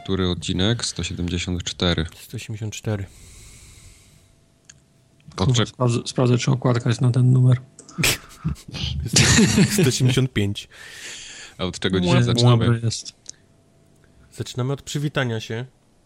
Który odcinek? 174. 184. Sprawdzę, czy okładka jest na ten numer. 185. A od czego dzisiaj zaczynamy? Jest. Zaczynamy od przywitania się.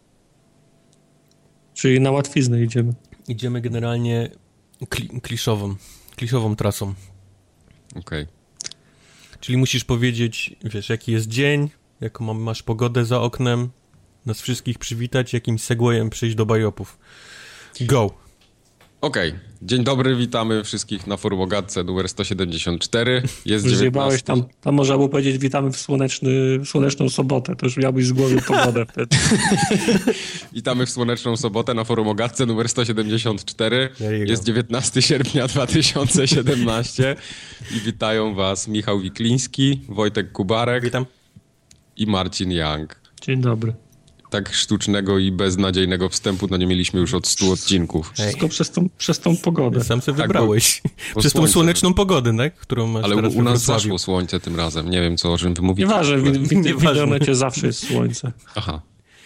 Czyli na łatwiznę idziemy. Idziemy generalnie kliszową trasą. Okej. Czyli musisz powiedzieć, wiesz, jaki jest dzień, jaką masz pogodę za oknem, nas wszystkich przywitać, jakimś segwayem przyjść do bajopów. Go! Okej. Dzień dobry, witamy wszystkich na forum o gadce numer 174. Jest Już 19. zjebałeś tam można było powiedzieć witamy w słoneczną sobotę, to już miałbyś z głowy pogodę wtedy. Witamy w słoneczną sobotę na forum o gadce numer 174. Jest 19 sierpnia 2017 i witają was Michał Wikliński, Wojtek Kubarek. Witam. I Marcin Young. Dzień dobry. Tak sztucznego i beznadziejnego wstępu no nie mieliśmy już od 100 odcinków. Wszystko przez tą pogodę. Sam sobie Tak, wybrałeś. bo Przez tą słońce. słoneczną pogodę, tak? Którą masz Ale teraz u nas we Wrocławiu. zaszło słońce tym razem. Nie wiem, o czym wy mówicie. Nieważne, w Nieważne. internecie zawsze jest słońce. Aha.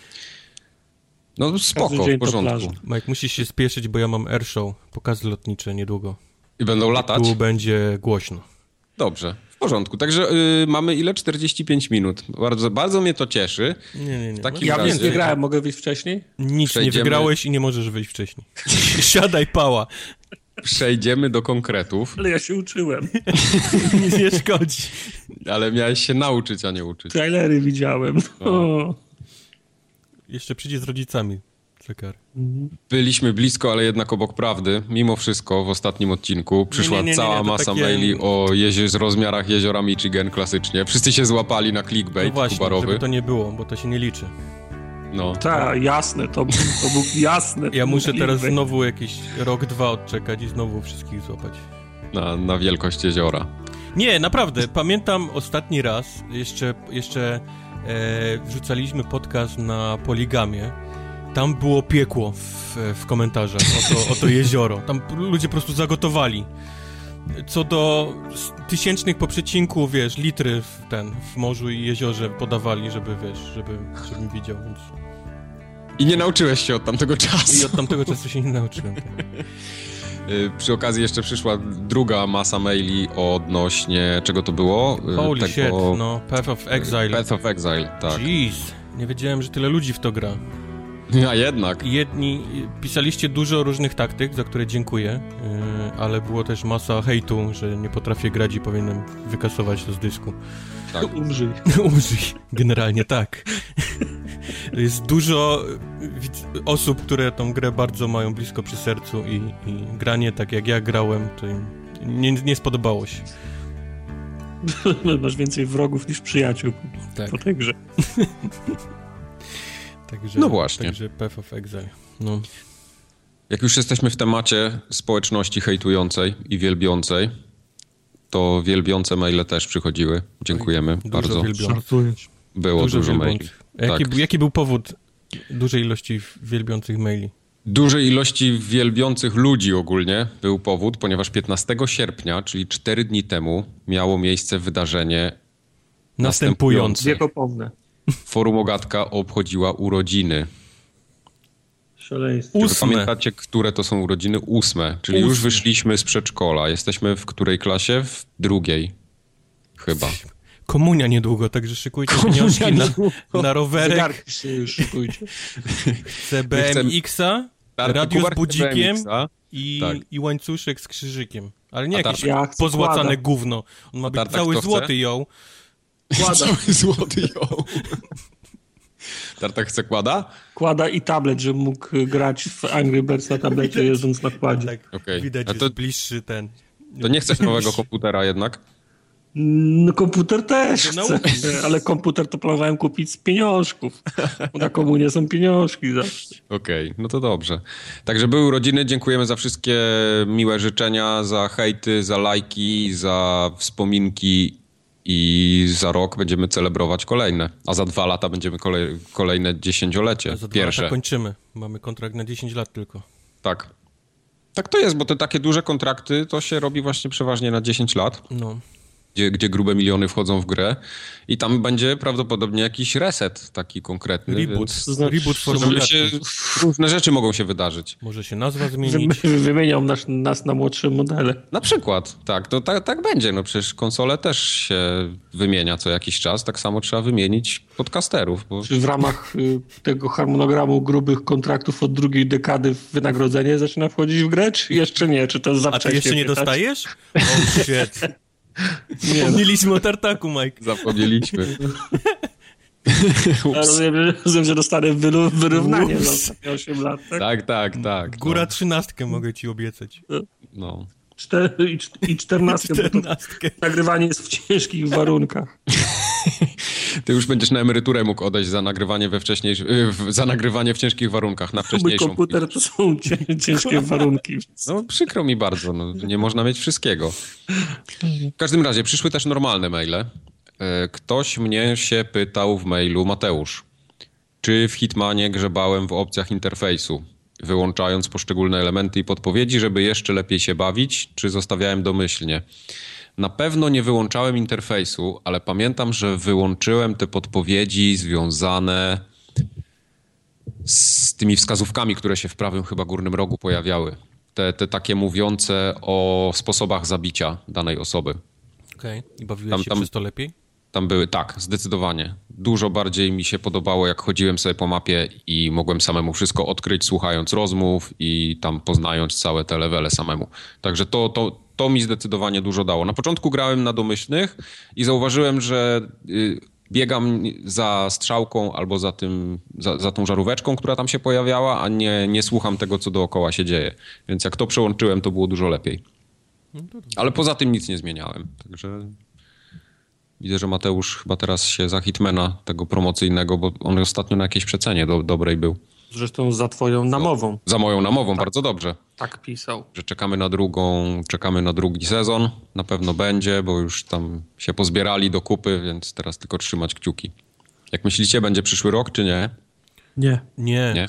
No spoko, Każdy dzień w to porządku. plaża. Mike, musisz się spieszyć, bo ja mam airshow, pokazy lotnicze niedługo. I będą latać? Tu będzie głośno. Dobrze, w porządku. Także mamy ile? 45 minut. Bardzo, bardzo mnie to cieszy. Nie. W takim Ja razie- nic nie grałem, mogę wyjść wcześniej? Nic Przejdziemy- nie wygrałeś i nie możesz wyjść wcześniej. Siadaj, pała. Przejdziemy do konkretów, Ale ja się uczyłem. Nic nie szkodzi. ale miałeś się nauczyć, a nie uczyć. Trailery widziałem. O. Jeszcze przyjdzie z rodzicami. Czekar. Byliśmy blisko, ale jednak obok prawdy. Mimo wszystko w ostatnim odcinku przyszła Nie, cała to masa takie- maili o z rozmiarach jeziora Michigan klasycznie. Wszyscy się złapali na No clickbait właśnie, kubarowy. żeby to nie było, bo to się nie liczy. No. Tak, jasne, to był jasne. Ja muszę teraz Clickbait. znowu jakiś rok, 2 odczekać i znowu wszystkich złapać. Na wielkość jeziora. Nie, naprawdę, pamiętam ostatni raz, jeszcze wrzucaliśmy podcast na Poligamie. Tam było piekło w komentarzach o to jezioro. Tam ludzie po prostu zagotowali. Co do tysięcznych po przecinku, wiesz, litry w morzu i jeziorze podawali, żebym widział, więc... I nie nauczyłeś się od tamtego czasu. I od tamtego czasu się nie nauczyłem. Przy okazji jeszcze przyszła druga masa maili odnośnie... Czego to było? Holy shit, no, Path of Exile. Path of Exile, tak. Jeez, nie wiedziałem, że tyle ludzi w to gra. A jednak. Jedni pisaliście dużo różnych taktyk, za które dziękuję, ale było też masa hejtu, że nie potrafię grać i powinienem wykasować to z dysku. Tak. Umrzyj. Umrzyj, generalnie tak. Jest dużo osób, które tą grę bardzo mają blisko przy sercu i granie tak jak ja grałem, to im nie spodobało się. Masz więcej wrogów niż przyjaciół Tak. po tej grze. Także, No właśnie. Także Path of Exile. No. Jak już jesteśmy w temacie społeczności hejtującej i wielbiącej, to wielbiące maile też przychodziły. Dziękujemy Dużo bardzo. wielbiących. Żartujesz. Było dużo maili. wielbących. Tak. Jaki był powód dużej ilości wielbiących maili? Dużej ilości wielbiących ludzi ogólnie był powód, ponieważ 15 sierpnia, czyli 4 dni temu, miało miejsce wydarzenie Następujące. Wiekopomne. Forum Ogatka obchodziła urodziny. Szaleństwo. Czy wy 8. pamiętacie, które to są urodziny? 8. Czyli już wyszliśmy z przedszkola. Jesteśmy w której klasie? W 2. Chyba. Komunia niedługo, także szykujcie pieniążki na rowerek, Zegarki się już szykujcie. CBMX-a, radio z Kubarek budzikiem BMX-a. Tak. i łańcuszek z krzyżykiem. Ale nie A jakieś Ja chcę pozłacane kłada. gówno. On ma być Tartak cały kto chce? złoty ją. Kłada. Cały złoty ją. Tartak chce kłada? Kłada i tablet, żeby mógł grać w Angry Birds na tablecie jeżdżąc na kładzie. Tak, Okej. widać, A że to- jest bliższy ten. To nie chcesz nowego komputera jednak? No komputer też To chcę, ale komputer to planowałem kupić z pieniążków. Bo na komunie są pieniążki zawsze. Okej, no to dobrze. Także były urodziny, dziękujemy za wszystkie miłe życzenia, za hejty, za lajki, za wspominki i za rok będziemy celebrować kolejne. A za 2 lata będziemy kolejne 10-lecie. Za 2 Pierwsze. lata kończymy. Mamy kontrakt na 10 lat tylko. Tak. Tak to jest, bo te takie duże kontrakty to się robi właśnie przeważnie na 10 lat. No. gdzie grube miliony wchodzą w grę i tam będzie prawdopodobnie jakiś reset taki konkretny. Reboot. Więc Reboot formularki. różne rzeczy mogą się wydarzyć. Może się nazwa zmienić. Wymienią nas na młodsze modele. Na przykład, tak, to tak będzie. No przecież konsole też się wymienia co jakiś czas, tak samo trzeba wymienić podcasterów. Bo... Czy w ramach tego harmonogramu grubych kontraktów od drugiej dekady wynagrodzenie zaczyna wchodzić w grę, czy jeszcze nie? Czy to za A ty wcześnie jeszcze nie pytać? dostajesz? Oh shit. Zapomnieliśmy o tartaku, Mike. Zapomnieliśmy. Ja rozumiem, że dostanę wyrównanie za ostatnie 8 lat, tak? Tak. Góra 13 mogę ci obiecać. No. I 14, bo to nagrywanie jest w ciężkich warunkach. Ty już będziesz na emeryturę mógł odejść za nagrywanie za nagrywanie w ciężkich warunkach na Mój wcześniejszą. komputer to są ciężkie warunki. No przykro mi bardzo, no, nie można mieć wszystkiego. W każdym razie przyszły też normalne maile. Ktoś mnie się pytał w mailu, Mateusz, czy w Hitmanie grzebałem w opcjach interfejsu, wyłączając poszczególne elementy i podpowiedzi, żeby jeszcze lepiej się bawić, czy zostawiałem domyślnie. Na pewno nie wyłączałem interfejsu, ale pamiętam, że wyłączyłem te podpowiedzi związane z tymi wskazówkami, które się w prawym chyba górnym rogu pojawiały. Te takie mówiące o sposobach zabicia danej osoby. Okej. I bawiłeś się przez to lepiej? Tam były, tak, zdecydowanie. Dużo bardziej mi się podobało, jak chodziłem sobie po mapie i mogłem samemu wszystko odkryć, słuchając rozmów i tam poznając całe te levele samemu. Także to mi zdecydowanie dużo dało. Na początku grałem na domyślnych i zauważyłem, że biegam za strzałką albo za tą żaróweczką, która tam się pojawiała, a nie słucham tego, co dookoła się dzieje. Więc jak to przełączyłem, to było dużo lepiej. Ale poza tym nic nie zmieniałem. Także widzę, że Mateusz chyba teraz się za Hitmana tego promocyjnego, bo on ostatnio na jakiejś przecenie dobrej był. Zresztą za twoją namową. Za moją namową, bardzo dobrze. Tak pisał. Że czekamy na drugi sezon. Na pewno będzie, bo już tam się pozbierali do kupy, więc teraz tylko trzymać kciuki. Jak myślicie, będzie przyszły rok, czy nie? Nie. Nie.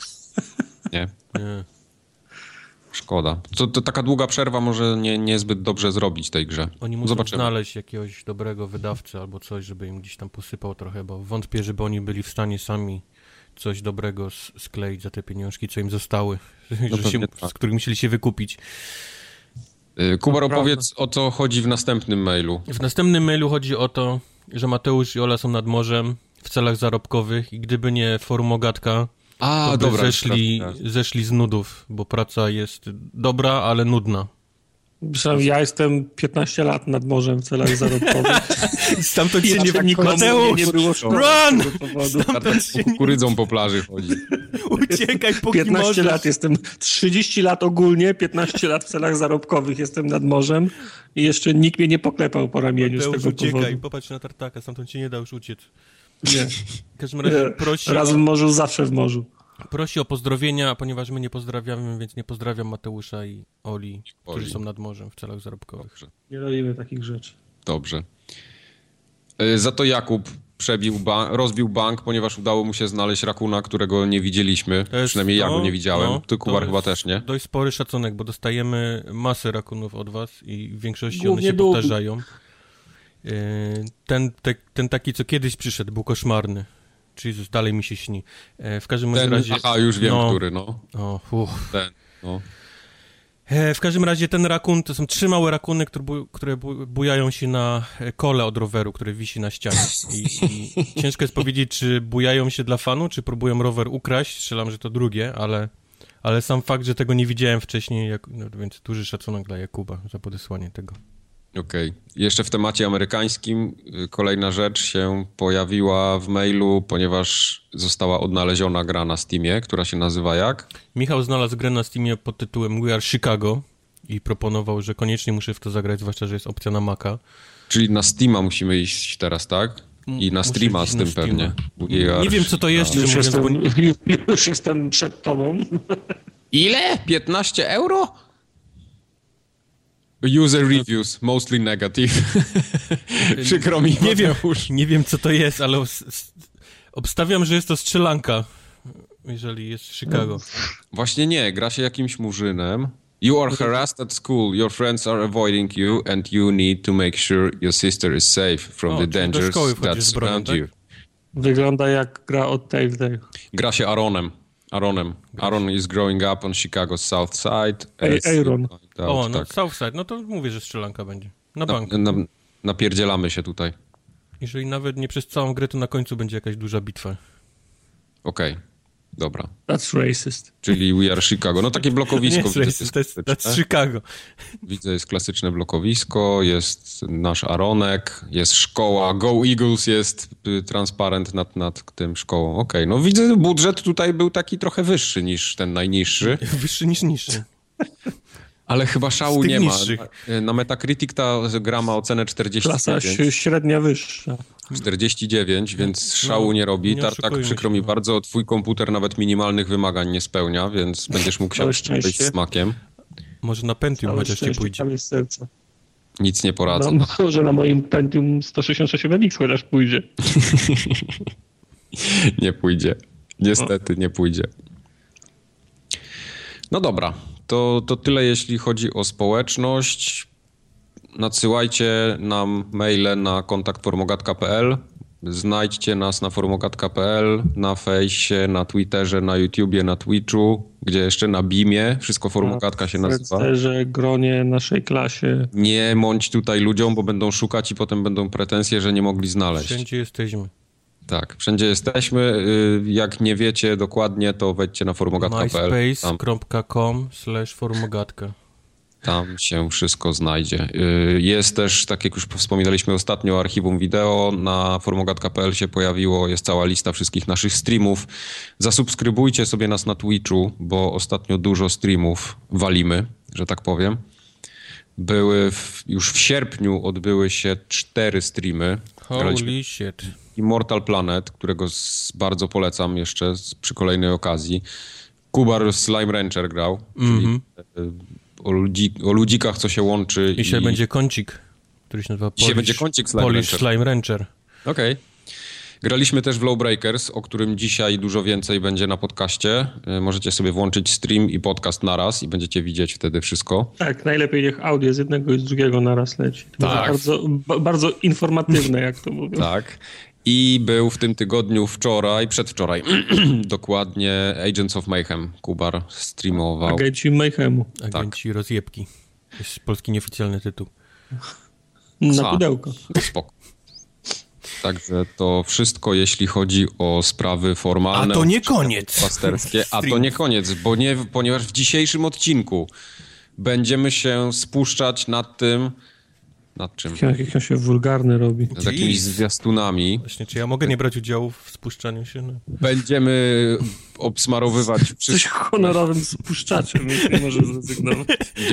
Szkoda. To taka długa przerwa może niezbyt dobrze zrobić tej grze. Oni muszą Zobaczymy. znaleźć jakiegoś dobrego wydawcę albo coś, żeby im gdzieś tam posypał trochę, bo wątpię, żeby oni byli w stanie sami coś dobrego skleić za te pieniążki, co im zostały, z których musieli się wykupić. Kubar, opowiedz, o co chodzi w następnym mailu. W następnym mailu chodzi o to, że Mateusz i Ola są nad morzem w celach zarobkowych i gdyby nie forum Ogatka, to by zeszli z nudów, bo praca jest dobra, ale nudna. Ja jestem 15 lat nad morzem w celach zarobkowych. Stamtąd się nie... Mateusz, nie było szkoły run! Stamtąd się kukurydzą po plaży chodzi. Uciekaj, póki 15 możesz. lat jestem, 30 lat ogólnie, 15 lat w celach zarobkowych jestem nad morzem i jeszcze nikt mnie nie poklepał po ramieniu Mateusz, z tego uciekaj, powodu. popatrz na tartaka, stamtąd się nie da już uciec. Nie. W każdym razie prosi Raz w morzu, zawsze w morzu. Prosi o pozdrowienia, a ponieważ my nie pozdrawiamy, więc nie pozdrawiam Mateusza i Oli, którzy są nad morzem w celach zarobkowych. Dobrze. Nie robimy takich rzeczy. Dobrze. Za to Jakub rozbił bank, ponieważ udało mu się znaleźć rakuna, którego nie widzieliśmy. Przynajmniej ja go nie widziałem. Ty, Kubar, chyba też nie. Dość spory szacunek, bo dostajemy masę rakunów od was i w większości Głównie one się powtarzają. Ten taki, co kiedyś przyszedł, był koszmarny. Jezus, dalej mi się śni. W każdym razie... Aha, już wiem, który, Ten, W każdym razie ten rakun, to są 3 małe rakuny, które bujają się na kole od roweru, które wisi na ścianie. I ciężko jest powiedzieć, czy bujają się dla fanu, czy próbują rower ukraść. Strzelam, że to drugie, ale sam fakt, że tego nie widziałem wcześniej, więc duży szacunek dla Jakuba za podesłanie tego. Okej. Jeszcze w temacie amerykańskim kolejna rzecz się pojawiła w mailu, ponieważ została odnaleziona gra na Steamie, która się nazywa jak? Michał znalazł grę na Steamie pod tytułem We Are Chicago i proponował, że koniecznie muszę w to zagrać, zwłaszcza, że jest opcja na Maca. Czyli na Steama musimy iść teraz, tak? I na streama z tym pewnie. Nie wiem, co to jest. Już jestem przed tobą. Ile? 15 euro? User reviews, mostly negative. Przykro mi, nie wiem, co to jest, ale obstawiam, że jest to strzelanka, jeżeli jest Chicago. Właśnie nie, gra się jakimś murzynem. You are harassed at school, your friends are avoiding you and you need to make sure your sister is safe from the dangers that surround you. Wygląda jak gra od Telltale. Gra się Aaronem. Aaron is growing up on Chicago's South Side. Aaron. O, no tak. South Side, no to mówię, że strzelanka będzie. Na bank. Napierdzielamy się tutaj. Jeżeli nawet nie przez całą grę, to na końcu będzie jakaś duża bitwa. Okej, dobra. That's racist. Czyli We Are Chicago. No takie blokowisko. Nie, to jest Chicago. Widzę, jest klasyczne blokowisko, jest nasz Aaronek, jest szkoła, Go Eagles, jest transparent nad tym szkołą. Okej, no widzę, budżet tutaj był taki trochę wyższy niż ten najniższy. Wyższy niż niższy. Ale chyba szału nie ma. Niższych. Na Metacritic ta gra ma ocenę 49. Klasa średnia wyższa. 49, więc szału nie robi. nie Tartak, oszukujmy przykro się, mi no. bardzo, twój komputer nawet minimalnych wymagań nie spełnia, więc będziesz mógł Całe się przejść szczęście. z smakiem. Może na Pentium chociaż ci pójdzie. Całe serce. Nic nie poradzę. No, może na moim Pentium 166 MX chociaż pójdzie. Nie pójdzie. Niestety nie pójdzie. No dobra, to tyle jeśli chodzi o społeczność. Nadsyłajcie nam maile na kontakt@formogatka.pl. Znajdźcie nas na formogatka.pl, na fejsie, na Twitterze, na YouTubie, na Twitchu, gdzie jeszcze na Beamie. Wszystko Formogatka się nazywa. W Twitterze, gronie, naszej klasie. Nie mądź tutaj ludziom, bo będą szukać i potem będą pretensje, że nie mogli znaleźć. Wszędzie jesteśmy. Tak, wszędzie jesteśmy. Jak nie wiecie dokładnie, to wejdźcie na formogatka.pl. myspace.com/formogatka. Tam się wszystko znajdzie. Jest też, tak jak już wspominaliśmy ostatnio, archiwum wideo. Na formogatka.pl się pojawiło, jest cała lista wszystkich naszych streamów. Zasubskrybujcie sobie nas na Twitchu, bo ostatnio dużo streamów walimy, że tak powiem. Już w sierpniu odbyły się 4 streamy. Holy shit. Immortal Planet, którego bardzo polecam jeszcze przy kolejnej okazji. Kubar Slime Rancher grał, czyli o ludzikach, co się łączy. Dzisiaj będzie kącik, który się nazywa Dzisiaj będzie kącik Slime Polish Rancher. Slime Rancher. Okej. Graliśmy też w Lawbreakers, o którym dzisiaj dużo więcej będzie na podcaście. Możecie sobie włączyć stream i podcast naraz i będziecie widzieć wtedy wszystko. Tak, najlepiej niech audio z jednego i z drugiego naraz leci. To Tak. bardzo informatywne, jak to mówią. Tak. I był w tym tygodniu przedwczoraj, dokładnie Agents of Mayhem. Kubar streamował. Agenci Mayhemu. Agenci rozjebki. Jest polski nieoficjalny tytuł. Na pudełko. Spoko. Także to wszystko, jeśli chodzi o sprawy formalne. A to nie koniec. Pasterskie. A to nie koniec, ponieważ w dzisiejszym odcinku będziemy się spuszczać nad tym... Nad czym? Jak się wulgarny robi. Z jakimiś zwiastunami. Właśnie, czy ja mogę nie brać udziału w spuszczaniu się? No. Będziemy obsmarowywać Jesteś honorowym spuszczaczem, jeśli może zrezygnować.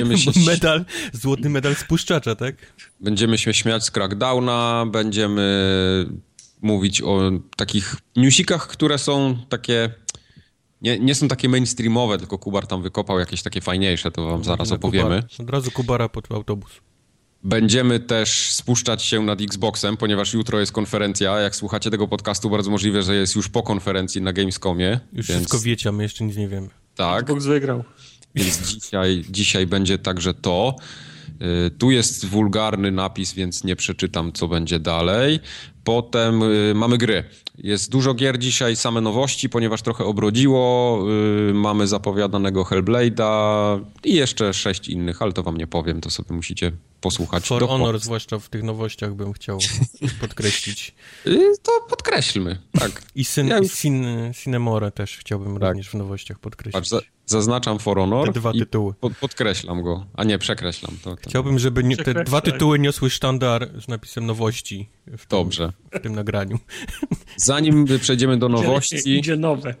Złoty medal spuszczacza, tak? Będziemy się śmiać z Crackdowna, będziemy mówić o takich newsikach, które są takie... Nie są takie mainstreamowe, tylko Kubar tam wykopał jakieś takie fajniejsze, to wam zaraz opowiemy. Od razu Kubara pod autobus. Będziemy też spuszczać się nad Xboxem, ponieważ jutro jest konferencja. Jak słuchacie tego podcastu, bardzo możliwe, że jest już po konferencji na Gamescomie. Już wszystko wiecie, a my jeszcze nic nie wiemy. Tak. Xbox wygrał. Więc dzisiaj będzie także to. Tu jest wulgarny napis, więc nie przeczytam, co będzie dalej. Potem mamy gry. Jest dużo gier dzisiaj, same nowości, ponieważ trochę obrodziło. Mamy zapowiadanego Hellblade'a i jeszcze 6 innych, ale to wam nie powiem, to sobie musicie posłuchać. For Honor zwłaszcza w tych nowościach bym chciał podkreślić. To podkreślmy, tak. I Cinemore też chciałbym również w nowościach podkreślić. Patrz, zaznaczam For Honor te 2 tytuły. Podkreślam go. A nie, przekreślam. To. Chciałbym, żeby te 2 tytuły niosły sztandar z napisem nowości Dobrze. W tym nagraniu. Zanim przejdziemy do nowości... Idzie nowe.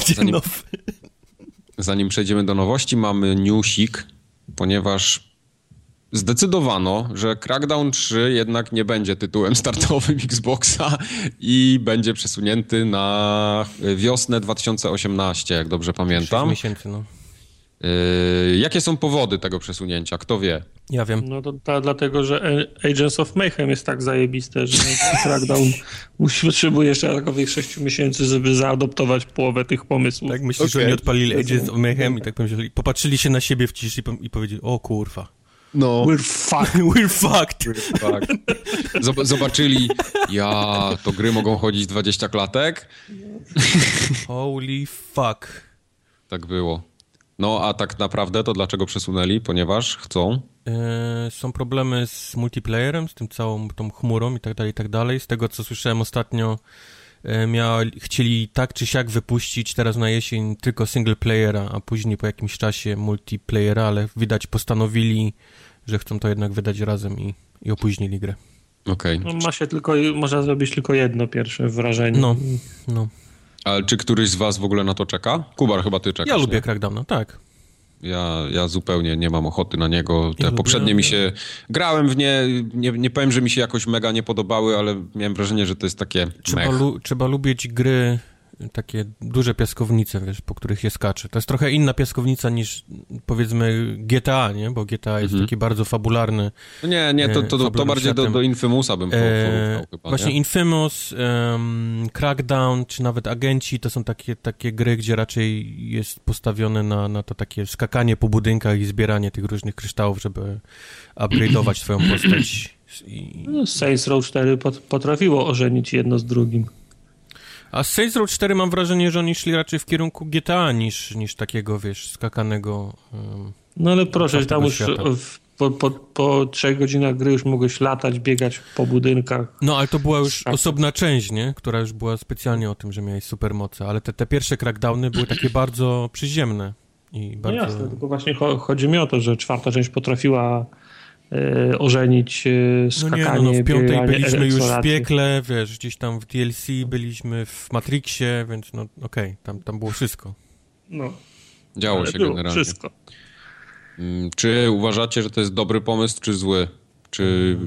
Zanim przejdziemy do nowości, mamy newsik, ponieważ zdecydowano, że Crackdown 3 jednak nie będzie tytułem startowym Xboxa i będzie przesunięty na wiosnę 2018, jak dobrze pamiętam. 6 miesięcy, no. Jakie są powody tego przesunięcia? Kto wie? Ja wiem. No to dlatego, że Agents of Mayhem jest tak zajebiste, że Crackdown potrzebuje jeszcze dodatkowych 6 miesięcy, żeby zaadoptować połowę tych pomysłów. Tak myślisz, że oni odpalili Agents of Mayhem i tak pomyśleli, popatrzyli się na siebie w ciszy i powiedzieli, o kurwa. No. We're fucked. We're fucked. Zobaczyli, to gry mogą chodzić 20 klatek? Holy fuck. Tak było. No, a tak naprawdę to dlaczego przesunęli? Ponieważ chcą? Są problemy z multiplayerem, z tym całą tą chmurą i tak dalej. Z tego, co słyszałem ostatnio, chcieli tak czy siak wypuścić teraz na jesień tylko single playera, a później po jakimś czasie multiplayera, ale widać postanowili, że chcą to jednak wydać razem i opóźnili grę. Okej. No, można zrobić tylko jedno pierwsze wrażenie. No. Ale czy któryś z was w ogóle na to czeka? Kubar, chyba ty czekasz. Ja lubię nie? Crackdowna, tak. Ja zupełnie nie mam ochoty na niego. Te poprzednie mi się... Grałem w nie powiem, że mi się jakoś mega nie podobały, ale miałem wrażenie, że to jest takie Trzeba lubić gry, takie duże piaskownice, wiesz, po których się skacze. To jest trochę inna piaskownica niż, powiedzmy, GTA, nie? Bo GTA jest taki bardzo fabularny. No nie, to bardziej do Infamousa bym porównał chyba. Właśnie nie? Infamous, Crackdown, czy nawet Agenci, to są takie gry, gdzie raczej jest postawione na to takie skakanie po budynkach i zbieranie tych różnych kryształów, żeby upgrade'ować swoją postać. Saints Row 4 potrafiło ożenić jedno z drugim. A z Saints Row 4 mam wrażenie, że oni szli raczej w kierunku GTA niż takiego, wiesz, skakanego... No ale proszę, tam już po 3 godzinach gry już mogłeś latać, biegać po budynkach. No, ale to była już osobna część, nie? Która już była specjalnie o tym, że miałeś supermoce, ale te pierwsze Crackdowny były takie bardzo przyziemne. I bardzo... No jasne, tylko właśnie chodzi mi o to, że 4. część potrafiła ożenić skakanie, w 5. byliśmy już w eksplorację. piekle, wiesz, gdzieś tam w DLC byliśmy w Matrixie, więc no okej, tam było wszystko. No. Działo się generalnie. Wszystko. Czy uważacie, że to jest dobry pomysł, czy zły? Czy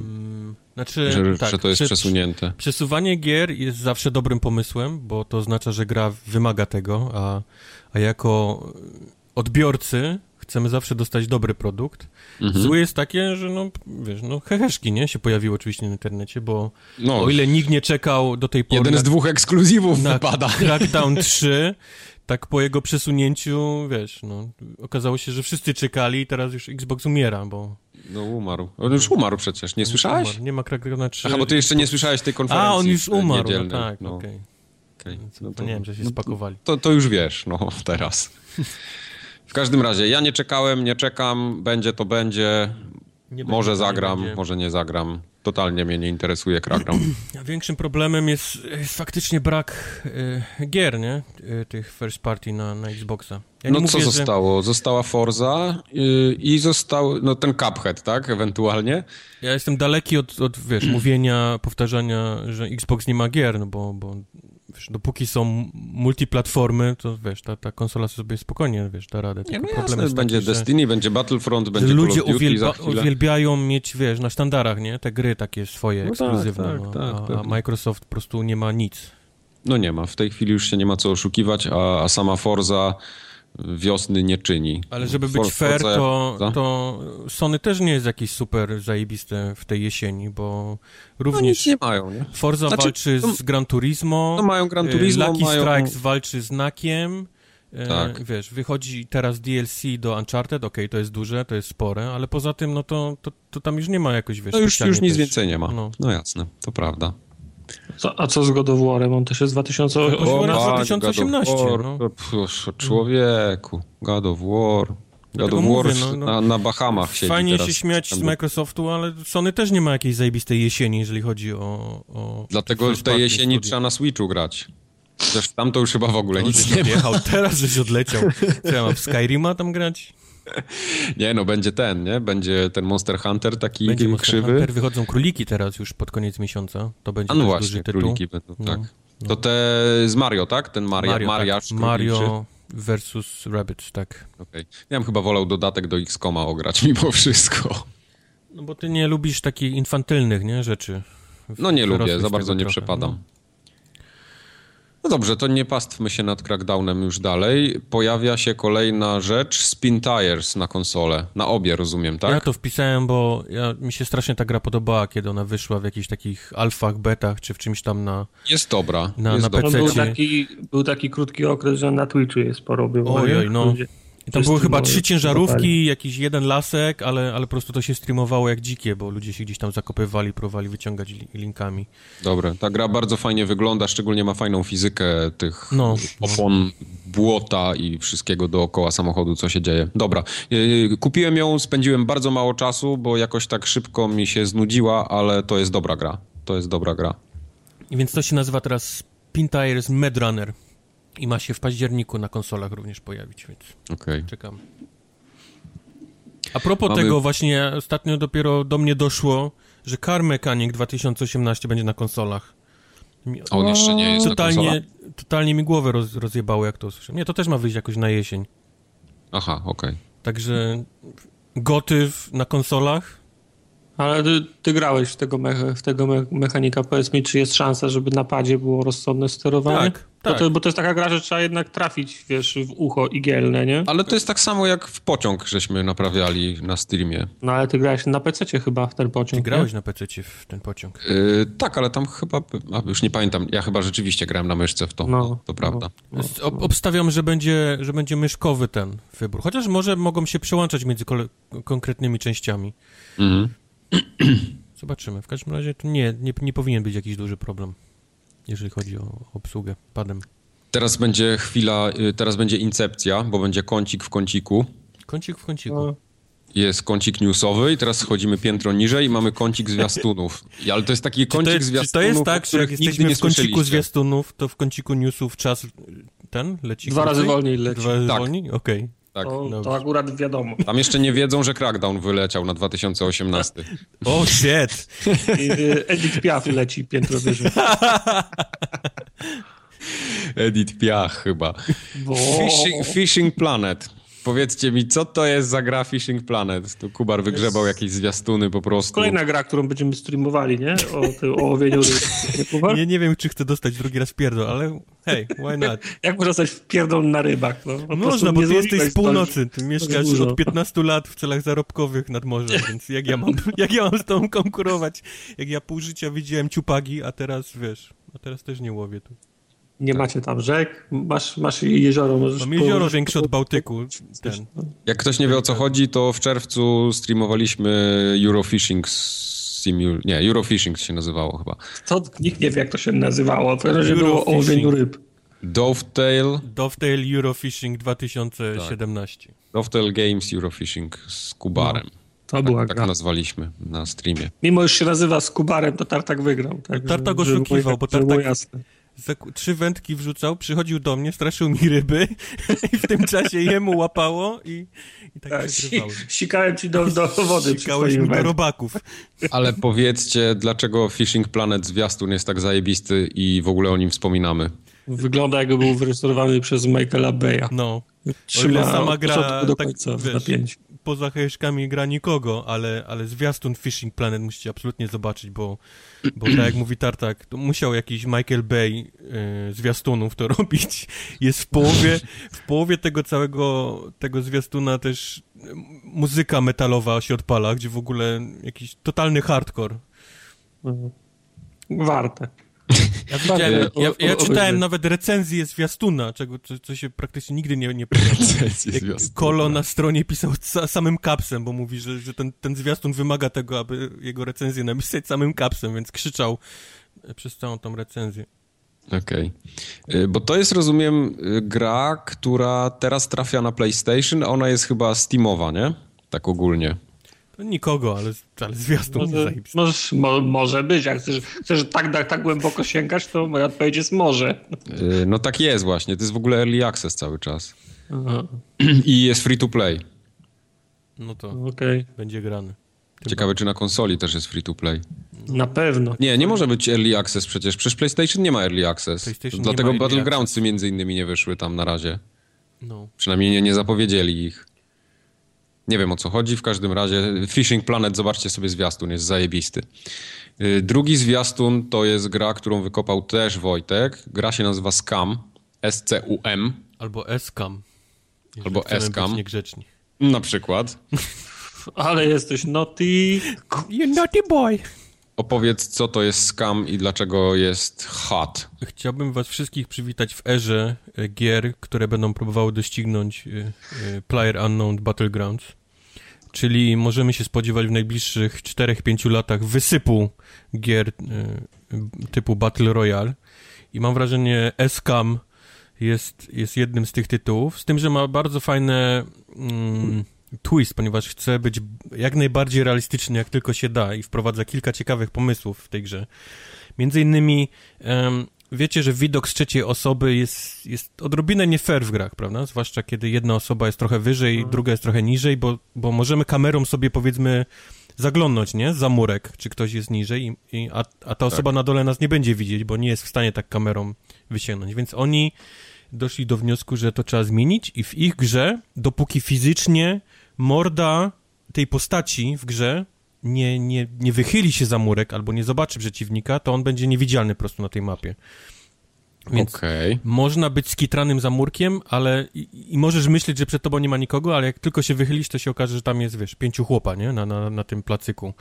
że to jest przesunięte? Przesuwanie gier jest zawsze dobrym pomysłem, bo to oznacza, że gra wymaga tego, a jako odbiorcy chcemy zawsze dostać dobry produkt. Zły jest takie, że heheszki, nie? Się pojawiły oczywiście na internecie, bo o ile nikt nie czekał do tej pory... Jeden z 2 ekskluzywów wypada. Crackdown 3, tak po jego przesunięciu, wiesz, okazało się, że wszyscy czekali i teraz już Xbox umiera, bo... No umarł. On już umarł przecież, nie słyszałeś? Nie ma Crackdowna 3. Aha, bo ty jeszcze nie słyszałeś tej konferencji. A, on już umarł, niedzielnej. tak, okej. No to nie wiem, że się spakowali. To już wiesz, teraz. W każdym razie, ja nie czekam, będzie to będzie. Może zagram, może nie zagram. Totalnie mnie nie interesuje Crackdown. A większym problemem jest faktycznie brak gier, nie? Tych first party na Xboxa. Co zostało? Została Forza i został ten Cuphead, tak? Ewentualnie. Ja jestem daleki od mówienia, powtarzania, że Xbox nie ma gier, bo wiesz, dopóki są multiplatformy, to wiesz, ta konsola sobie spokojnie, wiesz, da radę. Nie, problem jest będzie taki, Destiny, będzie Battlefront, będzie ludzie Call of Duty za chwilę. uwielbiają mieć, wiesz, na sztandarach, nie? Te gry takie swoje, ekskluzywne. Tak, a Microsoft po prostu nie ma nic. No nie ma. W tej chwili już się nie ma co oszukiwać, a sama Forza wiosny nie czyni. Ale żeby być fair, to Sony też nie jest jakiś super zajebiste w tej jesieni, bo również nic nie mają, nie? Forza walczy z Gran Turismo, mają Gran Turismo, Lucky Strikes walczy z Knakiem, tak. Wiesz, wychodzi teraz DLC do Uncharted, to jest duże, to jest spore, ale poza tym, to tam już nie ma jakoś, wiesz, już nic więcej nie ma. No jasne, to prawda. A co z God of War'em? On też jest 2018. Człowieku, God of War. God of War na Bahamach siedzi fajnie teraz. się śmiać z Microsoftu, ale Sony też nie ma jakiejś zajebistej jesieni, jeżeli chodzi o Dlatego w tej jesieni trzeba na Switchu grać. Chociaż tam to już chyba w ogóle nic nie ma. Teraz żeś odleciał. Co ja mam w Skyrima tam grać? Nie, będzie nie? Będzie ten Monster Hunter taki będzie krzywy. Hunter. Wychodzą króliki teraz już pod koniec miesiąca. To będzie właśnie, duży tytuł. Króliki będą, tak. To te z Mario, tak? Ten Mariasz. Mario versus Rabbids, tak. Okej. Ja bym chyba wolał dodatek do XCOMa ograć mimo wszystko. No bo ty nie lubisz takich infantylnych, nie, rzeczy. Nie lubię, za bardzo nie przepadam. No dobrze, to nie pastwmy się nad Crackdownem już dalej. Pojawia się kolejna rzecz, Spin Tires na konsolę. Na obie, rozumiem, tak? Ja to wpisałem, bo mi się strasznie ta gra podobała, kiedy ona wyszła w jakichś takich alfach, betach, czy w czymś tam na... Jest dobra. Na jest dobra. PC. Był taki krótki okres, że na Twitchu je sporo było. Ojoj, no. I tam były chyba 3 ciężarówki, zapali. jakiś jeden lasek, ale po prostu to się streamowało jak dzikie, bo ludzie się gdzieś tam zakopywali, próbowali wyciągać linkami. Dobre. Ta gra bardzo fajnie wygląda, szczególnie ma fajną fizykę tych No. opon, błota i wszystkiego dookoła samochodu, co się dzieje. Dobra. Kupiłem ją, spędziłem bardzo mało czasu, bo jakoś tak szybko mi się znudziła, ale to jest dobra gra. To jest dobra gra. I więc to się nazywa teraz Spin Tires Mad Runner. I ma się w październiku na konsolach również pojawić, więc Okej. czekam. A propos tego właśnie, ostatnio dopiero do mnie doszło, że Car Mechanic 2018 będzie na konsolach. A on jeszcze nie jest na konsolach? Totalnie mi głowę rozjebało, jak to usłyszałem. Nie, to też ma wyjść jakoś na jesień. Aha, okej. Także gotyw na konsolach. Ale ty grałeś w tego mechanika. Powiedz mi, czy jest szansa, żeby na padzie było rozsądne sterowanie? Tak. Bo to jest taka gra, że trzeba jednak trafić, wiesz, w ucho igielne, nie? Ale to jest tak samo jak w pociąg, żeśmy naprawiali na streamie. No ale ty grałeś na PC-cie chyba w ten pociąg. Ty grałeś na PC w ten pociąg. Tak, ale tam chyba... już nie pamiętam. Ja chyba rzeczywiście grałem na myszce w to. No, to prawda. Obstawiam, że będzie myszkowy ten wybór. Chociaż może mogą się przełączać między konkretnymi częściami. Mhm. Zobaczymy. W każdym razie to nie powinien być jakiś duży problem, jeżeli chodzi o obsługę padem. Teraz będzie teraz będzie incepcja, bo będzie kącik w kąciku. Kącik w kąciku. No. Jest kącik newsowy i teraz schodzimy piętro niżej i mamy kącik zwiastunów. Ale to jest taki kącik zwiastunów, czy to jest tak, że jak nigdy jesteśmy nie w kąciku słyszeliście. zwiastunów, to w kąciku newsów czas ten leci 2 razy krócej? wolniej leci. 2 razy Tak. wolniej? Okej. Tak. To akurat wiadomo. Tam jeszcze nie wiedzą, że Crackdown wyleciał na 2018. O, shit! I Edith Piaf leci piętro wyżej. Edith Piaf chyba. Bo... Fishing Planet. Powiedzcie mi, co to jest za gra Fishing Planet? Tu Kubar wygrzebał jakieś zwiastuny po prostu. Kolejna gra, którą będziemy streamowali, nie? O łowieniu ryb. Nie, Kubar? Nie wiem, czy chcę dostać drugi raz pierdol, ale hej, why not? Jak można stać w pierdol na rybach? No? Po Można, prostu bo nie ty jesteś z złożyłeś północy, ty mieszkasz dużo. od 15 lat w celach zarobkowych nad morzem, więc jak ja mam z tobą konkurować? Jak ja pół życia widziałem ciupagi, a teraz, wiesz, też nie łowię tu. Nie macie tam rzek, masz jezioro. Możesz Mam jezioro większe od Bałtyku. Jak ktoś nie wie, o co chodzi, to w czerwcu streamowaliśmy Eurofishing Eurofishing się nazywało chyba. Nikt nie wie, jak to się nazywało. W razie było o łowieniu ryb. Dovetail Eurofishing 2017. Dovetail Games Eurofishing z Kubarem. No, to była tak gra. nazwaliśmy na streamie. Mimo, że się nazywa z Kubarem, to Tartak wygrał. Tak, Tartak oszukiwał, bo Tartak jasne. 3 wędki wrzucał, przychodził do mnie, straszył mi ryby i w tym czasie jemu łapało i tak przegrywały. Sikałem ci do wody. Sikałeś mi do robaków. Ale powiedzcie, dlaczego Fishing Planet zwiastun jest tak zajebisty i w ogóle o nim wspominamy? Wygląda, jakby był wyreżyserowany przez Michaela Beya. No. Trzyma sama gra do tak, końca w wiesz, napięciu. poza hejszkami gra nikogo, ale zwiastun Fishing Planet musicie absolutnie zobaczyć, bo tak jak mówi Tartak, to musiał jakiś Michael Bay zwiastunów to robić. Jest w połowie tego tego zwiastuna też muzyka metalowa się odpala, gdzie w ogóle jakiś totalny hardcore. Warte. Ja czytałem nawet recenzję zwiastuna, co się praktycznie nigdy nie pojawia. Kolo na stronie pisał samym kapsem, bo mówi, że ten zwiastun wymaga tego, aby jego recenzję napisać samym kapsem, więc krzyczał przez całą tą recenzję. Okej. Bo to jest, rozumiem, gra, która teraz trafia na PlayStation, a ona jest chyba Steamowa, nie? Tak ogólnie. To nikogo, ale zwiastun zajebisty. Może być, jak chcesz tak głęboko sięgać, to moja odpowiedź jest może. No tak jest właśnie, to jest w ogóle Early Access cały czas. Aha. I jest free to play. No to będzie grany. Ciekawe, czy na konsoli też jest free to play. Na pewno. Nie może być Early Access przecież. Przecież PlayStation nie ma Early Access. Dlatego Battlegroundsy między innymi nie wyszły tam na razie. No. Przynajmniej nie zapowiedzieli ich. Nie wiem, o co chodzi, w każdym razie Fishing Planet, zobaczcie sobie zwiastun, jest zajebisty. Drugi zwiastun to jest gra, którą wykopał też Wojtek. Gra się nazywa Scum, S-C-U-M. Albo Escam. Albo Escam. Niegrzeczni. Na przykład. Ale jesteś naughty. You naughty boy. Opowiedz, co to jest Scum i dlaczego jest hot. Chciałbym was wszystkich przywitać w erze gier, które będą próbowały doścignąć PlayerUnknown Battlegrounds. Czyli możemy się spodziewać w najbliższych 4-5 latach wysypu gier typu Battle Royale. I mam wrażenie, Escam jest jednym z tych tytułów, z tym, że ma bardzo fajny twist, ponieważ chce być jak najbardziej realistyczny, jak tylko się da i wprowadza kilka ciekawych pomysłów w tej grze. Między innymi wiecie, że widok z trzeciej osoby jest odrobinę nie fair w grach, prawda? Zwłaszcza kiedy jedna osoba jest trochę wyżej, druga jest trochę niżej, bo możemy kamerą sobie, powiedzmy, zaglądnąć, nie? Za murek, czy ktoś jest niżej, a ta osoba na dole nas nie będzie widzieć, bo nie jest w stanie tak kamerą wysięgnąć. Więc oni doszli do wniosku, że to trzeba zmienić i w ich grze, dopóki fizycznie morda tej postaci w grze nie wychyli się za murek albo nie zobaczy przeciwnika, to on będzie niewidzialny po prostu na tej mapie. Więc można być skitranym za murkiem, ale i możesz myśleć, że przed tobą nie ma nikogo, ale jak tylko się wychylisz, to się okaże, że tam jest, wiesz, 5 chłopa, nie? Na tym placyku.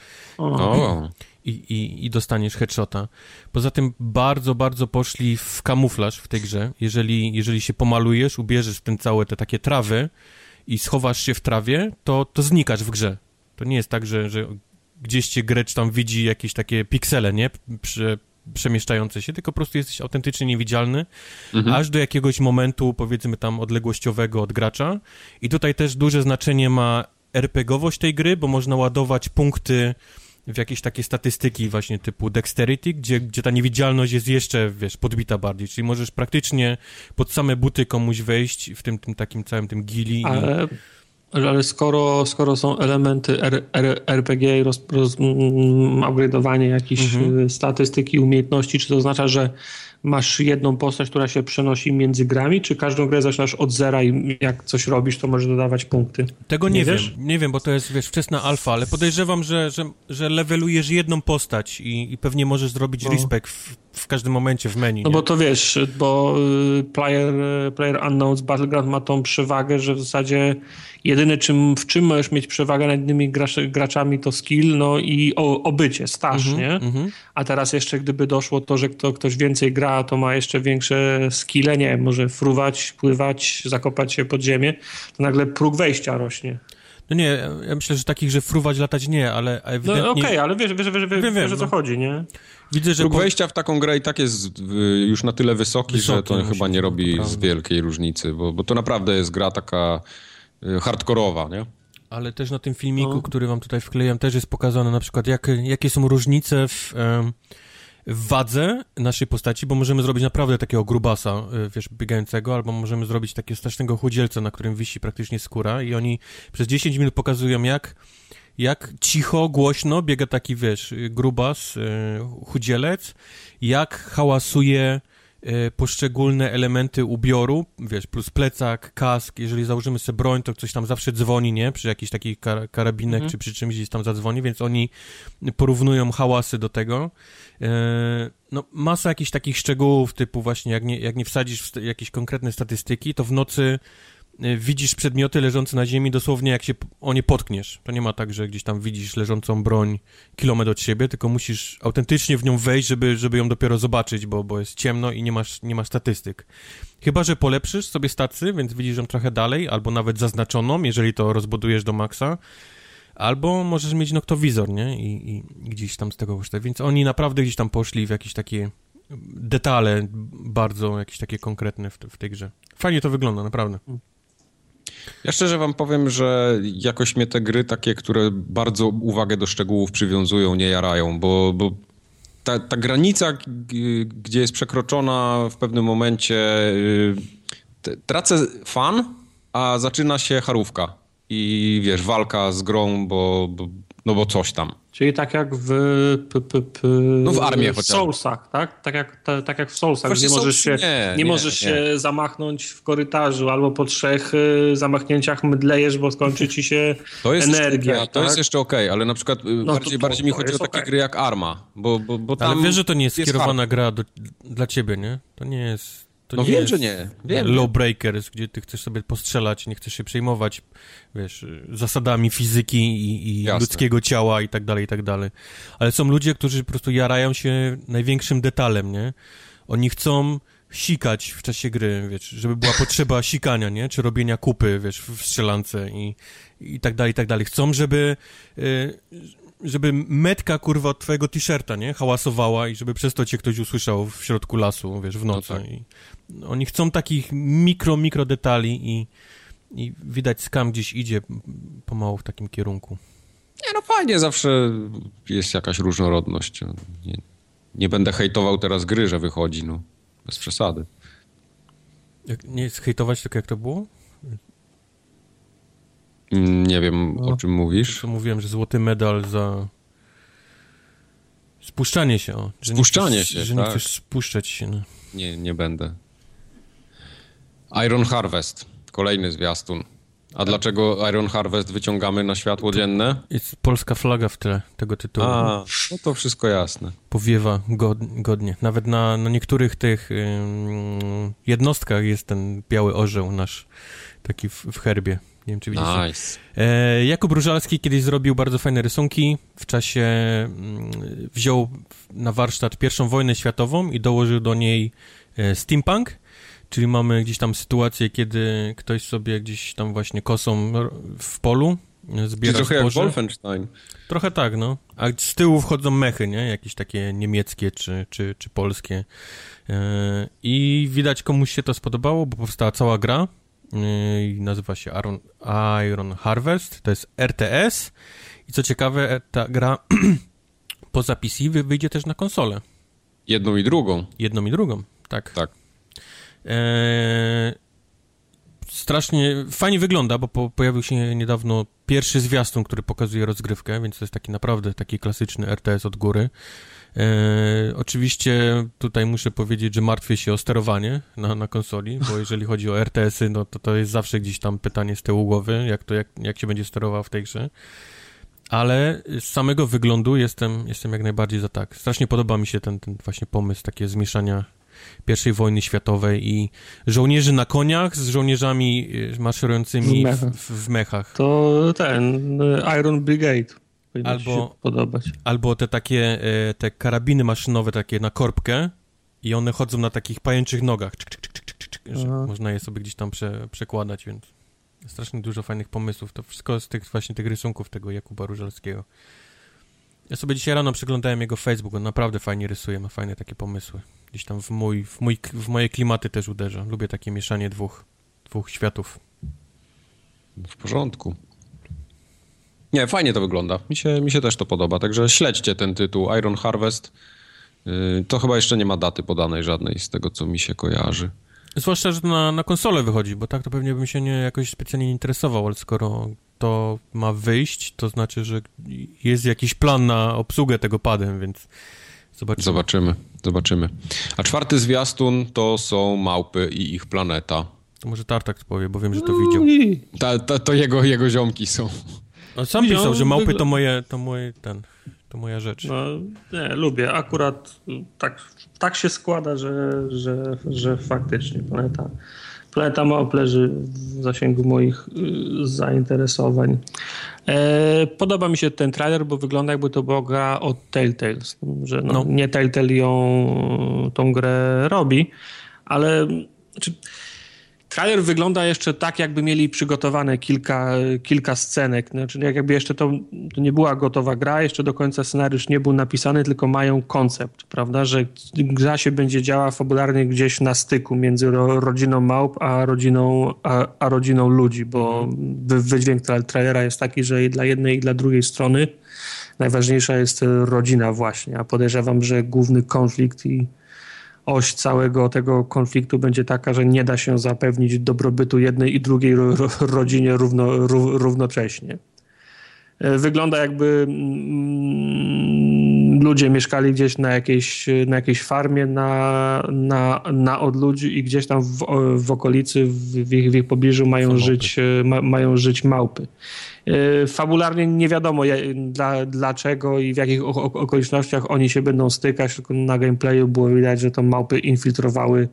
I dostaniesz headshota. Poza tym bardzo, bardzo poszli w kamuflaż w tej grze. Jeżeli się pomalujesz, ubierzesz w tym całe te takie trawy i schowasz się w trawie, to znikasz w grze. To nie jest tak, że gdzieś cię gracz tam widzi jakieś takie piksele, nie? Przemieszczające się, tylko po prostu jesteś autentycznie niewidzialny, aż do jakiegoś momentu, powiedzmy tam odległościowego od gracza. I tutaj też duże znaczenie ma RPGowość tej gry, bo można ładować punkty w jakieś takie statystyki właśnie typu dexterity, gdzie ta niewidzialność jest jeszcze, wiesz, podbita bardziej, czyli możesz praktycznie pod same buty komuś wejść w tym takim całym tym gili. Ale skoro są elementy RPG i upgrade'owanie jakichś statystyki, umiejętności, czy to oznacza, że masz jedną postać, która się przenosi między grami, czy każdą grę zaczynasz od zera i jak coś robisz, to możesz dodawać punkty? Tego nie wiem. Nie wiem, bo to jest, wiesz, wczesna alfa, ale podejrzewam, że levelujesz jedną postać i pewnie możesz zrobić respect w każdym momencie w menu. No nie? Bo to wiesz, bo PlayerUnknown's Battleground ma tą przewagę, że w zasadzie jedyne w czym możesz mieć przewagę nad innymi graczami to skill, no i obycie, staż, nie? A teraz jeszcze gdyby doszło to, że ktoś więcej gra, to ma jeszcze większe skille, nie wiem, może fruwać, pływać, zakopać się pod ziemię, to nagle próg wejścia rośnie. No nie, ja myślę, że takich, że fruwać, latać nie, ale ewidentnie... No okej, ale wiesz o co chodzi, nie? Widzę, że próg wejścia w taką grę i tak jest już na tyle wysoki, że to chyba nie robi z wielkiej różnicy, bo to naprawdę jest gra taka hardkorowa, nie? Ale też na tym filmiku, który wam tutaj wklejam, też jest pokazane na przykład, jakie są różnice w wadze naszej postaci, bo możemy zrobić naprawdę takiego grubasa, wiesz, biegającego, albo możemy zrobić takiego strasznego chudzielca, na którym wisi praktycznie skóra i oni przez 10 minut pokazują, jak cicho, głośno biega taki, wiesz, grubas, chudzielec, jak hałasuje poszczególne elementy ubioru, wiesz, plus plecak, kask, jeżeli założymy sobie broń, to coś tam zawsze dzwoni, nie? Przy jakiś taki karabinek, czy przy czymś gdzieś tam zadzwoni, więc oni porównują hałasy do tego. No, masa jakichś takich szczegółów, typu właśnie, jak nie wsadzisz w jakieś konkretne statystyki, to w nocy widzisz przedmioty leżące na ziemi dosłownie jak się o nie potkniesz. To nie ma tak, że gdzieś tam widzisz leżącą broń kilometr od siebie, tylko musisz autentycznie w nią wejść, żeby ją dopiero zobaczyć, bo jest ciemno i nie masz statystyk. Chyba że polepszysz sobie stacy, więc widzisz ją trochę dalej, albo nawet zaznaczoną, jeżeli to rozbudujesz do maksa, albo możesz mieć noktowizor, nie? I gdzieś tam z tego kosztuje. Więc oni naprawdę gdzieś tam poszli w jakieś takie detale bardzo jakieś takie konkretne w tej grze. Fajnie to wygląda, naprawdę. Ja szczerze wam powiem, że jakoś mnie te gry takie, które bardzo uwagę do szczegółów przywiązują, nie jarają, bo ta granica, gdzie jest przekroczona w pewnym momencie, tracę fan, a zaczyna się charówka i wiesz, walka z grą, bo No bo coś tam. Czyli tak jak w armii w Soulsach, tak? Tak jak w Soulsach, Właśnie nie możesz się zamachnąć w korytarzu albo po 3 zamachnięciach mdlejesz, bo skończy ci się energia. To jest jeszcze okej, ale na przykład bardziej mi chodzi o takie gry jak Arma, bo tam... Ale wiesz, że to nie jest skierowana gra dla ciebie, nie? To nie jest... wiem, że nie. Lawbreakers, gdzie ty chcesz sobie postrzelać, nie chcesz się przejmować, wiesz, zasadami fizyki i ludzkiego ciała i tak dalej, i tak dalej. Ale są ludzie, którzy po prostu jarają się największym detalem, nie? Oni chcą sikać w czasie gry, wiesz, żeby była potrzeba sikania, nie? Czy robienia kupy, wiesz, w strzelance i tak dalej, i tak dalej. Chcą, żeby metka, kurwa, od twojego t-shirta, nie? Hałasowała i żeby przez to cię ktoś usłyszał w środku lasu, wiesz, w nocy. No tak. I oni chcą takich mikro detali i widać skam gdzieś idzie pomału w takim kierunku. Nie, no fajnie, zawsze jest jakaś różnorodność. Nie będę hejtował teraz gry, że wychodzi, no. Bez przesady. Nie jest hejtować, tylko jak to było? Nie wiem, o czym mówisz. To mówiłem, że złoty medal za spuszczanie się. Spuszczanie się, że nie chcesz spuszczać się. No. Nie będę. Iron Harvest. Kolejny zwiastun. A dlaczego Iron Harvest wyciągamy na światło dzienne? Jest polska flaga w tle tego tytułu. No to wszystko jasne. Powiewa godnie. Nawet na niektórych tych jednostkach jest ten biały orzeł nasz, taki w herbie. Nie wiem, czy widzicie. Nice. Jakub Różalski kiedyś zrobił bardzo fajne rysunki. W czasie wziął na warsztat I wojnę światową i dołożył do niej steampunk, czyli mamy gdzieś tam sytuację, kiedy ktoś sobie gdzieś tam właśnie kosą w polu zbiera trochę zboże. Jak Wolfenstein. Trochę tak, no. A z tyłu wchodzą mechy, nie? Jakieś takie niemieckie czy polskie. I widać, komuś się to spodobało, bo powstała cała gra. I nazywa się Iron Harvest, to jest RTS i co ciekawe, ta gra poza PC wyjdzie też na konsolę. Jedną i drugą, tak. Strasznie fajnie wygląda, bo pojawił się niedawno pierwszy zwiastun, który pokazuje rozgrywkę, więc to jest taki naprawdę taki klasyczny RTS od góry. Oczywiście tutaj muszę powiedzieć, że martwię się o sterowanie na konsoli, bo jeżeli chodzi o RTS-y, no to jest zawsze gdzieś tam pytanie z tyłu głowy, jak się będzie sterował w tej grze. Ale z samego wyglądu jestem jak najbardziej za tak. Strasznie podoba mi się ten właśnie pomysł, takie zmieszania I wojny światowej i żołnierzy na koniach z żołnierzami maszerującymi w mechach. To ten Iron Brigade. Albo te takie te karabiny maszynowe takie na korbkę i one chodzą na takich pajęczych nogach, że można je sobie gdzieś tam przekładać, więc strasznie dużo fajnych pomysłów. To wszystko z tych rysunków tego Jakuba Różalskiego. Ja sobie dzisiaj rano przeglądałem jego Facebook, on naprawdę fajnie rysuje, ma fajne takie pomysły. Gdzieś tam w moje klimaty też uderza. Lubię takie mieszanie dwóch światów. W porządku. Nie, fajnie to wygląda. Mi się też to podoba, także śledźcie ten tytuł Iron Harvest. To chyba jeszcze nie ma daty podanej żadnej z tego, co mi się kojarzy. Zwłaszcza, że na konsolę wychodzi, bo tak to pewnie bym się jakoś specjalnie nie interesował, ale skoro to ma wyjść, to znaczy, że jest jakiś plan na obsługę tego padem, więc Zobaczymy. A 4. zwiastun to są małpy i ich planeta. To może Tartak powie, bo wiem, że to widział. To jego ziomki są. On sam pisał, że małpy to moja rzecz. No, nie, lubię. Akurat tak się składa, że faktycznie planeta małp leży w zasięgu moich zainteresowań. Podoba mi się ten trailer, bo wygląda jakby to była gra od Telltale. Że nie Telltale tą grę robi, ale trailer wygląda jeszcze tak, jakby mieli przygotowane kilka scenek. Znaczy, jakby jeszcze to nie była gotowa gra, jeszcze do końca scenariusz nie był napisany, tylko mają koncept, prawda, że gra się będzie działa fabularnie gdzieś na styku między rodziną małp a rodziną ludzi, bo wydźwięk trailera jest taki, że i dla jednej, i dla drugiej strony najważniejsza jest rodzina właśnie, a podejrzewam, że główny konflikt i oś całego tego konfliktu będzie taka, że nie da się zapewnić dobrobytu jednej i drugiej rodzinie równocześnie. Wygląda jakby ludzie mieszkali gdzieś na jakiejś farmie na odludziu i gdzieś tam w okolicy, w ich pobliżu mają żyć małpy. Fabularnie nie wiadomo dlaczego i w jakich okolicznościach oni się będą stykać, tylko na gameplayu było widać, że to małpy infiltrowały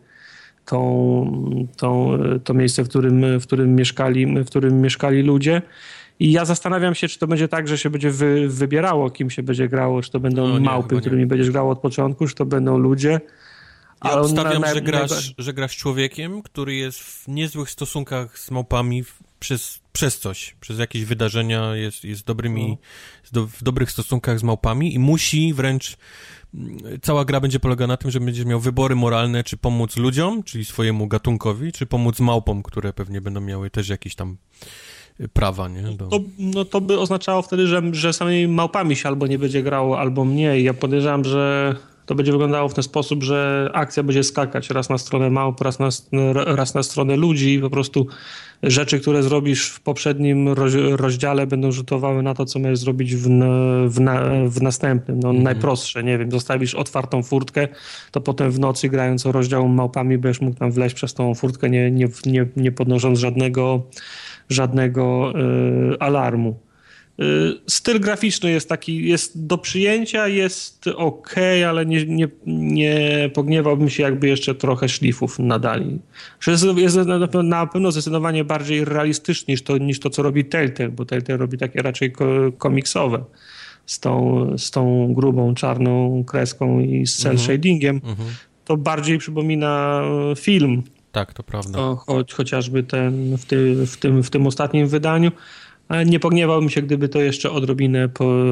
to miejsce, w którym mieszkali ludzie. I ja zastanawiam się, czy to będzie tak, że się będzie wybierało, kim się będzie grało, czy to będą małpy, którymi będziesz grało od początku, czy to będą ludzie. Ja obstawiam, że grasz człowiekiem, który jest w niezłych stosunkach z małpami przez coś, przez jakieś wydarzenia, jest w dobrych stosunkach z małpami i musi wręcz... Cała gra będzie polegała na tym, że będziesz miał wybory moralne, czy pomóc ludziom, czyli swojemu gatunkowi, czy pomóc małpom, które pewnie będą miały też jakieś tam prawa, nie? To by oznaczało wtedy, że samymi małpami się albo nie będzie grało, albo mniej. Ja podejrzewam, że to będzie wyglądało w ten sposób, że akcja będzie skakać raz na stronę małp, raz na stronę ludzi i po prostu rzeczy, które zrobisz w poprzednim rozdziale będą rzutowały na to, co możesz zrobić w następnym. Najprostsze, nie wiem, zostawisz otwartą furtkę, to potem w nocy grając o rozdział małpami będziesz mógł tam wleźć przez tą furtkę, nie podnosząc żadnego alarmu. Styl graficzny jest taki, jest do przyjęcia, jest okej, ale nie pogniewałbym się, jakby jeszcze trochę szlifów nadali. Jest na pewno zdecydowanie bardziej realistyczny niż to, co robi Telltale, bo Telltale robi takie raczej komiksowe z tą grubą, czarną kreską i z cel shadingiem. To bardziej przypomina film. Tak, to prawda. Chociażby w tym ostatnim wydaniu. Ale nie pogniewałbym się, gdyby to jeszcze odrobinę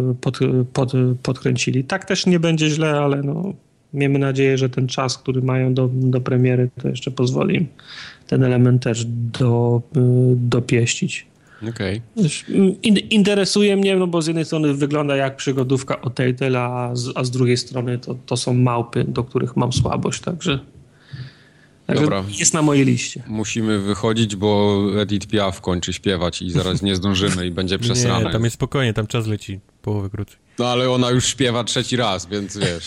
podkręcili. Tak też nie będzie źle, ale miejmy nadzieję, że ten czas, który mają do premiery, to jeszcze pozwoli im ten element też dopieścić. Okej. Interesuje mnie, bo z jednej strony wygląda jak przygodówka o Telltale, a z drugiej strony to są małpy, do których mam słabość, także Dobra. Jest na mojej liście. Musimy wychodzić, bo Edith Piaf kończy śpiewać i zaraz nie zdążymy i będzie przesrane. Nie, tam jest spokojnie, tam czas leci połowę krócej. No ale ona już śpiewa trzeci raz, więc wiesz.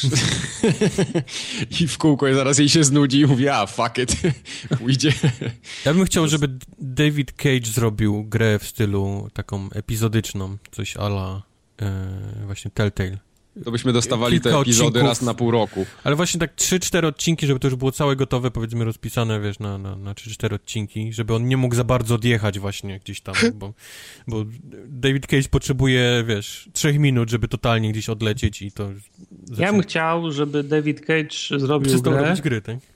I w kółko zaraz jej się znudzi i mówi, fuck it, pójdzie. Ja bym chciał, żeby David Cage zrobił grę w stylu taką epizodyczną, coś a la właśnie Telltale. To byśmy dostawali te epizody raz na pół roku. Ale właśnie tak 3-4 odcinki, żeby to już było całe gotowe, powiedzmy rozpisane, wiesz, na 3-4 odcinki, żeby on nie mógł za bardzo odjechać właśnie gdzieś tam, bo David Cage potrzebuje, wiesz, 3 minut, żeby totalnie gdzieś odlecieć i to... Ja bym chciał, żeby David Cage zrobił przestał grę. robić gry, tak?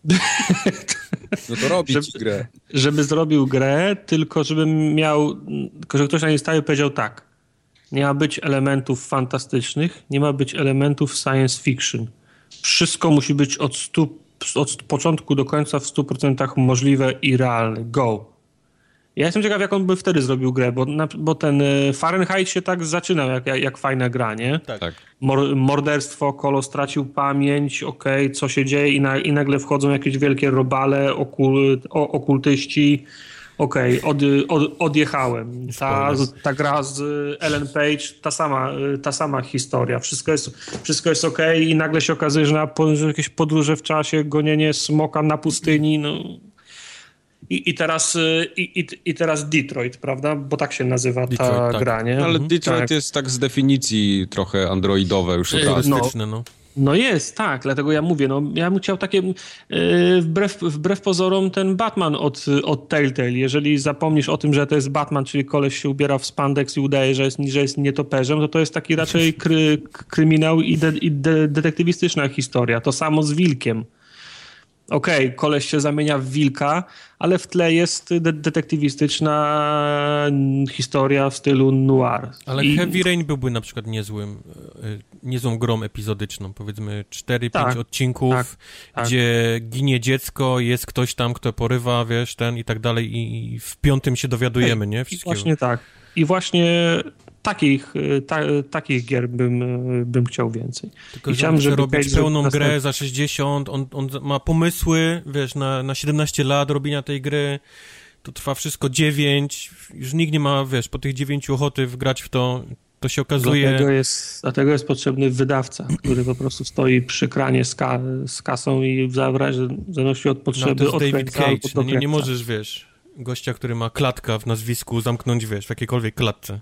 No to robić grę. Żeby zrobił grę, tylko że ktoś na niej stał i powiedział tak. Nie ma być elementów fantastycznych, nie ma być elementów science fiction. Wszystko musi być od początku do końca w 100% możliwe i realne. Go. Ja jestem ciekaw, jak on by wtedy zrobił grę, bo ten Fahrenheit się tak zaczynał jak fajna gra, nie? Tak. Morderstwo, Kolo stracił pamięć, co się dzieje i nagle wchodzą jakieś wielkie robale, okultyści. Odjechałem. Ta gra z Ellen Page, ta sama historia. Wszystko jest okej i nagle się okazuje, że jakieś podróże w czasie, gonienie smoka na pustyni, I teraz Detroit, prawda? Bo tak się nazywa ta gra, nie? Ale Detroit jest tak z definicji trochę androidowe już od razu. No jest, tak, dlatego ja mówię, ja bym chciał takie, wbrew pozorom ten Batman od Telltale, jeżeli zapomnisz o tym, że to jest Batman, czyli koleś się ubiera w spandex i udaje, że jest nietoperzem, to jest taki raczej kryminał i detektywistyczna historia, to samo z wilkiem. Koleś się zamienia w wilka, ale w tle jest detektywistyczna historia w stylu noir. Ale Heavy Rain byłby na przykład niezłą grą epizodyczną, powiedzmy 4-5 odcinków, gdzie ginie dziecko, jest ktoś tam, kto porywa, wiesz, i tak dalej i w 5 się dowiadujemy, nie? Wszystkiego. Właśnie tak. I właśnie takich gier bym chciał więcej. Tylko, że on chce robić pełną grę za 60, on ma pomysły, wiesz, na 17 lat robienia tej gry, to trwa wszystko 9, już nikt nie ma, wiesz, po tych 9 ochoty wgrać w to się okazuje... Dlatego jest potrzebny wydawca, który po prostu stoi przy kranie z kasą i zanosi od potrzeby to jest David Cage, nie możesz, wiesz, gościa, który ma klatka w nazwisku, zamknąć, wiesz, w jakiejkolwiek klatce.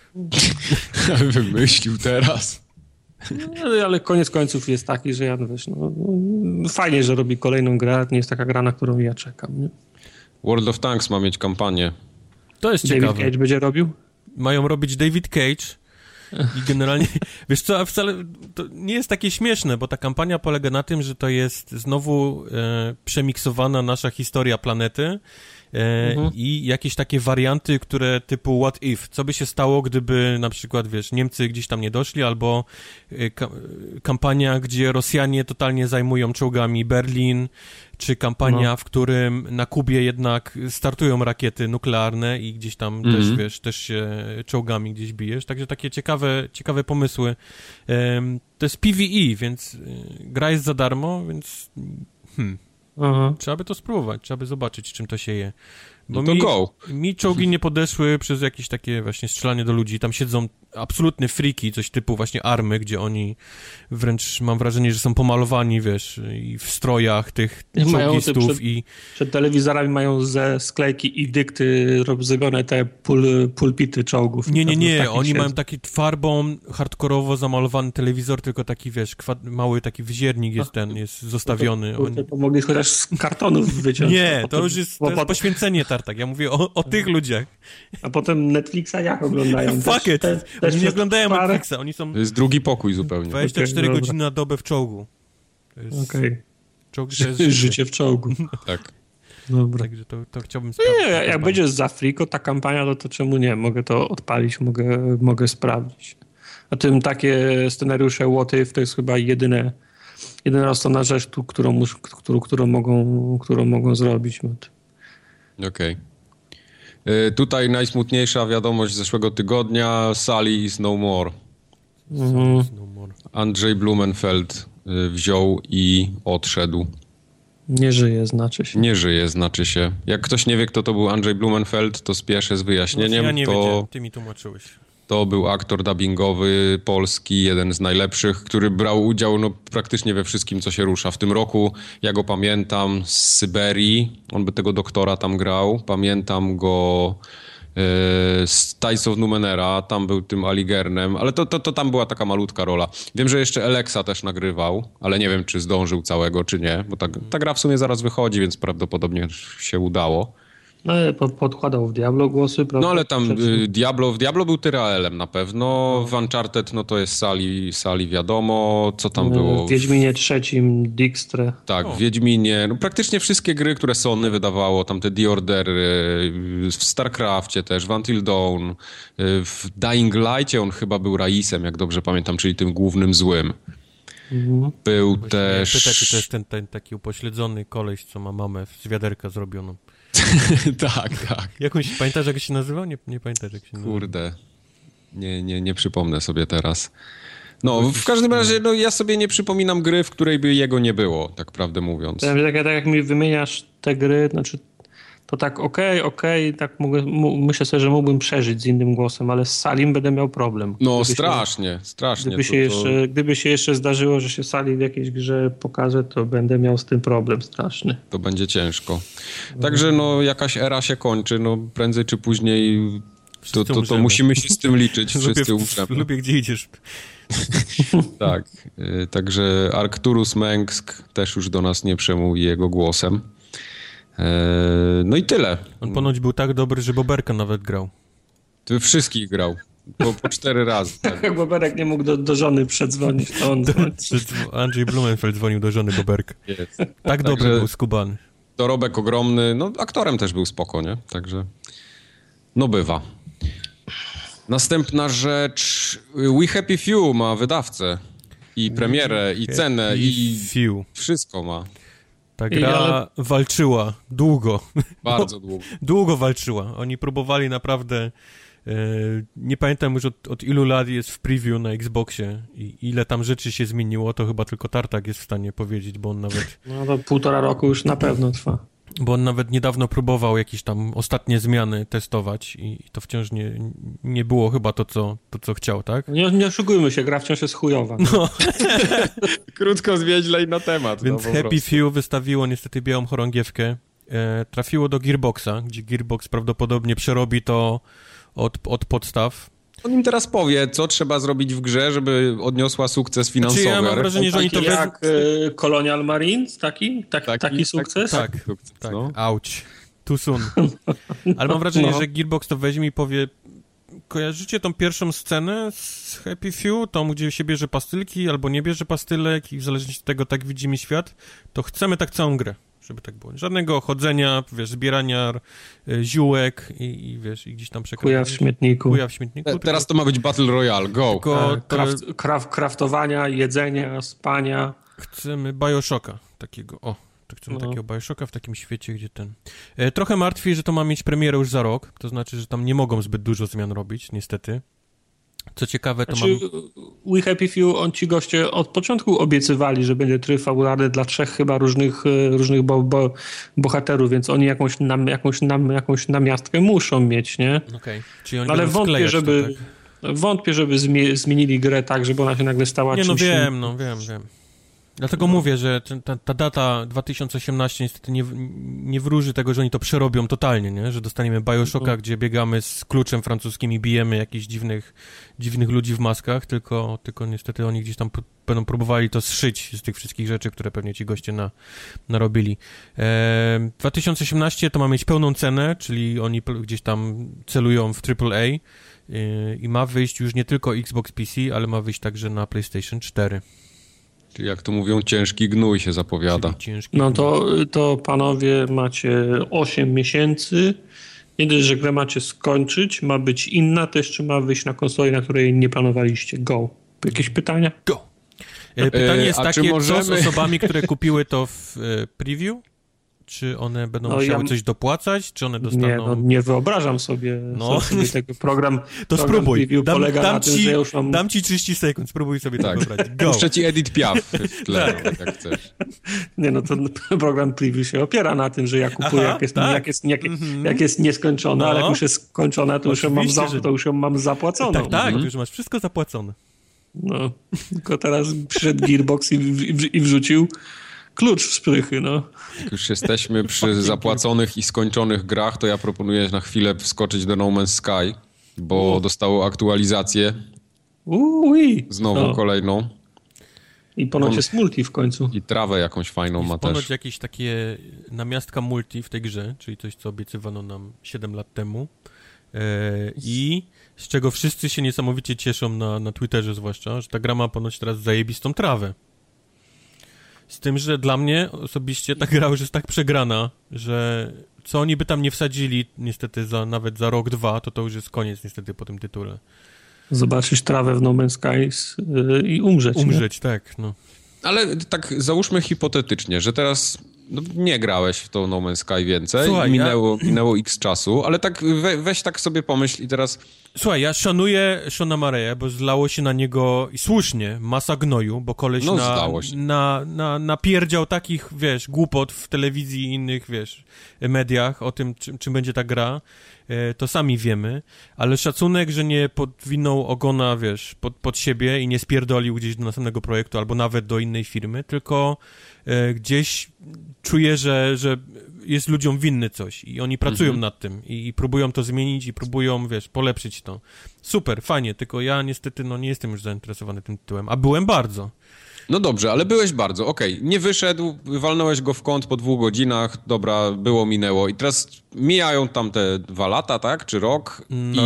Wymyślił teraz. No, ale koniec końców jest taki, że fajnie, że robi kolejną grę, nie jest taka gra, na którą ja czekam. Nie? World of Tanks ma mieć kampanię. To jest ciekawe. David Cage będzie robił? Mają robić David Cage i generalnie, wiesz co, a wcale to nie jest takie śmieszne, bo ta kampania polega na tym, że to jest znowu przemiksowana nasza historia planety i jakieś takie warianty, które typu what if, co by się stało, gdyby na przykład, wiesz, Niemcy gdzieś tam nie doszli, albo kampania, gdzie Rosjanie totalnie zajmują czołgami Berlin, czy kampania, w którym na Kubie jednak startują rakiety nuklearne i gdzieś tam też, wiesz, też się czołgami gdzieś bijesz. Także takie ciekawe pomysły. To jest PvE, więc gra jest za darmo, więc trzeba by to spróbować, trzeba by zobaczyć, czym to się je. Bo no to mi czołgi nie podeszły przez jakieś takie właśnie strzelanie do ludzi. Tam siedzą absolutne freaki, coś typu właśnie Army, gdzie oni wręcz mam wrażenie, że są pomalowani, wiesz, i w strojach tych czołgistów przed telewizorami mają ze sklejki i dykty zrobione te pulpity czołgów. Nie, oni mają taki farbą hardkorowo zamalowany telewizor, tylko taki, wiesz, mały taki wziernik jest zostawiony. To mogli chociaż z kartonów wyciąć. Nie, to już jest poświęcenie tartak. Ja mówię o tych ludziach. A potem Netflixa jak oglądają? Fuck it! Oni nie oglądają Netflixa, oni są... To jest drugi pokój zupełnie. 24 godziny na dobę w czołgu. Czołg to jest życie w czołgu. Tak. Dobra. Także to chciałbym sprawdzić. Jak będzie z Afriko ta kampania, to czemu nie? Mogę to odpalić, mogę sprawdzić. A tym takie scenariusze What If to jest chyba jedyna rozsądna rzecz, którą mogą zrobić. Okej. Tutaj najsmutniejsza wiadomość z zeszłego tygodnia. Sully is no more. Andrzej Blumenfeld wziął i odszedł. Nie żyje, znaczy się. Nie żyje, znaczy się. Jak ktoś nie wie, kto to był Andrzej Blumenfeld, to spieszę z wyjaśnieniem. Ja nie wiedziałem, ty mi tłumaczyłeś. To był aktor dubbingowy polski, jeden z najlepszych, który brał udział praktycznie we wszystkim, co się rusza. W tym roku, ja go pamiętam z Syberii, on by tego doktora tam grał. Pamiętam go z Tides of Numenera, tam był tym Aligernem, ale to tam była taka malutka rola. Wiem, że jeszcze Alexa też nagrywał, ale nie wiem, czy zdążył całego, czy nie, bo ta gra w sumie zaraz wychodzi, więc prawdopodobnie się udało. No, podkładał w Diablo głosy, prawda? No ale tam w Diablo był Tyraelem na pewno, w Uncharted no to jest Sali wiadomo, co tam było. W Wiedźminie III Dijkstra. Tak, w Wiedźminie, no praktycznie wszystkie gry, które Sony wydawało, tam te The Order, w StarCraftie też, w Until Dawn, w Dying Light'cie on chyba był Raisem, jak dobrze pamiętam, czyli tym głównym złym. Był też... Pyta, czy to jest ten taki upośledzony koleś, co ma mamę z wiaderka zrobioną. Tak. Pamiętasz, jak się nazywał? Nie pamiętasz, jak się nazywał. Kurde, nie przypomnę sobie teraz. No, w każdym razie, ja sobie nie przypominam gry, w której by jego nie było, tak prawdę mówiąc. Tak jak mi wymieniasz te gry, znaczy to tak okej, tak myślę sobie, że mógłbym przeżyć z innym głosem, ale z Salim będę miał problem. No strasznie. Gdyby się jeszcze zdarzyło, że się Sali w jakiejś grze pokaże, to będę miał z tym problem straszny. To będzie ciężko. Także jakaś era się kończy, prędzej czy później to musimy się z tym liczyć. Wszyscy umrzemy. Lubię, gdzie idziesz. Tak. Także Arcturus Mengsk też już do nas nie przemówi jego głosem. No i tyle. On ponoć był tak dobry, że Boberka nawet grał. Ty wszystkich grał. Po 4 razy. Tak. Jak Boberek nie mógł do żony przedzwonić, to on... Andrzej Blumenfeld dzwonił do żony Boberka. Tak dobry był skubany. Dorobek ogromny. Aktorem też był spoko, nie? Także bywa. Następna rzecz. We Happy Few ma wydawcę. I premierę, i cenę, i wszystko ma. Ta gra walczyła długo. Bardzo długo. Długo walczyła. Oni próbowali naprawdę... nie pamiętam już od ilu lat jest w preview na Xboxie i ile tam rzeczy się zmieniło, to chyba tylko Tartak jest w stanie powiedzieć, bo on nawet... No to 1,5 roku już na pewno trwa. bo on nawet niedawno próbował jakieś tam ostatnie zmiany testować i to wciąż nie było chyba to, co chciał, tak? Nie oszukujmy się, gra wciąż jest chujowa. No. Krótko, zwięźle i na temat. Więc Happy Few wystawiło niestety białą chorągiewkę. Trafiło do Gearboxa, gdzie Gearbox prawdopodobnie przerobi to od podstaw. On im teraz powie, co trzeba zrobić w grze, żeby odniosła sukces finansowy. Znaczy, ja mam wrażenie, że oni to... Jak Colonial Marines? Taki sukces? Tak, no. Auć. Too soon. Ale mam wrażenie, że Gearbox to weźmie i powie, kojarzycie tą pierwszą scenę z Happy Few, tą, gdzie się bierze pastylki albo nie bierze pastylek i w zależności od tego tak widzimy świat, to chcemy tak całą grę, żeby tak było. Żadnego chodzenia, wiesz, zbierania ziółek i wiesz, i gdzieś tam Kuja w śmietniku. Teraz to ma być Battle Royale, go. Kraftowania, jedzenia, spania. Chcemy Bioshocka takiego, chcemy takiego Bioshocka w takim świecie, gdzie ten... Trochę martwi, że to ma mieć premierę już za rok, to znaczy, że tam nie mogą zbyt dużo zmian robić, niestety. Co ciekawe, to We Happy Few, ci goście od początku obiecywali, że będzie tryb fabularny dla 3 chyba różnych bohaterów, więc oni jakąś namiastkę muszą mieć, nie? Okej. Czyli oni ale wątpię, żeby zmienili grę tak, żeby ona się nagle stała czymś... wiem. Dlatego mówię, że ta data 2018 niestety nie wróży tego, że oni to przerobią totalnie, nie? Że dostaniemy Bioshocka, gdzie biegamy z kluczem francuskim i bijemy jakichś dziwnych ludzi w maskach, tylko niestety oni gdzieś tam będą próbowali to zszyć z tych wszystkich rzeczy, które pewnie ci goście narobili. 2018 to ma mieć pełną cenę, czyli oni gdzieś tam celują w AAA i ma wyjść już nie tylko Xbox PC, ale ma wyjść także na PlayStation 4. Czyli jak to mówią, ciężki gnój się zapowiada. No to panowie macie 8 miesięcy. Nie dość, że grę macie skończyć, ma być inna, to jeszcze ma wyjść na konsoli, na której nie planowaliście. Go. Jakieś pytania? Go. Pytanie jest takie, co z osobami, które kupiły to w preview? Czy one będą musiały coś dopłacać? Czy one dostaną... Nie wyobrażam sobie tego program. To spróbuj. Dam ci 30 sekund, spróbuj sobie to wybrać. Go. Puszczę ci Edith Piaf w tle, jak chcesz. To program preview się opiera na tym, że ja kupuję, jak jest nieskończone, ale jak już jest skończone, to już ją mam zapłaconą. Tak, już masz wszystko zapłacone. No, tylko teraz przyszedł Gearbox i wrzucił klucz w szprychy, no. Jak już jesteśmy przy zapłaconych i skończonych grach, to ja proponuję na chwilę wskoczyć do No Man's Sky, bo dostało aktualizację. Znowu kolejną. I ponoć jest multi w końcu. I trawę jakąś fajną ma też. Ponoć jakieś takie namiastka multi w tej grze, czyli coś, co obiecywano nam 7 lat temu. I z czego wszyscy się niesamowicie cieszą na Twitterze zwłaszcza, że ta gra ma ponoć teraz zajebistą trawę. Z tym, że dla mnie osobiście ta gra już jest tak przegrana, że co oni by tam nie wsadzili niestety nawet za rok, 2, to już jest koniec niestety po tym tytule. Zobaczyć trawę w No Man's Sky i umrzeć. Umrzeć, tak, no. Ale tak załóżmy hipotetycznie, że teraz nie grałeś w to No Man's Sky więcej. Słuchaj, minęło x czasu, ale tak weź tak sobie pomyśl i teraz... Słuchaj, ja szanuję Seana Murray'a, bo zlało się na niego i słusznie masa gnoju, bo koleś napierdział takich, wiesz, głupot w telewizji i innych, wiesz, mediach o tym, czym będzie ta gra. To sami wiemy, ale szacunek, że nie podwinął ogona, wiesz, pod siebie i nie spierdolił gdzieś do następnego projektu albo nawet do innej firmy, tylko gdzieś czuję, że jest ludziom winny coś i oni pracują nad tym i próbują to zmienić i próbują, wiesz, polepszyć to. Super, fajnie, tylko ja niestety nie jestem już zainteresowany tym tytułem, a byłem bardzo. No dobrze, ale byłeś bardzo, okej. Nie wyszedł, walnąłeś go w kąt po 2 godzinach, dobra, minęło i teraz mijają tam te 2 lata, tak, czy rok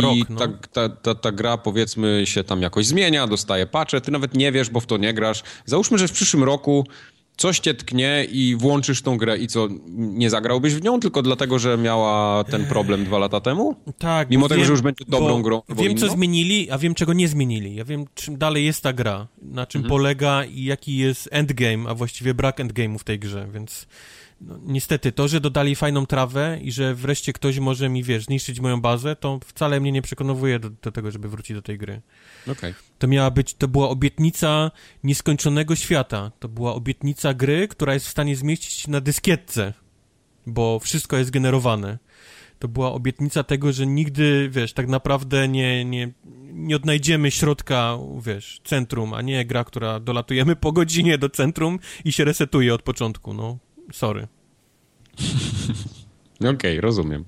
ta gra, powiedzmy, się tam jakoś zmienia, dostaje patche, ty nawet nie wiesz, bo w to nie grasz. Załóżmy, że w przyszłym roku coś cię tknie i włączysz tą grę i co, nie zagrałbyś w nią tylko dlatego, że miała ten problem 2 lata temu? Tak. Mimo tego, że już będzie dobrą grą. Wiem, co zmienili, a wiem, czego nie zmienili. Ja wiem, czym dalej jest ta gra, na czym polega i jaki jest endgame, a właściwie brak endgame'u w tej grze, więc niestety to, że dodali fajną trawę i że wreszcie ktoś może mi, wiesz, zniszczyć moją bazę, to wcale mnie nie przekonuje do tego, żeby wrócić do tej gry. Okay. To była obietnica nieskończonego świata. To była obietnica gry, która jest w stanie zmieścić się na dyskietce. bo wszystko jest generowane. To była obietnica tego, że nigdy, wiesz, tak naprawdę nie odnajdziemy środka, wiesz, centrum, a nie gra, która dolatujemy po godzinie do centrum i się resetuje od początku, no. Sorry. Okej, rozumiem.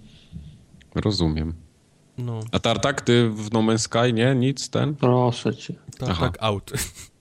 No. A Tartak, ty w No Man's Sky, nie? Nic, ten? Proszę cię. Tak, out.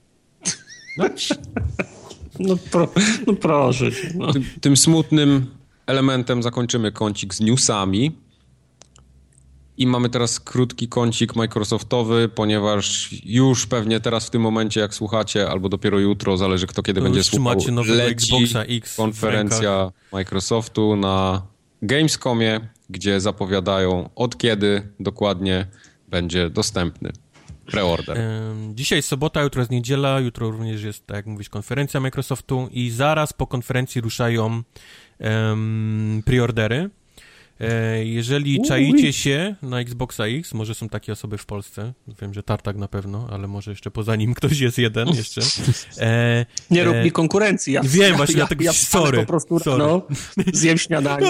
No proszę cię. No. Tym smutnym elementem zakończymy kącik z newsami. I mamy teraz krótki kącik Microsoftowy, ponieważ już pewnie teraz w tym momencie, jak słuchacie, albo dopiero jutro, zależy kto kiedy będzie słuchał, leci Xboxa X konferencja Microsoftu na Gamescomie, gdzie zapowiadają od kiedy dokładnie będzie dostępny preorder. Dzisiaj sobota, jutro jest niedziela, jutro również jest, tak jak mówisz, konferencja Microsoftu i zaraz po konferencji ruszają preordery. Jeżeli czaicie się na Xboxa X, może są takie osoby w Polsce, wiem, że Tartak na pewno, ale może jeszcze poza nim ktoś jest jeden jeszcze. Nie rób mi konkurencji. Wiem, właśnie dlatego, sorry. Po prostu rano, zjem śniadanie,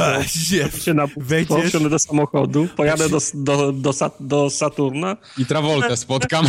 wsiądę do samochodu, pojadę do Saturna. I Travoltę spotkam.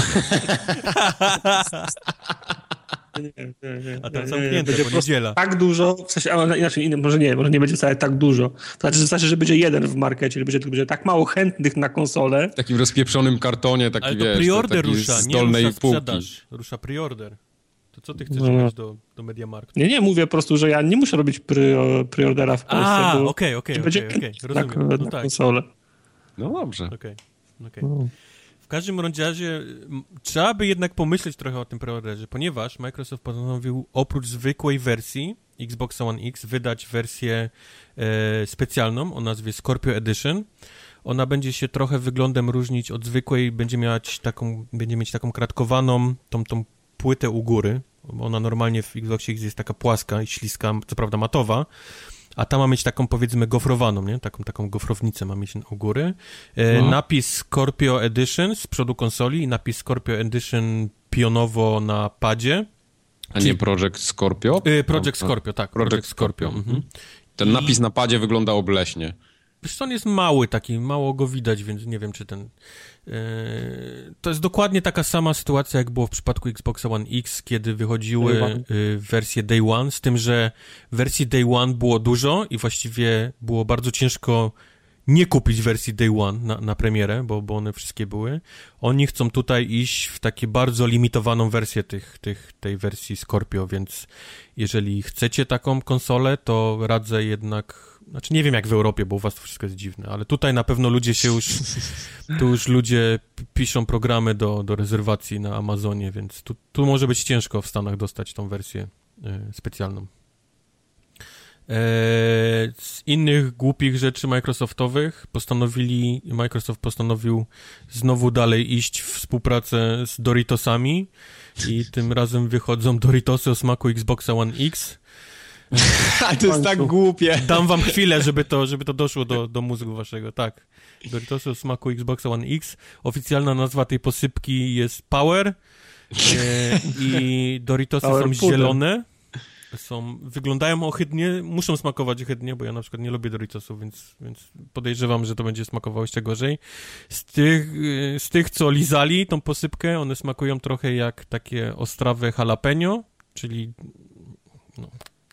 Nie. A tam zamknięte, bo niedziela. Tak dużo, w sensie, inaczej, może nie będzie wcale tak dużo. To znaczy, że będzie jeden w markecie, że będzie tak mało chętnych na konsolę. W takim rozpieprzonym kartonie, taki, ale to wiesz, preorder taki rusza, z nie dolnej rusza półki. sprzedaż. Rusza preorder. To co ty chcesz robić do Mediamarktu? Nie, mówię po prostu, że ja nie muszę robić preordera w Polsce. Okej, rozumiem. Na konsolę. No dobrze. Okej. W każdym razie trzeba by jednak pomyśleć trochę o tym preorderze, ponieważ Microsoft postanowił oprócz zwykłej wersji Xboxa One X wydać wersję specjalną o nazwie Scorpio Edition. Ona będzie się trochę wyglądem różnić od zwykłej, będzie mieć taką kratkowaną tą płytę u góry. Ona normalnie w Xboxie X jest taka płaska i śliska, co prawda matowa, a ta ma mieć taką, powiedzmy, gofrowaną, nie? Taką gofrownicę ma mieć u góry. Napis Scorpio Edition z przodu konsoli i napis Scorpio Edition pionowo na padzie. A nie Project Scorpio? Project Scorpio, tak. Project Scorpio. Mhm. Ten napis na padzie wygląda obleśnie. Wiesz co, on jest mały taki, mało go widać, więc nie wiem, czy ten... To jest dokładnie taka sama sytuacja, jak było w przypadku Xboxa One X, kiedy wychodziły wersje Day One, z tym, że wersji Day One było dużo i właściwie było bardzo ciężko nie kupić wersji Day One na premierę, bo one wszystkie były. Oni chcą tutaj iść w takie bardzo limitowaną wersję tej wersji Scorpio, więc jeżeli chcecie taką konsolę, to radzę jednak... Znaczy nie wiem jak w Europie, bo u was to wszystko jest dziwne, ale tutaj na pewno ludzie tu już ludzie piszą programy do rezerwacji na Amazonie, więc tu może być ciężko w Stanach dostać tą wersję specjalną. Z innych głupich rzeczy Microsoftowych Microsoft postanowił znowu dalej iść w współpracę z Doritosami i tym razem wychodzą Doritosy o smaku Xboxa One X. To jest tak głupie. Dam wam chwilę, żeby to doszło do mózgu waszego, tak. Doritosy o smaku Xboxa One X. Oficjalna nazwa tej posypki jest Power i Doritosy są zielone. Wyglądają ohydnie, muszą smakować ohydnie, bo ja na przykład nie lubię Doritosów, więc podejrzewam, że to będzie smakowało jeszcze gorzej. Z tych, co lizali tą posypkę, one smakują trochę jak takie ostrawe jalapeno, czyli... No.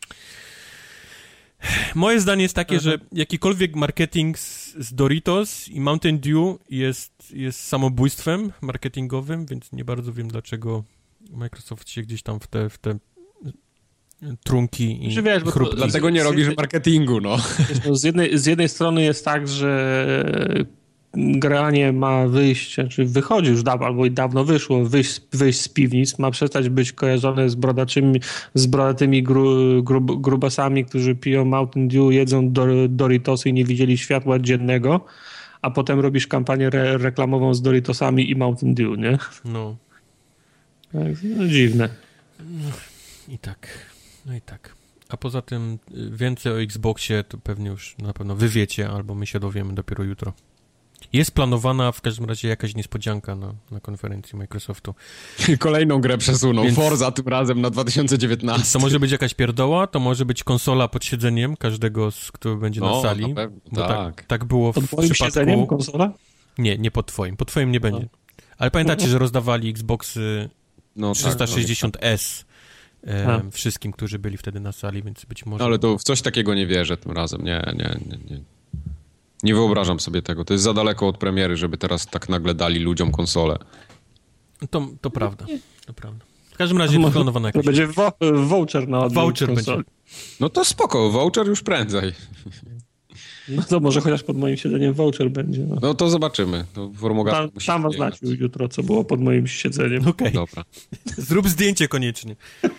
Moje zdanie jest takie, że jakikolwiek marketing z Doritos i Mountain Dew jest samobójstwem marketingowym, więc nie bardzo wiem, dlaczego Microsoft się gdzieś tam w te trunki i chrupki. Dlatego nie robisz marketingu, no. Z jednej strony jest tak, że granie ma wyjść, czy wychodzi już albo i dawno wyszło, wyjść z piwnic, ma przestać być kojarzone z brodatymi grubasami, którzy piją Mountain Dew, jedzą Doritosy i nie widzieli światła dziennego, a potem robisz kampanię reklamową z Doritosami i Mountain Dew, nie? No. No dziwne. I tak. A poza tym więcej o Xboxie to pewnie już na pewno wy wiecie, albo my się dowiemy dopiero jutro. Jest planowana w każdym razie jakaś niespodzianka na konferencji Microsoftu. Kolejną grę przesuną. Więc, Forza tym razem na 2019. Więc to może być jakaś pierdoła, to może być konsola pod siedzeniem każdego, kto będzie na sali. Na pewno, bo tak. Tak było pod przypadku... siedzeniem konsola? Nie pod twoim. Pod twoim nie będzie. Ale pamiętacie, że rozdawali Xboxy 360S wszystkim, którzy byli wtedy na sali, więc być może... Ale to w coś takiego nie wierzę tym razem. Nie. Nie wyobrażam sobie tego. To jest za daleko od premiery, żeby teraz tak nagle dali ludziom konsolę. To prawda. To prawda. W każdym razie planowana jakaś... To będzie voucher na voucher konsoli. będzie. No to spoko, voucher już prędzej. No to może chociaż pod moim siedzeniem voucher będzie. No to zobaczymy. To Tam was znać jutro, co było pod moim siedzeniem. Okej. Dobra. Zrób zdjęcie koniecznie.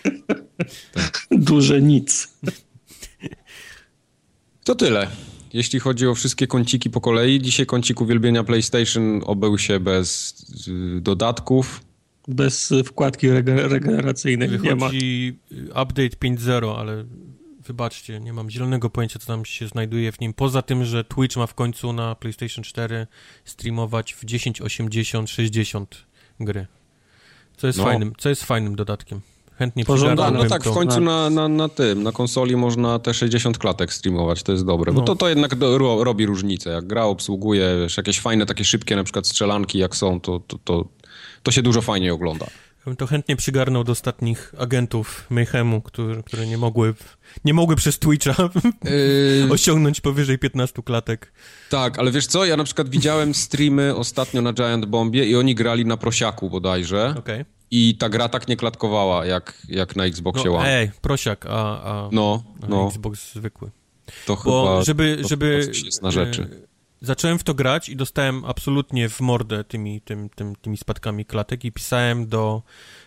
Duże nic. To tyle. Jeśli chodzi o wszystkie kąciki po kolei, dzisiaj kącik uwielbienia PlayStation obył się bez dodatków. Bez wkładki regeneracyjnej. Wychodzi update 5.0, ale wybaczcie, nie mam zielonego pojęcia, co tam się znajduje w nim. Poza tym, że Twitch ma w końcu na PlayStation 4 streamować w 1080-60 gry. Co jest fajnym dodatkiem. Chętnie No tak, w końcu na konsoli można te 60 klatek streamować, to jest dobre, bo to jednak robi różnicę. Jak gra obsługuje, wiesz, jakieś fajne, takie szybkie na przykład strzelanki jak są, to się dużo fajniej ogląda. Ja bym to chętnie przygarnął do ostatnich agentów Mayhemu, które nie mogły przez Twitcha osiągnąć powyżej 15 klatek. Tak, ale wiesz co, ja na przykład widziałem streamy ostatnio na Giant Bombie i oni grali na prosiaku bodajże. Okay. I ta gra tak nie klatkowała, jak na Xboxie One. Prosiak, a Xbox zwykły. To chyba żeby jest na rzeczy. Zacząłem w to grać i dostałem absolutnie w mordę tymi spadkami klatek i pisałem do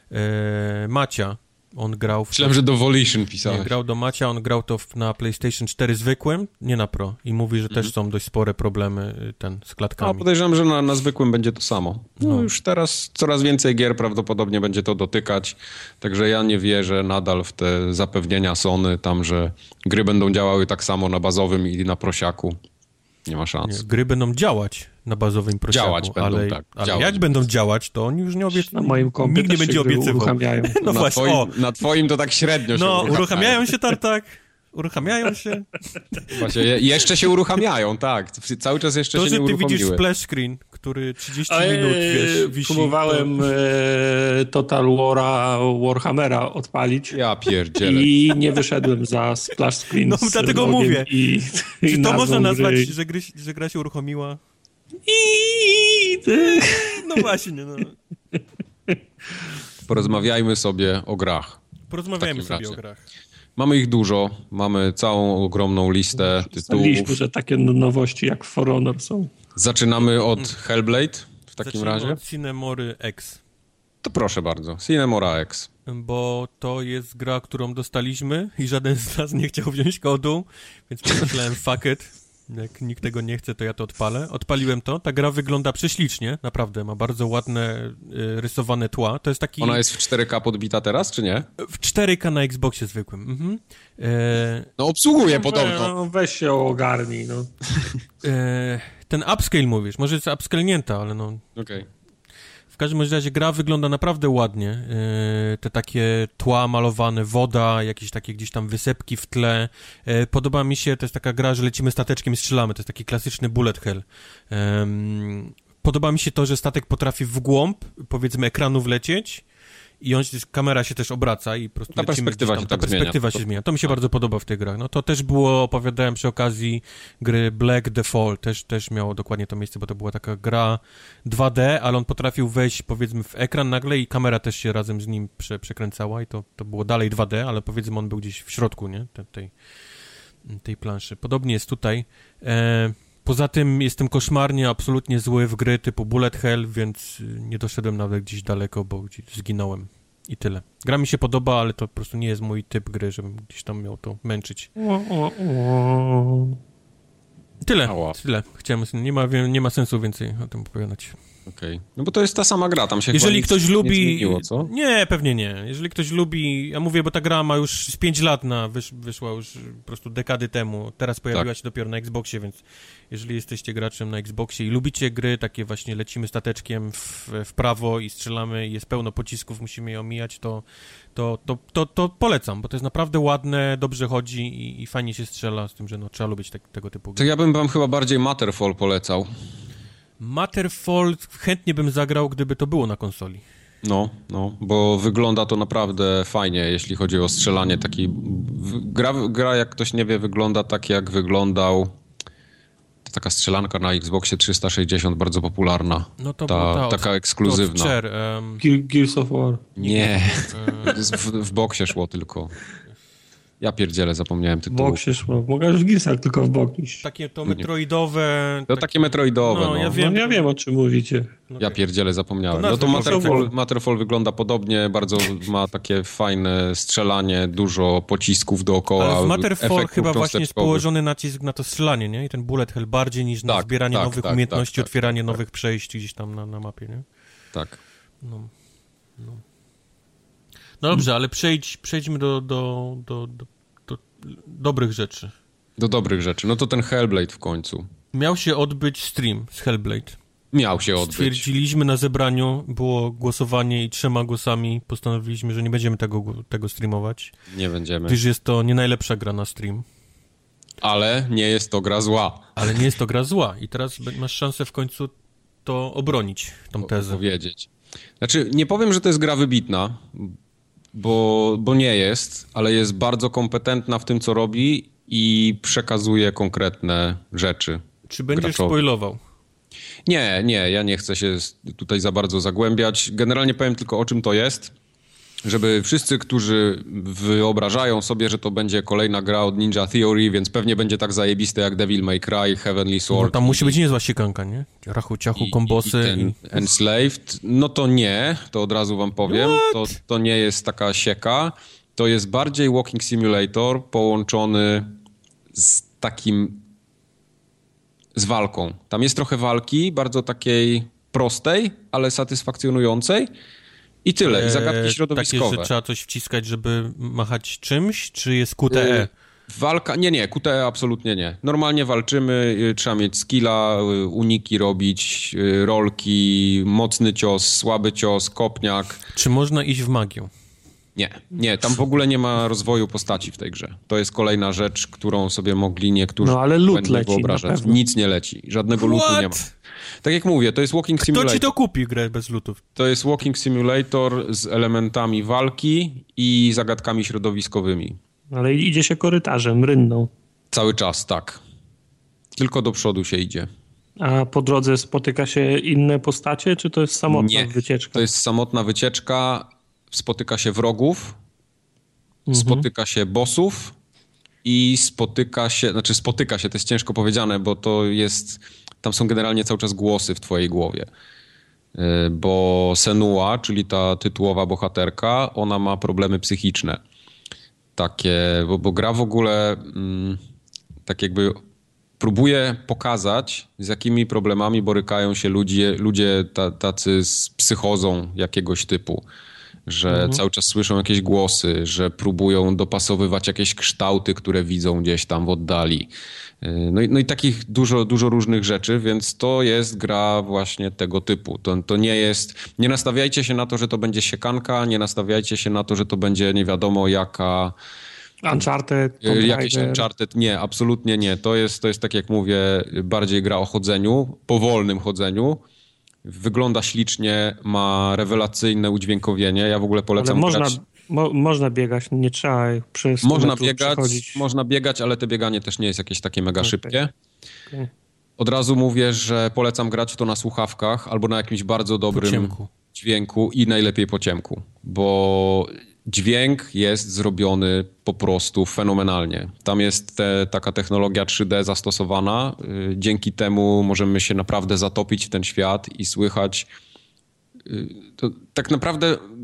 Macia. On grał Myślałem, że do Volition pisałeś. Nie, grał do Macia, on grał to na PlayStation 4 zwykłym, nie na Pro. I mówi, że też są dość spore problemy z klatkami. No, podejrzewam, że na zwykłym będzie to samo. No już teraz coraz więcej gier prawdopodobnie będzie to dotykać, także ja nie wierzę nadal w te zapewnienia Sony tam, że gry będą działały tak samo na bazowym i na prosiaku. Nie ma szans. Nie, gry będą działać na bazowym prosiaku. Działać będą, tak. Ale jak będą działać, to oni już nie obiecują. Na moim kompie nikt nie będzie obiecywał. No właśnie. Na twoim to tak średnio się uruchamiają się tartak. Uruchamiają się. Właśnie, jeszcze się uruchamiają, tak. Cały czas jeszcze się nie uruchomiły. To, że ty widzisz splash screen, który 30 minut, wisi. Próbowałem Total Warhammera odpalić. Ja pierdzielę. I nie wyszedłem za splash screen. No dlatego mówię. Czy to można nazwać, że gra się uruchomiła? No właśnie, no. Porozmawiajmy sobie o grach. Porozmawiajmy sobie o grach. Mamy ich dużo, mamy całą ogromną listę tytułów. Myśleliśmy, że takie nowości jak For Honor są. Zaczynamy od Hellblade w takim razie. Od Cinemory X. To proszę bardzo, Cinemora X. Bo to jest gra, którą dostaliśmy i żaden z nas nie chciał wziąć kodu, więc pomyślałem fuck it. Jak nikt tego nie chce, to ja to odpalę. Odpaliłem to. Ta gra wygląda prześlicznie, naprawdę. Ma bardzo ładne, rysowane tła. To jest taki... Ona jest w 4K podbita teraz, czy nie? W 4K na Xboxie zwykłym. Mhm. No obsługuje podobno. No, weź się ogarnij, no. Ten upscale mówisz. Może jest upscalnięta, ale no... Okej. W każdym razie gra wygląda naprawdę ładnie. Te takie tła malowane, woda, jakieś takie gdzieś tam wysepki w tle. Podoba mi się, to jest taka gra, że lecimy stateczkiem i strzelamy. To jest taki klasyczny bullet hell. Podoba mi się to, że statek potrafi w głąb, powiedzmy, ekranu wlecieć i kamera się też obraca i po prostu ta perspektywa się zmienia. To mi się bardzo podoba w tych grach. No to też było, opowiadałem przy okazji gry Black The Fall, też miało dokładnie to miejsce, bo to była taka gra 2D, ale on potrafił wejść, powiedzmy, w ekran nagle i kamera też się razem z nim przekręcała i to było dalej 2D, ale powiedzmy on był gdzieś w środku, nie? Tej planszy. Podobnie jest tutaj. Poza tym jestem koszmarnie, absolutnie zły w gry typu Bullet Hell, więc nie doszedłem nawet gdzieś daleko, bo gdzieś zginąłem i tyle. Gra mi się podoba, ale to po prostu nie jest mój typ gry, żebym gdzieś tam miał to męczyć. Tyle. Chciałem, nie ma sensu więcej o tym opowiadać. Okej. No bo to jest ta sama gra, tam się Jeżeli ktoś lubi... nie zmieniło, co? Nie, pewnie nie. Jeżeli ktoś lubi... Ja mówię, bo ta gra ma już z 5 lat wyszła już po prostu dekady temu. Teraz pojawiła się dopiero na Xboxie, więc jeżeli jesteście graczem na Xboxie i lubicie gry, takie właśnie lecimy stateczkiem w prawo i strzelamy i jest pełno pocisków, musimy je omijać, to polecam, bo to jest naprawdę ładne, dobrze chodzi i fajnie się strzela, z tym, że trzeba lubić tego typu gry. To ja bym wam chyba bardziej Matterfall polecał. Matterfall chętnie bym zagrał, gdyby to było na konsoli. No, bo wygląda to naprawdę fajnie, jeśli chodzi o strzelanie. Gra, jak ktoś nie wie, wygląda tak, jak wyglądał taka strzelanka na Xboxie 360, bardzo popularna. No to była taka ekskluzywna. Gears of War. Nie, w boksie szło tylko. Ja pierdzielę, zapomniałem tytułu. W boksie szło. Mogę w Gearsach tylko w bok iść. Takie to metroidowe... To takie metroidowe, no. Ja wiem, o czym mówicie. Ja pierdzielę, zapomniałem. No to Matterfall wygląda podobnie, bardzo ma takie fajne strzelanie, dużo pocisków dookoła. Ale w Matterfall chyba właśnie jest położony nacisk na to strzelanie, nie? I ten bullet hell bardziej niż na zbieranie nowych umiejętności, otwieranie nowych przejść gdzieś tam na mapie, nie? Tak. No dobrze, ale przejdźmy do dobrych rzeczy. Do dobrych rzeczy. No to ten Hellblade w końcu. Miał się odbyć stream z Hellblade. Miał się odbyć. Stwierdziliśmy na zebraniu, było głosowanie i 3 głosami postanowiliśmy, że nie będziemy tego streamować. Nie będziemy. Gdyż jest to nie najlepsza gra na stream. Ale nie jest to gra zła. Ale nie jest to gra zła i teraz masz szansę w końcu to obronić, tą tezę. Powiedzieć. Znaczy, nie powiem, że to jest gra wybitna, bo nie jest, ale jest bardzo kompetentna w tym, co robi i przekazuje konkretne rzeczy. Czy będziesz graczowi. spoilował? Nie, ja nie chcę się tutaj za bardzo zagłębiać. Generalnie powiem tylko, o czym to jest, żeby wszyscy, którzy wyobrażają sobie, że to będzie kolejna gra od Ninja Theory, więc pewnie będzie tak zajebiste jak Devil May Cry, Heavenly Sword. No tam musi być niezła siekanka, nie? Rachu, ciachu, kombosy. Enslaved. No to nie, to od razu wam powiem. To nie jest taka sieka. To jest bardziej walking simulator połączony z z walką. Tam jest trochę walki, bardzo takiej prostej, ale satysfakcjonującej. I tyle. I zagadki środowiskowe. Takie, że trzeba coś wciskać, żeby machać czymś, czy jest QTE? Walka... Nie, QTE absolutnie nie. Normalnie walczymy, trzeba mieć skilla, uniki robić, rolki, mocny cios, słaby cios, kopniak. Czy można iść w magię? Nie, tam w ogóle nie ma rozwoju postaci w tej grze. To jest kolejna rzecz, którą sobie mogli niektórzy ale loot leci wyobrażać. Nic nie leci, żadnego lootu nie ma. Tak jak mówię, to jest walking simulator. Kto ci to kupi, grę bez lootów? To jest walking simulator z elementami walki i zagadkami środowiskowymi. Ale idzie się korytarzem, rynną. Cały czas, tak. Tylko do przodu się idzie. A po drodze spotyka się inne postacie, czy to jest samotna wycieczka? To jest samotna wycieczka, spotyka się wrogów, spotyka się bossów i spotyka się, to jest ciężko powiedziane, bo tam są generalnie cały czas głosy w twojej głowie. Bo Senua, czyli ta tytułowa bohaterka, ona ma problemy psychiczne. Takie, bo gra w ogóle tak jakby próbuje pokazać, z jakimi problemami borykają się ludzie tacy z psychozą jakiegoś typu. Że cały czas słyszą jakieś głosy, że próbują dopasowywać jakieś kształty, które widzą gdzieś tam w oddali. No i takich dużo różnych rzeczy, więc to jest gra właśnie tego typu. To nie jest... Nie nastawiajcie się na to, że to będzie siekanka, nie nastawiajcie się na to, że to będzie nie wiadomo jaka... Uncharted, jakieś Uncharted. Nie, absolutnie nie. To jest tak jak mówię, bardziej gra o chodzeniu, powolnym chodzeniu. Wygląda ślicznie, ma rewelacyjne udźwiękowienie. Ja w ogóle polecam grać. Można biegać, nie trzeba przez Można biegać, ale to bieganie też nie jest jakieś takie mega szybkie. Okay. Od razu mówię, że polecam grać w to na słuchawkach albo na jakimś bardzo dobrym dźwięku i najlepiej po ciemku, bo dźwięk jest zrobiony po prostu fenomenalnie. Tam jest taka technologia 3D zastosowana. Dzięki temu możemy się naprawdę zatopić w ten świat i słychać. To tak naprawdę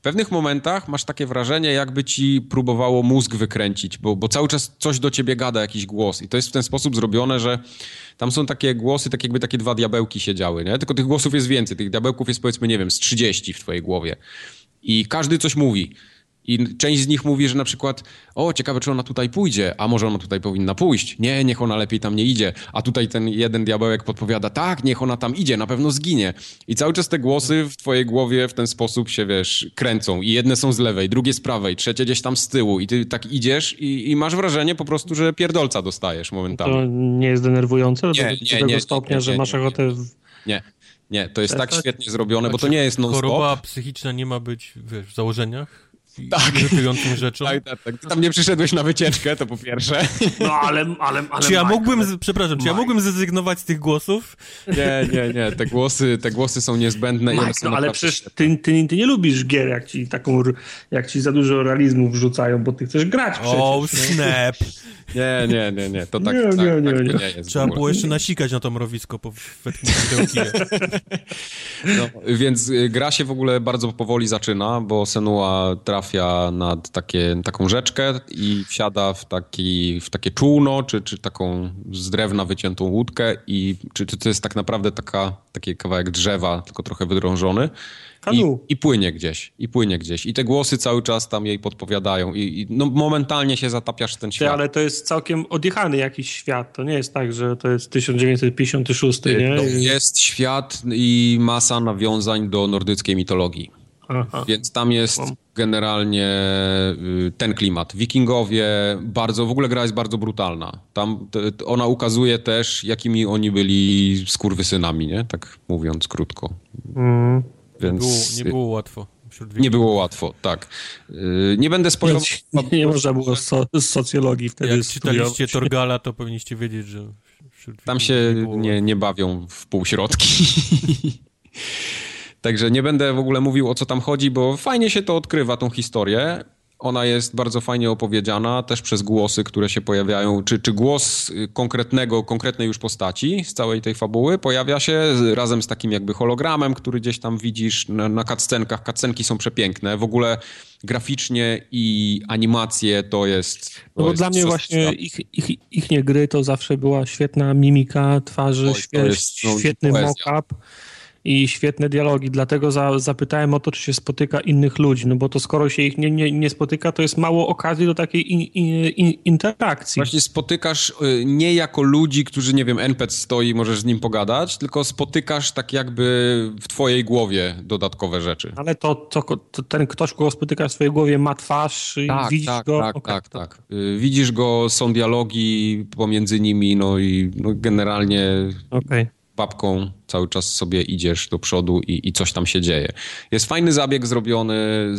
pewnych momentach masz takie wrażenie, jakby ci próbowało mózg wykręcić, bo cały czas coś do ciebie gada, jakiś głos i to jest w ten sposób zrobione, że tam są takie głosy, tak jakby takie 2 diabełki siedziały, nie? Tylko tych głosów jest więcej, tych diabełków jest powiedzmy, nie wiem, z 30 w twojej głowie i każdy coś mówi. I część z nich mówi, że na przykład ciekawe, czy ona tutaj pójdzie, a może ona tutaj powinna pójść. Nie, niech ona lepiej tam nie idzie. A tutaj ten jeden diabełek podpowiada, tak, niech ona tam idzie, na pewno zginie. I cały czas te głosy w twojej głowie w ten sposób się, wiesz, kręcą. I jedne są z lewej, drugie z prawej, trzecie gdzieś tam z tyłu. I ty tak idziesz i masz wrażenie po prostu, że pierdolca dostajesz momentami. To nie jest denerwujące do tego stopnia, że masz ochotę... Nie, to jest tak świetnie zrobione, bo to nie jest non-stop. Choroba psychiczna nie ma być, wiesz, w założeniach? Tak. Irytującą rzeczą. Tak. Ty tam nie przyszedłeś na wycieczkę, to po pierwsze. No ale czy ja mógłbym, przepraszam, czy ja mógłbym zrezygnować z tych głosów? Nie. Te głosy są niezbędne. Mike, no ale przecież ty nie lubisz gier, jak ci za dużo realizmu wrzucają, bo ty chcesz grać przecież. Oh, snap. Nie. To tak nie jest. Trzeba było jeszcze nasikać na to mrowisko po widełkinie. No, więc gra się w ogóle bardzo powoli zaczyna, bo Senua trafia nad taką rzeczkę i wsiada w takie czółno, czy taką z drewna wyciętą łódkę i czy to jest tak naprawdę taki kawałek drzewa, tylko trochę wydrążony. I płynie gdzieś. I te głosy cały czas tam jej podpowiadają i no, momentalnie się zatapiasz w ten świat. Ale to jest całkiem odjechany jakiś świat. To nie jest tak, że to jest 1956, nie? To jest świat i masa nawiązań do nordyckiej mitologii. Aha. Więc tam jest generalnie ten klimat. Wikingowie, w ogóle gra jest bardzo brutalna. Tam ona ukazuje też, jakimi oni byli skurwysynami, nie? Tak mówiąc krótko. Więc nie było łatwo. Nie było łatwo, tak. Nie będę spoilował. Nie można było z socjologii wtedy Jak czytaliście Torgala, to powinniście wiedzieć, że tam się nie bawią w półśrodki. Także nie będę w ogóle mówił, o co tam chodzi, bo fajnie się to odkrywa, tą historię. Ona jest bardzo fajnie opowiedziana, też przez głosy, które się pojawiają, czy głos konkretnej już postaci z całej tej fabuły pojawia się razem z takim jakby hologramem, który gdzieś tam widzisz na cutscenkach. Cutscenki są przepiękne. W ogóle graficznie i animacje to jest... No bo dla mnie właśnie ich gry to zawsze była świetna mimika twarzy, świetny mock-up i świetne dialogi, dlatego zapytałem o to, czy się spotyka innych ludzi, no bo to skoro się ich nie spotyka, to jest mało okazji do takiej interakcji. Właśnie spotykasz nie jako ludzi, którzy, nie wiem, NPC stoi, możesz z nim pogadać, tylko spotykasz tak jakby w twojej głowie dodatkowe rzeczy. Ale to ten ktoś, kogo spotykasz w swojej głowie, ma twarz i widzisz go? Tak. Widzisz go, są dialogi pomiędzy nimi, no i generalnie... babką cały czas sobie idziesz do przodu i coś tam się dzieje. Jest fajny zabieg zrobiony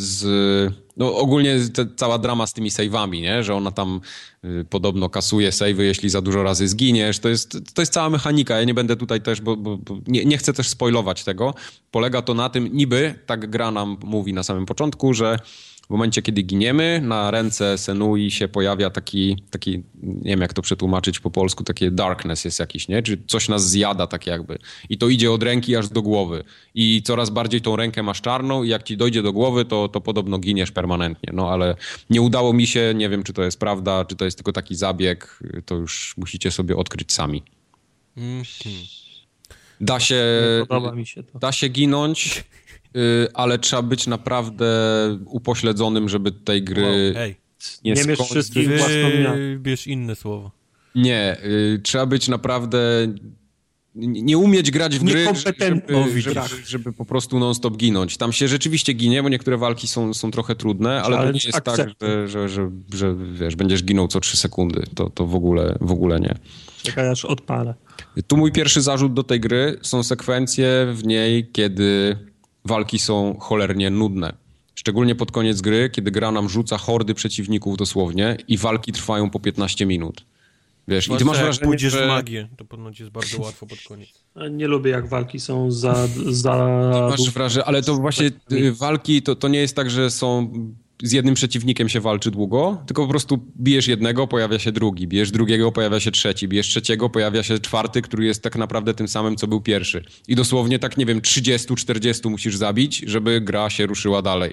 ogólnie cała drama z tymi save'ami, nie? Że ona tam podobno kasuje save'y, jeśli za dużo razy zginiesz. To jest cała mechanika. Ja nie będę tutaj też, bo nie chcę też spoilować tego. Polega to na tym, niby tak gra nam mówi na samym początku, że w momencie, kiedy giniemy, na ręce Senui się pojawia taki, nie wiem jak to przetłumaczyć po polsku, takie darkness jest jakiś, nie? Czy coś nas zjada tak jakby. I to idzie od ręki aż do głowy. I coraz bardziej tą rękę masz czarną i jak ci dojdzie do głowy, to podobno giniesz permanentnie. No ale nie udało mi się, nie wiem czy to jest prawda, czy to jest tylko taki zabieg, to już musicie sobie odkryć sami. Da się ginąć, ale trzeba być naprawdę upośledzonym, żeby tej gry nie skończyć. Wszystkich bierz inne słowo. Nie, trzeba być naprawdę... Nie umieć grać w gry, żeby po prostu non-stop ginąć. Tam się rzeczywiście ginie, bo niektóre walki są trochę trudne, ale to nie jest tak, że wiesz, będziesz ginął co 3 sekundy. To w ogóle nie. Czekaj, aż odpalę. Tu mój pierwszy zarzut do tej gry są sekwencje w niej, kiedy walki są cholernie nudne. Szczególnie pod koniec gry, kiedy gra nam rzuca hordy przeciwników dosłownie i walki trwają po 15 minut. Wiesz, i ty masz wrażenie, pójdziesz w magię, to ponoć jest bardzo łatwo pod koniec. Nie lubię, jak walki są za masz wrażenie, ale to właśnie walki to nie jest tak, że są... Z jednym przeciwnikiem się walczy długo, tylko po prostu bijesz jednego, pojawia się drugi, bijesz drugiego, pojawia się trzeci, bijesz trzeciego, pojawia się czwarty, który jest tak naprawdę tym samym, co był pierwszy. I dosłownie tak, nie wiem, 30-40 musisz zabić, żeby gra się ruszyła dalej.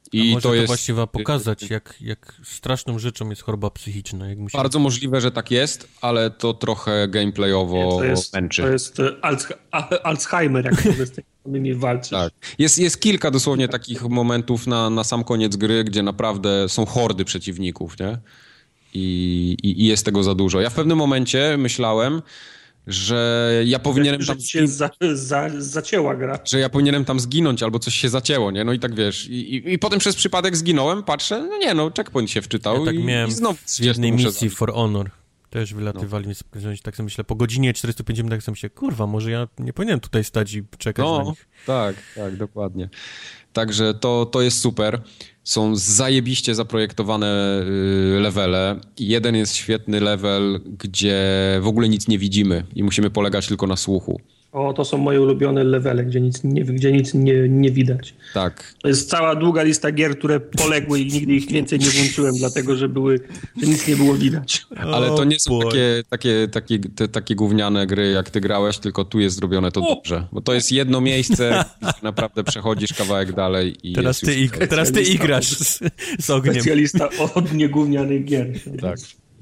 I może to jest właśnie ma pokazać, jak straszną rzeczą jest choroba psychiczna. Jak bardzo możliwe, że tak jest, ale to trochę gameplayowo męczy. To jest Alzheimer, jak sobie z tymi walczysz. Tak. Jest kilka dosłownie takich momentów na sam koniec gry, gdzie naprawdę są hordy przeciwników, nie? I jest tego za dużo. Ja w pewnym momencie myślałem, że ja powinienem tam... zacięła gra. Że ja powinienem tam zginąć, albo coś się zacięło, nie? No i tak wiesz. I potem przez przypadek zginąłem, patrzę, checkpoint się wczytał. Ja tak miałem i znowu w jednej misji For Honor. Też wylatywali mi tak sobie myślę, po godzinie 45 minut tak sobie myślę, kurwa, może ja nie powinienem tutaj stać i czekać na nich. Tak, dokładnie. Także to jest super. Są zajebiście zaprojektowane levele. Jeden jest świetny level, gdzie w ogóle nic nie widzimy i musimy polegać tylko na słuchu. O, to są moje ulubione levele, gdzie nic nie widać. Tak. To jest cała długa lista gier, które poległy i nigdy ich więcej nie włączyłem, dlatego że nic nie było widać. Ale to nie są takie gówniane gry, jak ty grałeś, tylko tu jest zrobione to dobrze. Bo to jest jedno miejsce, gdzie naprawdę przechodzisz kawałek dalej i teraz ty igrasz z ogniem. Specjalista od niegównianych gier. Tak.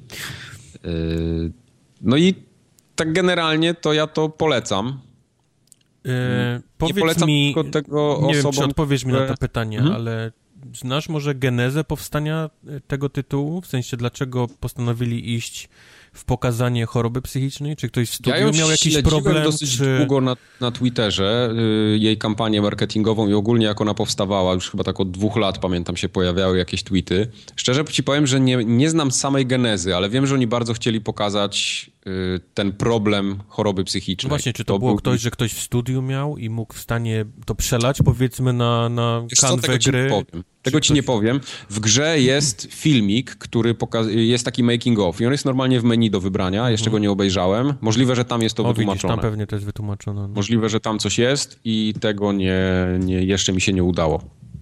No i tak generalnie to ja to polecam. Powiedz nie polecam mi, tylko tego nie osobom, wiem, czy odpowiesz mi na to pytanie, ale znasz może genezę powstania tego tytułu? W sensie, dlaczego postanowili iść w pokazanie choroby psychicznej? Czy ktoś w studiu miał jakiś problem? Dosyć długo na Twitterze jej kampanię marketingową i ogólnie jak ona powstawała, już chyba tak od 2 lat pamiętam się pojawiały jakieś tweety. Szczerze ci powiem, że nie znam samej genezy, ale wiem, że oni bardzo chcieli pokazać ten problem choroby psychicznej. No właśnie, czy to było ktoś, że ktoś w studiu miał i mógł w stanie to przelać, powiedzmy, na kanwę gry? Tego ci nie powiem. W grze jest filmik, który jest taki making of i on jest normalnie w menu do wybrania. Jeszcze go nie obejrzałem. Możliwe, że tam jest to wytłumaczone. Widzisz, tam pewnie to jest wytłumaczone. No. Możliwe, że tam coś jest i tego jeszcze mi się nie udało.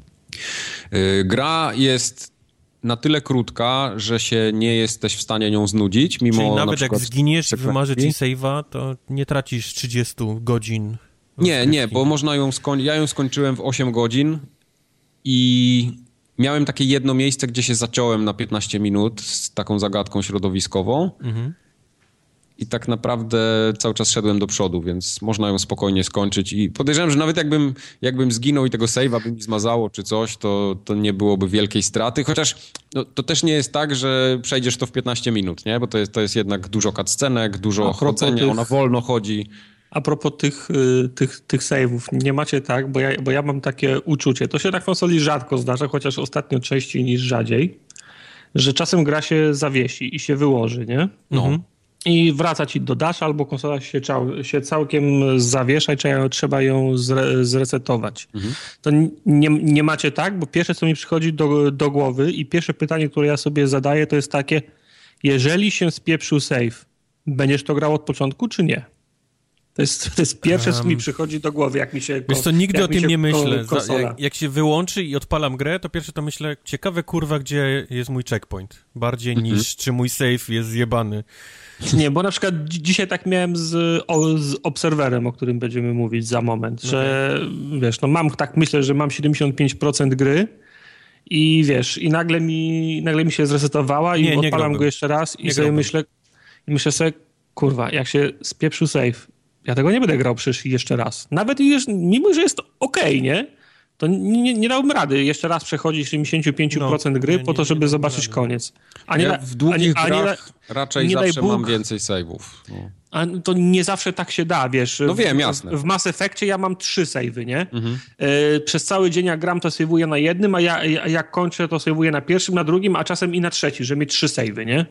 Gra jest na tyle krótka, że się nie jesteś w stanie nią znudzić, mimo czyli nawet na przykład jak zginiesz i wymarzy ci save'a, to nie tracisz 30 godzin. Nie, bo można ja ją skończyłem w 8 godzin i miałem takie jedno miejsce, gdzie się zaciąłem na 15 minut z taką zagadką środowiskową i tak naprawdę cały czas szedłem do przodu, więc można ją spokojnie skończyć i podejrzewam, że nawet jakbym zginął i tego save'a by mi zmazało czy coś, to nie byłoby wielkiej straty, chociaż to też nie jest tak, że przejdziesz to w 15 minut, nie? Bo to jest jednak dużo cutscenek, dużo chodzenia, ona wolno chodzi. A propos tych save'ów, nie macie tak, bo ja mam takie uczucie, to się na konsoli rzadko zdarza, chociaż ostatnio częściej niż rzadziej, że czasem gra się zawiesi i się wyłoży, nie? No. I wraca ci do dasha, albo konsola się całkiem zawiesza i trzeba ją zresetować. To nie macie tak, bo pierwsze, co mi przychodzi do głowy i pierwsze pytanie, które ja sobie zadaję, to jest takie, jeżeli się spieprzył save, będziesz to grał od początku, czy nie? To jest pierwsze, co mi przychodzi do głowy, jak mi się... Wiesz co, nigdy o tym nie myślę. Jak się wyłączy i odpalam grę, to pierwsze to myślę, ciekawe kurwa, gdzie jest mój checkpoint. Bardziej niż czy mój save jest zjebany. Nie, bo na przykład dzisiaj tak miałem z Obserwerem, o którym będziemy mówić za moment, że wiesz, tak myślę, że mam 75% gry i wiesz, i nagle mi się zresetowała i odpalam go jeszcze raz i sobie myślę sobie, kurwa, jak się spieprzył save, ja tego nie będę grał przecież jeszcze raz. Nawet mimo, że jest okej, nie? To nie dałbym rady jeszcze raz przechodzić 75% gry po to, żeby zobaczyć koniec. W długich grach raczej zawsze mam więcej save'ów. No. A to nie zawsze tak się da, wiesz. No wiem, jasne. W Mass Effectie ja mam 3 save'y, nie? Przez cały dzień jak gram, to save'uję na jednym, a jak kończę, to save'uję na pierwszym, na drugim, a czasem i na trzeci, żeby mieć 3 save'y, nie?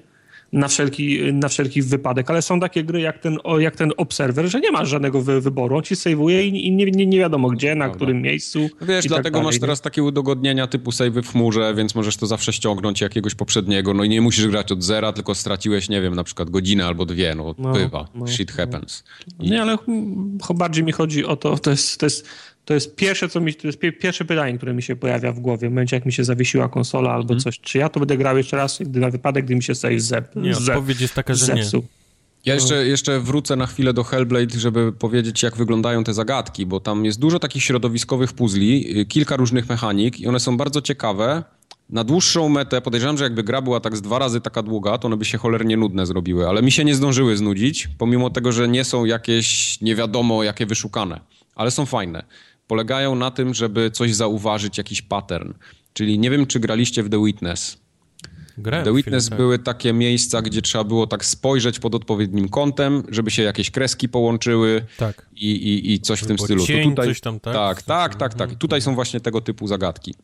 Na wszelki wypadek, ale są takie gry jak ten Observer, że nie masz żadnego wyboru, on ci save'uje i nie wiadomo gdzie, na którym miejscu. Wiesz, dlatego masz teraz takie udogodnienia typu save'y w chmurze, więc możesz to zawsze ściągnąć jakiegoś poprzedniego, no i nie musisz grać od zera, tylko straciłeś, nie wiem, na przykład godzinę albo 2, bywa, shit happens. Nie, ale bardziej mi chodzi o to jest pierwsze pytanie, które mi się pojawia w głowie w momencie, jak mi się zawiesiła konsola albo coś. Czy ja to będę grał jeszcze raz na wypadek, gdy mi się save Nie, odpowiedź jest taka, że zepsuł. Ja jeszcze wrócę na chwilę do Hellblade, żeby powiedzieć, jak wyglądają te zagadki, bo tam jest dużo takich środowiskowych puzli, kilka różnych mechanik i one są bardzo ciekawe. Na dłuższą metę podejrzewam, że jakby gra była tak z 2 razy taka długa, to one by się cholernie nudne zrobiły, ale mi się nie zdążyły znudzić, pomimo tego, że nie są jakieś nie wiadomo jakie wyszukane, ale są fajne. Polegają na tym, żeby coś zauważyć, jakiś pattern. Czyli nie wiem, czy graliście w The Witness. The Witness były takie miejsca, gdzie trzeba było tak spojrzeć pod odpowiednim kątem, żeby się jakieś kreski połączyły i coś w tym stylu. Cień, to tutaj, coś tam, tak? Tak. Tutaj są właśnie tego typu zagadki.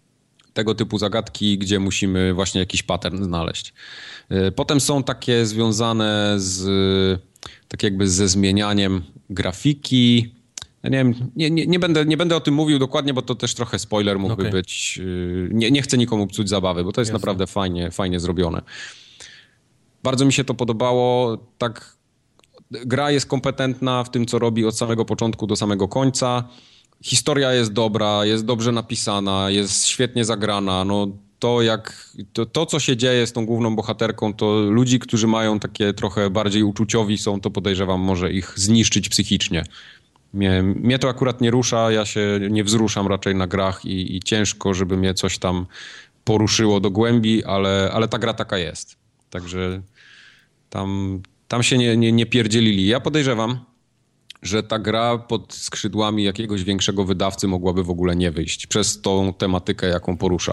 Gdzie musimy właśnie jakiś pattern znaleźć. Potem są takie związane z tak jakby ze zmienianiem grafiki. Ja nie wiem, nie będę o tym mówił dokładnie, bo to też trochę spoiler mógłby być. Nie chcę nikomu psuć zabawy, bo to jest naprawdę fajnie zrobione. Bardzo mi się to podobało. Tak, gra jest kompetentna w tym, co robi od samego początku do samego końca. Historia jest dobra, jest dobrze napisana, jest świetnie zagrana. No, to, co się dzieje z tą główną bohaterką, to ludzi, którzy mają takie trochę bardziej uczuciowi są, to podejrzewam, może ich zniszczyć psychicznie. Mnie to akurat nie rusza, ja się nie wzruszam raczej na grach i ciężko, żeby mnie coś tam poruszyło do głębi, ale ta gra taka jest. Także tam się nie pierdzielili. Ja podejrzewam, że ta gra pod skrzydłami jakiegoś większego wydawcy mogłaby w ogóle nie wyjść przez tą tematykę, jaką porusza.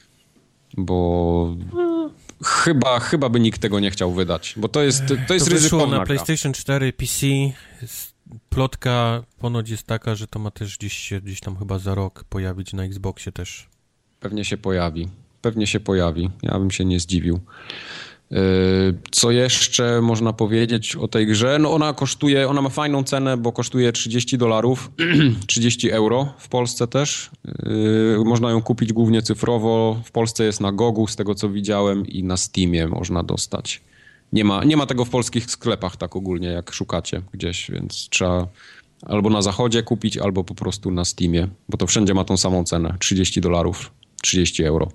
Bo chyba by nikt tego nie chciał wydać, bo to jest ryzykowna wyszło na gra. PlayStation 4, PC. Plotka ponoć jest taka, że to ma też gdzieś tam chyba za rok pojawić na Xboxie też. Pewnie się pojawi. Ja bym się nie zdziwił. Co jeszcze można powiedzieć o tej grze? No ona ma fajną cenę, bo kosztuje $30, 30 euro w Polsce też. Można ją kupić głównie cyfrowo. W Polsce jest na Gogu, z tego co widziałem, i na Steamie można dostać. Nie ma tego w polskich sklepach tak ogólnie, jak szukacie gdzieś, więc trzeba albo na zachodzie kupić, albo po prostu na Steamie, bo to wszędzie ma tą samą cenę. $30, 30 euro.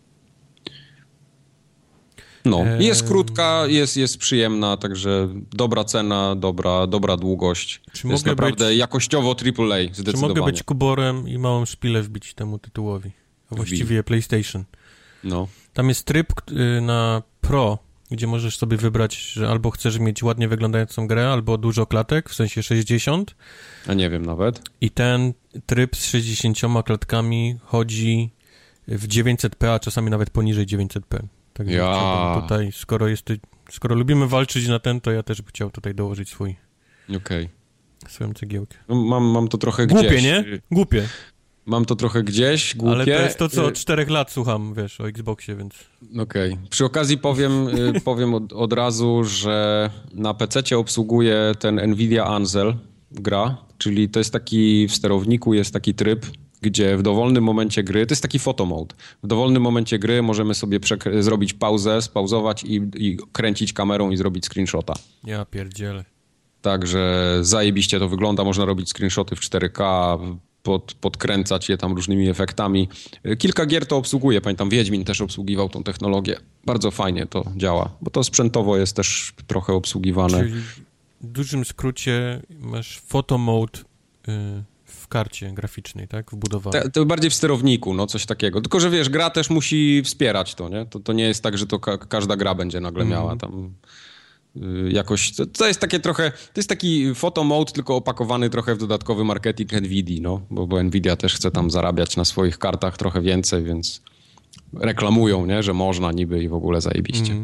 No, jest krótka, jest przyjemna, także dobra cena, dobra długość. Czy to jest naprawdę jakościowo AAA, zdecydowanie. Czy mogę być kuborem i małą szpilę wbić temu tytułowi? A właściwie PlayStation. No. Tam jest tryb na Pro, gdzie możesz sobie wybrać, że albo chcesz mieć ładnie wyglądającą grę, albo dużo klatek, w sensie 60. A nie wiem nawet. I ten tryb z 60 klatkami chodzi w 900p, a czasami nawet poniżej 900p. Także chciałbym tutaj, skoro lubimy walczyć na ten, to ja też bym chciał tutaj dołożyć swoją cegiełkę. No, mam to trochę Głupie, gdzieś. nie? Głupie. Mam to trochę gdzieś, głupie. Ale to jest to, co od 4 lat słucham, wiesz, o Xboxie, więc... Okej. Przy okazji powiem od razu, że na PC-cie obsługuje ten Nvidia Ansel gra, czyli to jest taki, w sterowniku jest taki tryb, gdzie w dowolnym momencie gry, to jest taki photo mode, w dowolnym momencie gry możemy sobie zrobić pauzę, spauzować i kręcić kamerą i zrobić screenshota. Ja pierdzielę. Także zajebiście to wygląda, można robić screenshoty w 4K, podkręcać je tam różnymi efektami. Kilka gier to obsługuje, pamiętam Wiedźmin też obsługiwał tą technologię. Bardzo fajnie to działa, bo to sprzętowo jest też trochę obsługiwane. Czyli w dużym skrócie masz photo mode w karcie graficznej, tak? Wbudowane. To bardziej w sterowniku, no coś takiego. Tylko, że wiesz, gra też musi wspierać to, nie? To nie jest tak, że to każda gra będzie nagle miała tam jakoś... To jest takie trochę... To jest taki photo mode, tylko opakowany trochę w dodatkowy marketing Nvidii, no. Bo Nvidia też chce tam zarabiać na swoich kartach trochę więcej, więc reklamują, nie? Że można niby i w ogóle zajebiście.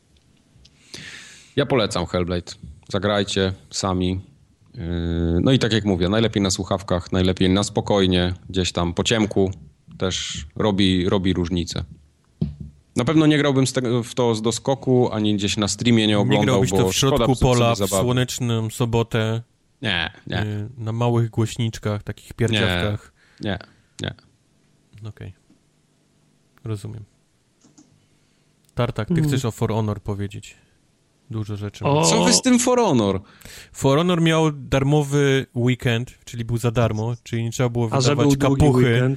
Ja polecam Hellblade. Zagrajcie sami. No i tak jak mówię, najlepiej na słuchawkach, najlepiej na spokojnie, gdzieś tam po ciemku też robi różnicę. Na pewno nie grałbym w to z doskoku, ani gdzieś na streamie nie oglądał, nie grałbyś bo to w środku pola, w zabawy. słoneczną sobotę. Nie. Na małych głośniczkach, takich pierdziawkach. Nie. Okej. Rozumiem. Tartak, ty chcesz o For Honor powiedzieć. Dużo rzeczy. Co wy z tym For Honor? For Honor miał darmowy weekend, czyli był za darmo, czyli nie trzeba było wydawać kapuchy,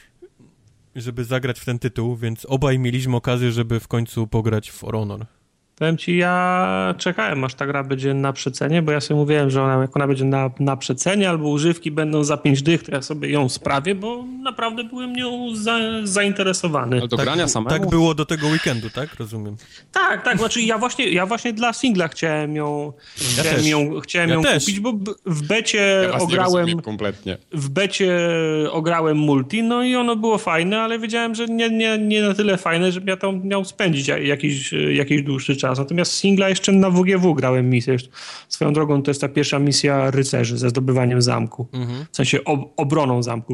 żeby zagrać w ten tytuł, więc obaj mieliśmy okazję, żeby w końcu pograć w For Honor. Powiem ci, ja czekałem, aż ta gra będzie na przecenie, bo ja sobie mówiłem, że jak ona będzie na przecenie albo używki będą za 5 dych, to ja sobie ją sprawię, bo naprawdę byłem nią zainteresowany. Ale do grania samemu? Tak było do tego weekendu, tak? Rozumiem. Tak, znaczy ja właśnie dla singla chciałem ją kupić, bo w becie ograłem kompletnie. W becie ograłem multi, no i ono było fajne, ale wiedziałem, że nie na tyle fajne, żebym ja tam miał spędzić jakiś dłuższy czas. Natomiast singla jeszcze na WGW grałem misję. Swoją drogą to jest ta pierwsza misja rycerzy ze zdobywaniem zamku. W sensie obroną zamku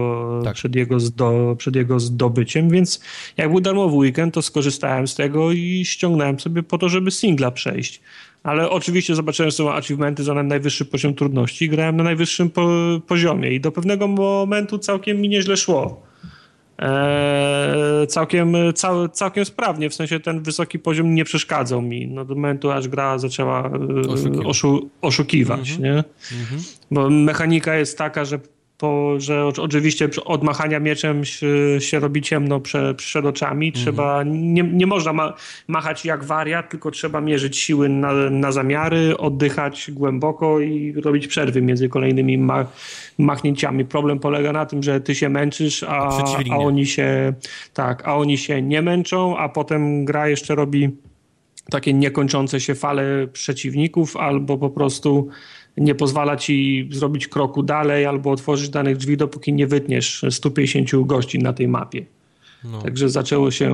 przed jego zdobyciem, więc jak był darmowy weekend, to skorzystałem z tego i ściągnąłem sobie po to, żeby singla przejść. Ale oczywiście zobaczyłem, że są achievementy za najwyższy poziom trudności i grałem na najwyższym poziomie i do pewnego momentu całkiem mi nieźle szło. Całkiem sprawnie, w sensie ten wysoki poziom nie przeszkadzał mi, no do momentu aż gra zaczęła oszukiwać, nie? Bo mechanika jest taka, że oczywiście od machania mieczem się robi ciemno przed oczami. Trzeba, nie można machać jak wariat, tylko trzeba mierzyć siły na zamiary, oddychać głęboko i robić przerwy między kolejnymi machnięciami. Problem polega na tym, że ty się męczysz, a oni się nie męczą, a potem gra jeszcze robi takie niekończące się fale przeciwników albo po prostu nie pozwala ci zrobić kroku dalej albo otworzyć danych drzwi, dopóki nie wytniesz 150 gości na tej mapie. No. Także zaczęło się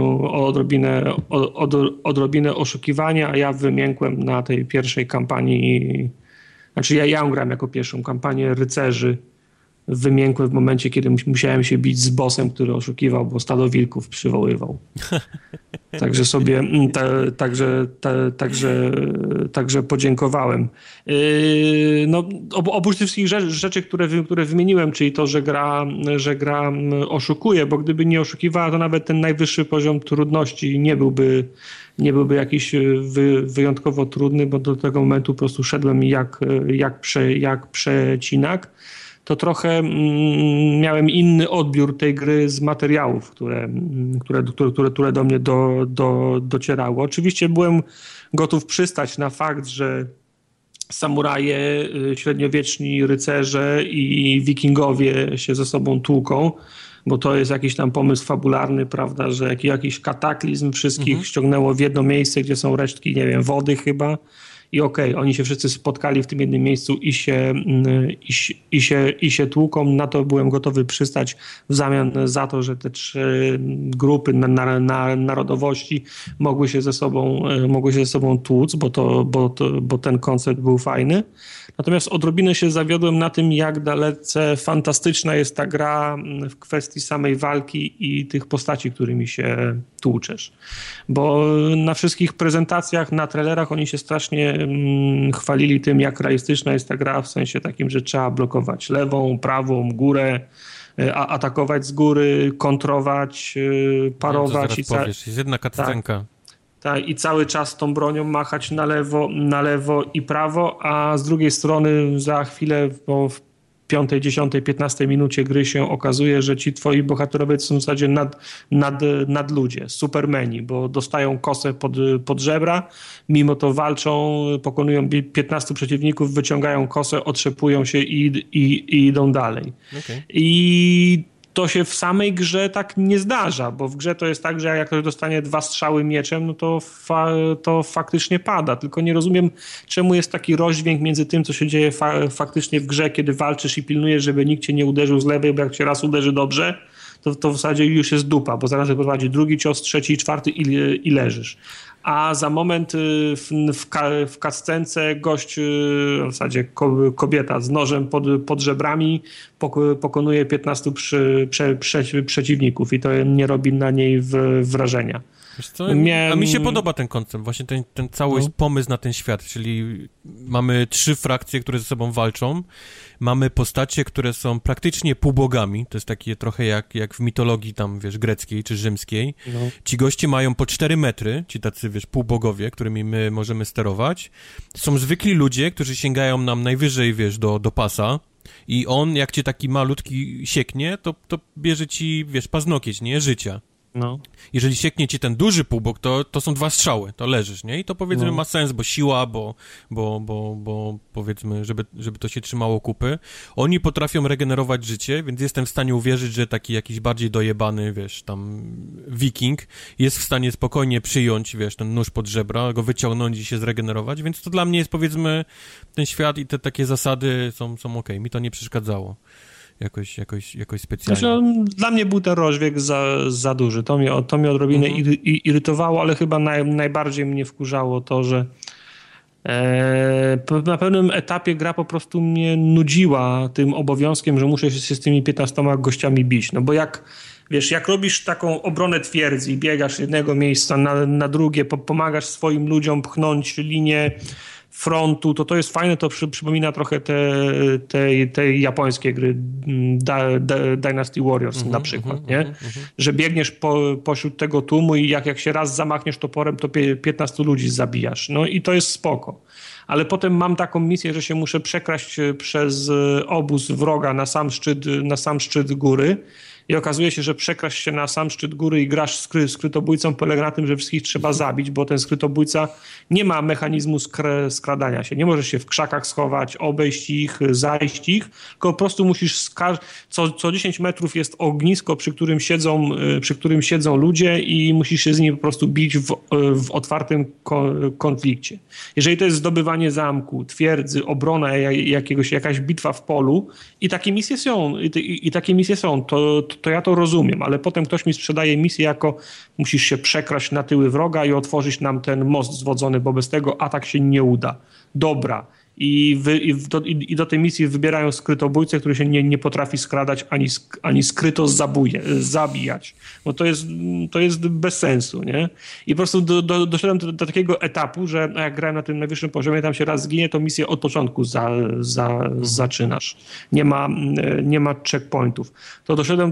odrobinę oszukiwania, a ja wymiękłem na tej pierwszej kampanii, znaczy ja grałem jako pierwszą kampanię rycerzy, wymiękłem w momencie, kiedy musiałem się bić z bossem, który oszukiwał, bo stado wilków przywoływał. Także sobie, także podziękowałem. No, oprócz tych wszystkich rzeczy, które wymieniłem, czyli to, że gra oszukuje, bo gdyby nie oszukiwała, to nawet ten najwyższy poziom trudności nie byłby jakiś wyjątkowo trudny, bo do tego momentu po prostu szedłem jak przecinak. To trochę miałem inny odbiór tej gry z materiałów, które do mnie docierały. Oczywiście byłem gotów przystać na fakt, że samuraje, średniowieczni rycerze i wikingowie się ze sobą tłuką, bo to jest jakiś tam pomysł fabularny, prawda, że jakiś kataklizm wszystkich ściągnęło w jedno miejsce, gdzie są resztki, nie wiem, wody chyba. I oni się wszyscy spotkali w tym jednym miejscu i się tłuką. Na to byłem gotowy przystać w zamian za to, że te 3 grupy narodowości mogły się ze sobą tłuc, bo ten koncept był fajny. Natomiast odrobinę się zawiodłem na tym, jak dalece fantastyczna jest ta gra w kwestii samej walki i tych postaci, którymi się tłuczesz. Bo na wszystkich prezentacjach, na trailerach oni się strasznie chwalili tym, jak realistyczna jest ta gra, w sensie takim, że trzeba blokować lewą, prawą, górę, atakować z góry, kontrować, parować. Jest jedna cutscenka. Tak, i cały czas tą bronią machać na lewo i prawo, a z drugiej strony za chwilę w 5., 10., 15 minucie gry się okazuje, że ci twoi bohaterowie są w zasadzie nadludzie, supermeni, bo dostają kosę pod żebra, mimo to walczą, pokonują 15 przeciwników, wyciągają kosę, otrzepują się i idą dalej. Okay. I to się w samej grze tak nie zdarza, bo w grze to jest tak, że jak ktoś dostanie 2 strzały mieczem, no to faktycznie pada. Tylko nie rozumiem, czemu jest taki rozdźwięk między tym, co się dzieje faktycznie w grze, kiedy walczysz i pilnujesz, żeby nikt cię nie uderzył z lewej, bo jak cię raz uderzy dobrze, to w zasadzie już jest dupa, bo zaraz prowadzi drugi cios, 3., 4. i leżysz. A za moment w cutscence gość, w zasadzie kobieta z nożem pod żebrami pokonuje 15 przeciwników i to nie robi na niej wrażenia. Wiesz co? A mi się podoba ten koncept, właśnie ten cały pomysł na ten świat, czyli mamy 3 frakcje, które ze sobą walczą, mamy postacie, które są praktycznie półbogami, to jest takie trochę jak w mitologii tam, wiesz, greckiej czy rzymskiej. No. Ci goście mają po 4 metry, ci tacy, wiesz, półbogowie, którymi my możemy sterować. Są zwykli ludzie, którzy sięgają nam najwyżej, wiesz, do pasa i on, jak cię taki malutki sieknie, to bierze ci, wiesz, paznokieć, nie? Życia. No. Jeżeli sieknie ci ten duży półbok, to są 2 strzały, to leżysz, nie? I to powiedzmy ma sens, bo siła, bo powiedzmy, żeby to się trzymało kupy. Oni potrafią regenerować życie, więc jestem w stanie uwierzyć, że taki jakiś bardziej dojebany, wiesz, tam wiking jest w stanie spokojnie przyjąć, wiesz, ten nóż pod żebra, go wyciągnąć i się zregenerować, więc to dla mnie jest, powiedzmy, ten świat i te takie zasady są okej. Mi to nie przeszkadzało. Jakoś specjalnie. Znaczy, dla mnie był ten rozdźwięk za duży. To mnie odrobinę irytowało, ale chyba najbardziej mnie wkurzało to, że na pewnym etapie gra po prostu mnie nudziła tym obowiązkiem, że muszę się z tymi 15 gościami bić. No bo jak robisz taką obronę twierdzy i biegasz z jednego miejsca na drugie, pomagasz swoim ludziom pchnąć linię frontu, to jest fajne, to przypomina trochę te japońskie gry Dynasty Warriors na przykład, nie? Że biegniesz pośród tego tłumu i jak się raz zamachniesz toporem, to 15 ludzi zabijasz. No i to jest spoko. Ale potem mam taką misję, że się muszę przekraść przez obóz wroga na sam szczyt góry. I okazuje się, że przekraść się na sam szczyt góry i grasz skrytobójcą polega na tym, że wszystkich trzeba zabić, bo ten skrytobójca nie ma mechanizmu skradania się. Nie możesz się w krzakach schować, obejść ich, zajść ich, tylko po prostu musisz co 10 metrów jest ognisko, przy którym siedzą ludzie i musisz się z nimi po prostu bić w otwartym konflikcie. Jeżeli to jest zdobywanie zamku, twierdzy, obrona jakaś bitwa w polu i takie misje są, to ja to rozumiem, ale potem ktoś mi sprzedaje misję jako musisz się przekraść na tyły wroga i otworzyć nam ten most zwodzony, bo bez tego atak się nie uda. Dobra. I do tej misji wybierają skrytobójcę, który się nie potrafi skradać ani skryto zabijać. Bo to jest bez sensu, nie? I po prostu doszedłem do takiego etapu, że jak grałem na tym najwyższym poziomie, tam się raz zginie, to misję od początku zaczynasz. Nie ma checkpointów. To doszedłem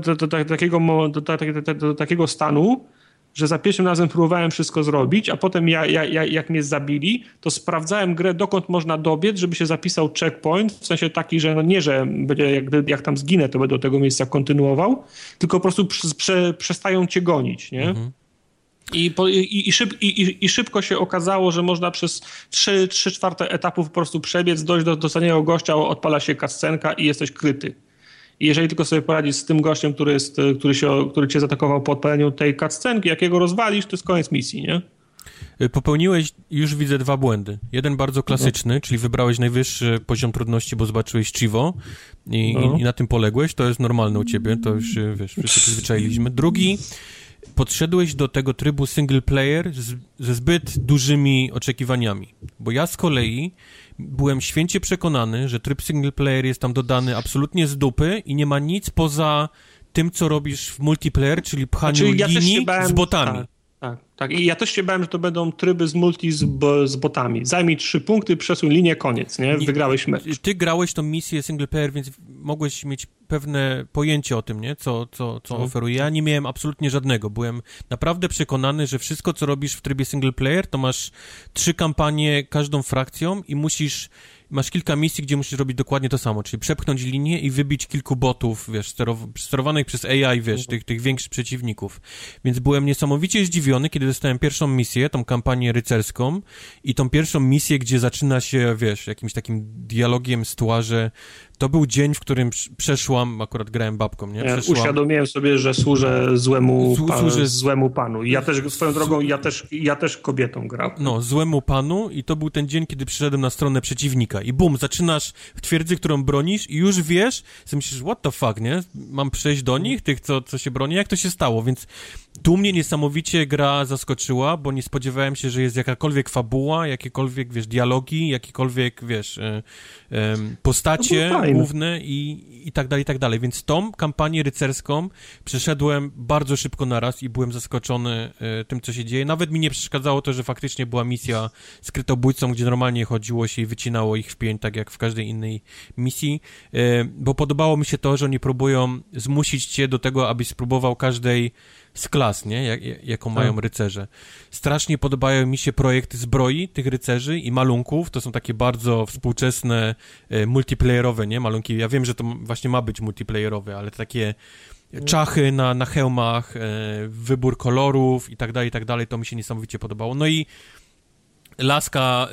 do takiego stanu, że za pierwszym razem próbowałem wszystko zrobić, a potem jak mnie zabili, to sprawdzałem grę, dokąd można dobiec, żeby się zapisał checkpoint, w sensie taki, że nie, że będzie, jak tam zginę, to będę do tego miejsca kontynuował, tylko po prostu przestają cię gonić, nie? I szybko się okazało, że można przez 3/4 etapu po prostu przebiec, dojść do ostatniego gościa, odpala się cutscenka i jesteś kryty. I jeżeli tylko sobie poradzisz z tym gościem, który cię zaatakował po odpaleniu tej cutscenki, jak jego rozwalisz, to jest koniec misji, nie? Popełniłeś, już widzę, 2 błędy. Jeden bardzo klasyczny, czyli wybrałeś najwyższy poziom trudności, bo zobaczyłeś Chivo i na tym poległeś. To jest normalne u ciebie, to już, wiesz, wszyscy przyzwyczailiśmy. Drugi, podszedłeś do tego trybu single player ze zbyt dużymi oczekiwaniami. Bo ja z kolei byłem święcie przekonany, że tryb single player jest tam dodany absolutnie z dupy i nie ma nic poza tym, co robisz w multiplayer, czyli pchaniu linii z botami. Tak. I ja też się bałem, że to będą tryby z multi z botami. Zajmij 3 punkty, przesuń linię, koniec, nie? Wygrałeś mecz. Ty grałeś tą misję single player, więc mogłeś mieć pewne pojęcie o tym, nie? Co oferuje. Ja nie miałem absolutnie żadnego. Byłem naprawdę przekonany, że wszystko, co robisz w trybie single player, to masz 3 kampanie każdą frakcją i masz kilka misji, gdzie musisz robić dokładnie to samo, czyli przepchnąć linię i wybić kilku botów, wiesz, sterowanych przez AI, wiesz, tych większych przeciwników. Więc byłem niesamowicie zdziwiony, kiedy dostałem pierwszą misję, tą kampanię rycerską i tą pierwszą misję, gdzie zaczyna się, wiesz, jakimś takim dialogiem z tła, że to był dzień, w którym przeszłam, akurat grałem babką, nie? Uświadomiłem sobie, że służę złemu panu. I ja też, swoją drogą, ja też kobietą grałem. No, złemu panu i to był ten dzień, kiedy przyszedłem na stronę przeciwnika i bum, zaczynasz w twierdzy, którą bronisz i już wiesz, że myślisz, what the fuck, nie? Mam przejść do nich, tych, co się broni? Jak to się stało? Więc tu mnie niesamowicie gra zaskoczyła, bo nie spodziewałem się, że jest jakakolwiek fabuła, jakiekolwiek, wiesz, dialogi, jakiekolwiek, wiesz, postacie główne i tak dalej, i tak dalej. Więc tą kampanię rycerską przeszedłem bardzo szybko naraz i byłem zaskoczony tym, co się dzieje. Nawet mi nie przeszkadzało to, że faktycznie była misja skrytobójcą, gdzie normalnie chodziło się i wycinało ich w pień, tak jak w każdej innej misji, bo podobało mi się to, że oni próbują zmusić cię do tego, abyś spróbował każdej z klas, nie? Jaką mają rycerze. Strasznie podobają mi się projekty zbroi tych rycerzy i malunków. To są takie bardzo współczesne, multiplayerowe, nie? Malunki. Ja wiem, że to właśnie ma być multiplayerowe, ale takie czachy na hełmach, wybór kolorów i tak dalej, to mi się niesamowicie podobało. No i laska,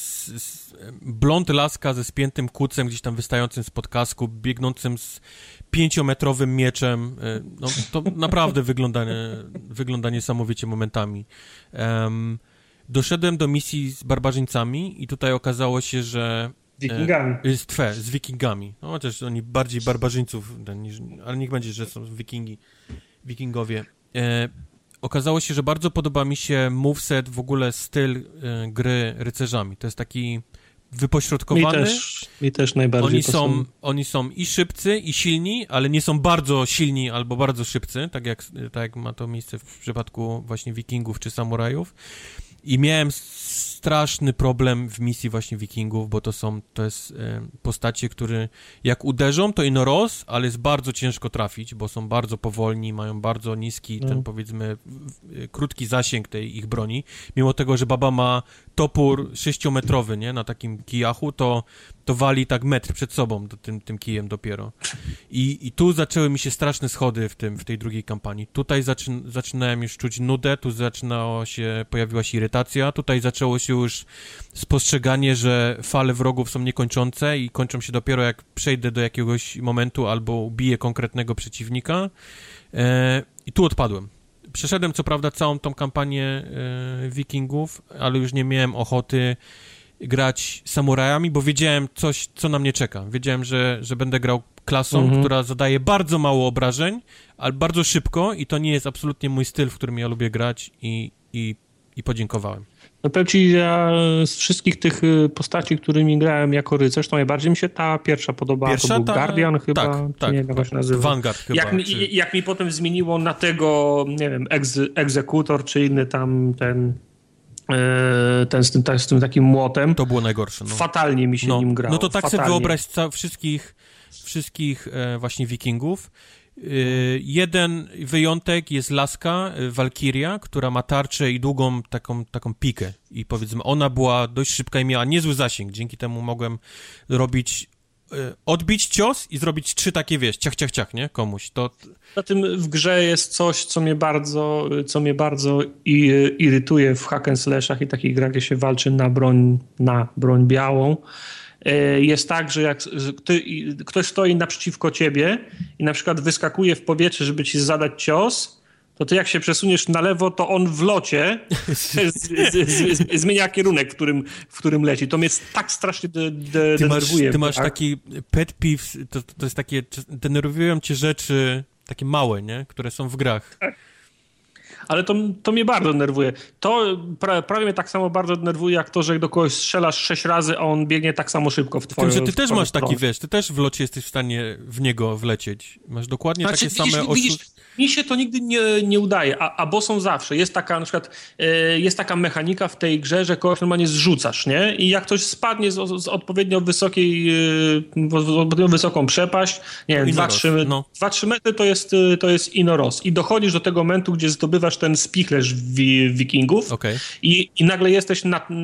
blond laska ze spiętym kucem gdzieś tam wystającym spod kasku, biegnącym z 5-metrowym mieczem, no to naprawdę wygląda niesamowicie momentami. Doszedłem do misji z barbarzyńcami i tutaj okazało się, że Wikingami. Z wikingami. No chociaż oni bardziej barbarzyńców, ale niech będzie, że są wikingowie. Okazało się, że bardzo podoba mi się moveset, w ogóle styl gry rycerzami. To jest taki wypośrodkowany. Mi też najbardziej Oni są i szybcy, i silni, ale nie są bardzo silni albo bardzo szybcy, tak jak ma to miejsce w przypadku właśnie wikingów czy samurajów. I miałem straszny problem w misji właśnie wikingów, bo to jest postacie, które jak uderzą, to ino roz, ale jest bardzo ciężko trafić, bo są bardzo powolni, mają bardzo niski, ten powiedzmy krótki zasięg tej ich broni. Mimo tego, że baba ma topór 6-metrowy, nie, na takim kijachu, to wali tak metr przed sobą tym kijem dopiero. I tu zaczęły mi się straszne schody w tej drugiej kampanii. Tutaj zaczynałem już czuć nudę, tu pojawiła się irytacja, tutaj zaczęło się już spostrzeganie, że fale wrogów są niekończące i kończą się dopiero jak przejdę do jakiegoś momentu albo ubiję konkretnego przeciwnika. I tu odpadłem. Przeszedłem co prawda całą tą kampanię wikingów, ale już nie miałem ochoty grać samurajami, bo wiedziałem coś, co na mnie czeka. Wiedziałem, że będę grał klasą, która zadaje bardzo mało obrażeń, ale bardzo szybko i to nie jest absolutnie mój styl, w którym ja lubię grać i podziękowałem. No powiem ci, ja z wszystkich tych postaci, którymi grałem jako rycerz, to najbardziej mi się ta pierwsza podobała. To był Guardian chyba, tak, nie wiem jak się nazywa. Vanguard chyba. Jak mi potem zmieniło na tego, nie wiem, Executor, czy inny tam ten z tym takim młotem. To było najgorsze. No. Fatalnie mi się nim grało. No to tak fatalnie. sobie wyobraź wszystkich właśnie wikingów. Jeden wyjątek jest laska, Walkiria, która ma tarczę i długą taką pikę i powiedzmy ona była dość szybka i miała niezły zasięg, dzięki temu mogłem odbić cios i zrobić 3 takie, wiesz, ciach, nie? Komuś. Na tym w grze jest coś, co mnie bardzo irytuje w hack and slashach i takich grach, gdzie się walczy na broń białą. Jest tak, że jak ktoś stoi naprzeciwko ciebie i na przykład wyskakuje w powietrze, żeby ci zadać cios, to ty jak się przesuniesz na lewo, to on w locie zmienia kierunek, w którym leci. To mnie tak strasznie denerwuje. Ty masz taki pet peeves, to jest takie, denerwują cię rzeczy takie małe, nie? Które są w grach. Ale to mnie bardzo denerwuje. To prawie mnie tak samo bardzo denerwuje, jak to, że do kogoś strzelasz 6 razy, a on biegnie tak samo szybko w twoją stronę. Ty też masz taki, wiesz, ty też w locie jesteś w stanie w niego wlecieć. Masz dokładnie takie same mi się to nigdy nie udaje, a bossą zawsze. Jest taka na przykład, jest taka mechanika w tej grze, że kogoś normalnie zrzucasz, nie? I jak ktoś spadnie z odpowiednio wysoką przepaść, nie wiem, 2-3 metry to jest inoros. I dochodzisz do tego momentu, gdzie zdobywasz ten spichlerz wikingów i nagle jesteś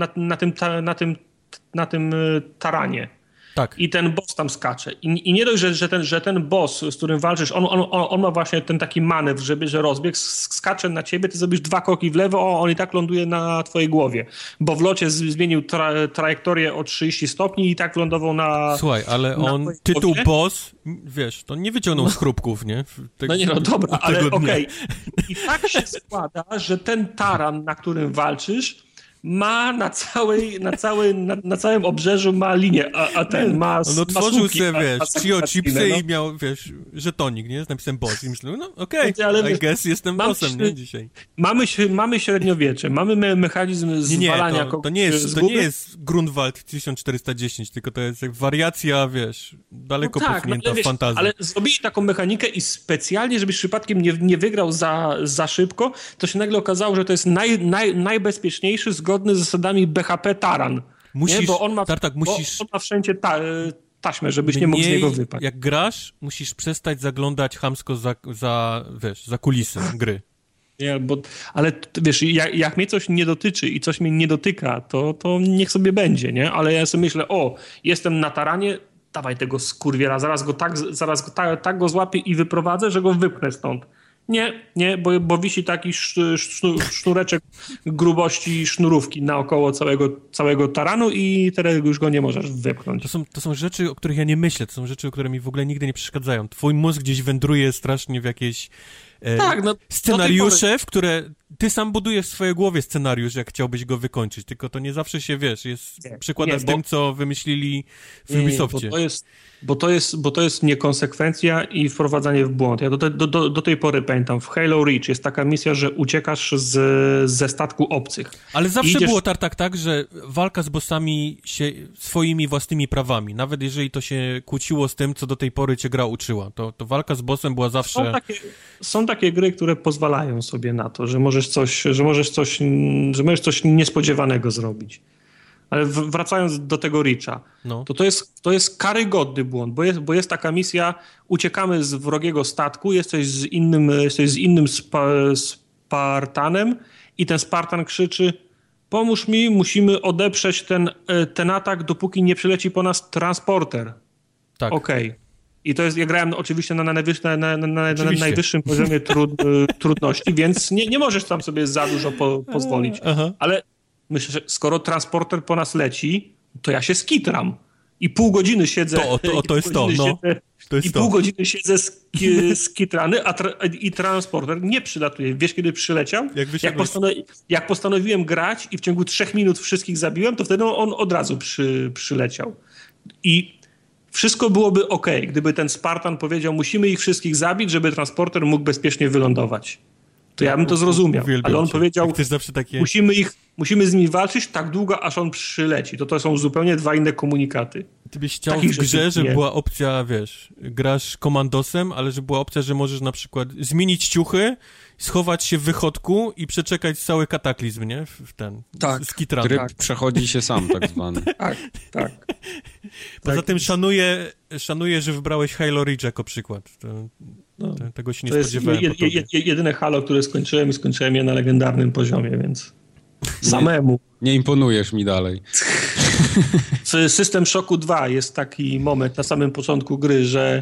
na tym taranie. Tak. I ten boss tam skacze. I nie dość, że ten boss, z którym walczysz, on ma właśnie ten taki manewr, że rozbieg, skacze na ciebie, ty zrobisz 2 kroki w lewo, on i tak ląduje na twojej głowie. Bo w locie zmienił trajektorię o 30 stopni i tak lądował na... Słuchaj, ale on tytuł boss, wiesz, to nie wyciągnął z chrupków, nie? Dobra, ale okej. I tak się składa, że ten taran, na którym walczysz, ma na całym obrzeżu ma linię, a ten ma on otworzył sobie, wiesz, chipsy i miał, wiesz, żetonik, nie? Z napisem boss i myślę, no okej, I guess jestem bossem, nie? Dzisiaj. Mamy średniowiecze, mamy mechanizm zwalania kogoś. To nie jest Grunwald 1410, tylko to jest jak wariacja, wiesz, daleko posunięta fantazja. Ale zrobili taką mechanikę i specjalnie, żebyś przypadkiem nie wygrał za szybko, to się nagle okazało, że to jest najbezpieczniejszy, zgodny z zasadami BHP taran. Bo on ma wszędzie taśmę, żebyś nie mógł z niego wypaść. Jak grasz, musisz przestać zaglądać chamsko za kulisy gry. Nie, ale wiesz, jak mnie coś nie dotyczy i coś mnie nie dotyka, to niech sobie będzie, nie? Ale ja sobie myślę, jestem na taranie, dawaj tego skurwiela, zaraz go tak go złapię i wyprowadzę, że go wypchnę stąd. Nie, bo wisi taki sznureczek grubości sznurówki naokoło całego taranu i teraz już go nie możesz wypchnąć. To są rzeczy, o których ja nie myślę, to są rzeczy, które mi w ogóle nigdy nie przeszkadzają. Twój mózg gdzieś wędruje strasznie w jakieś scenariusze, w które ty sam budujesz w swojej głowie scenariusz, jak chciałbyś go wykończyć, tylko to nie zawsze się, przykłada z tym, co wymyślili w Ubisoftie. Bo to jest niekonsekwencja i wprowadzanie w błąd. Ja do tej pory pamiętam, w Halo Reach jest taka misja, że uciekasz ze statku obcych. Ale zawsze było tak, że walka z bossami się swoimi własnymi prawami, nawet jeżeli to się kłóciło z tym, co do tej pory cię gra uczyła, to walka z bossem była zawsze... Są takie gry, które pozwalają sobie na to, że możesz coś niespodziewanego zrobić. Ale wracając do tego Reacha, to jest karygodny błąd, bo jest taka misja, uciekamy z wrogiego statku, jesteś z innym Spartanem i ten Spartan krzyczy: pomóż mi, musimy odeprzeć ten atak, dopóki nie przyleci po nas transporter. Tak. Okej. I to jest, ja grałem oczywiście na najwyższym poziomie trudności, więc nie możesz tam sobie za dużo pozwolić. Ale myślę, że skoro transporter po nas leci, to ja się skitram. I pół godziny siedzę... Pół godziny siedzę skitrany, i transporter nie przylatuje. Wiesz, kiedy przyleciał? Jak postanowiłem grać i w ciągu 3 minut wszystkich zabiłem, to wtedy on od razu przyleciał. I wszystko byłoby okej, gdyby ten Spartan powiedział: musimy ich wszystkich zabić, żeby transporter mógł bezpiecznie wylądować. To ja bym to zrozumiał. Ale on powiedział: musimy z nimi walczyć tak długo, aż on przyleci. To są zupełnie 2 inne komunikaty. Ty byś chciał w grze, żeby była opcja, grasz komandosem, ale że była opcja, że możesz na przykład zmienić ciuchy, schować się w wychodku i przeczekać cały kataklizm, nie? Skitrany. Tryb przechodzi się sam, tak zwany. Tak. Poza tym szanuję, że wybrałeś Halo Reach jako przykład. Tego się nie spodziewałem. To jest jedyne Halo, które skończyłem je na legendarnym poziomie, więc samemu. Nie imponujesz mi dalej. System Shocku 2 jest taki moment na samym początku gry, że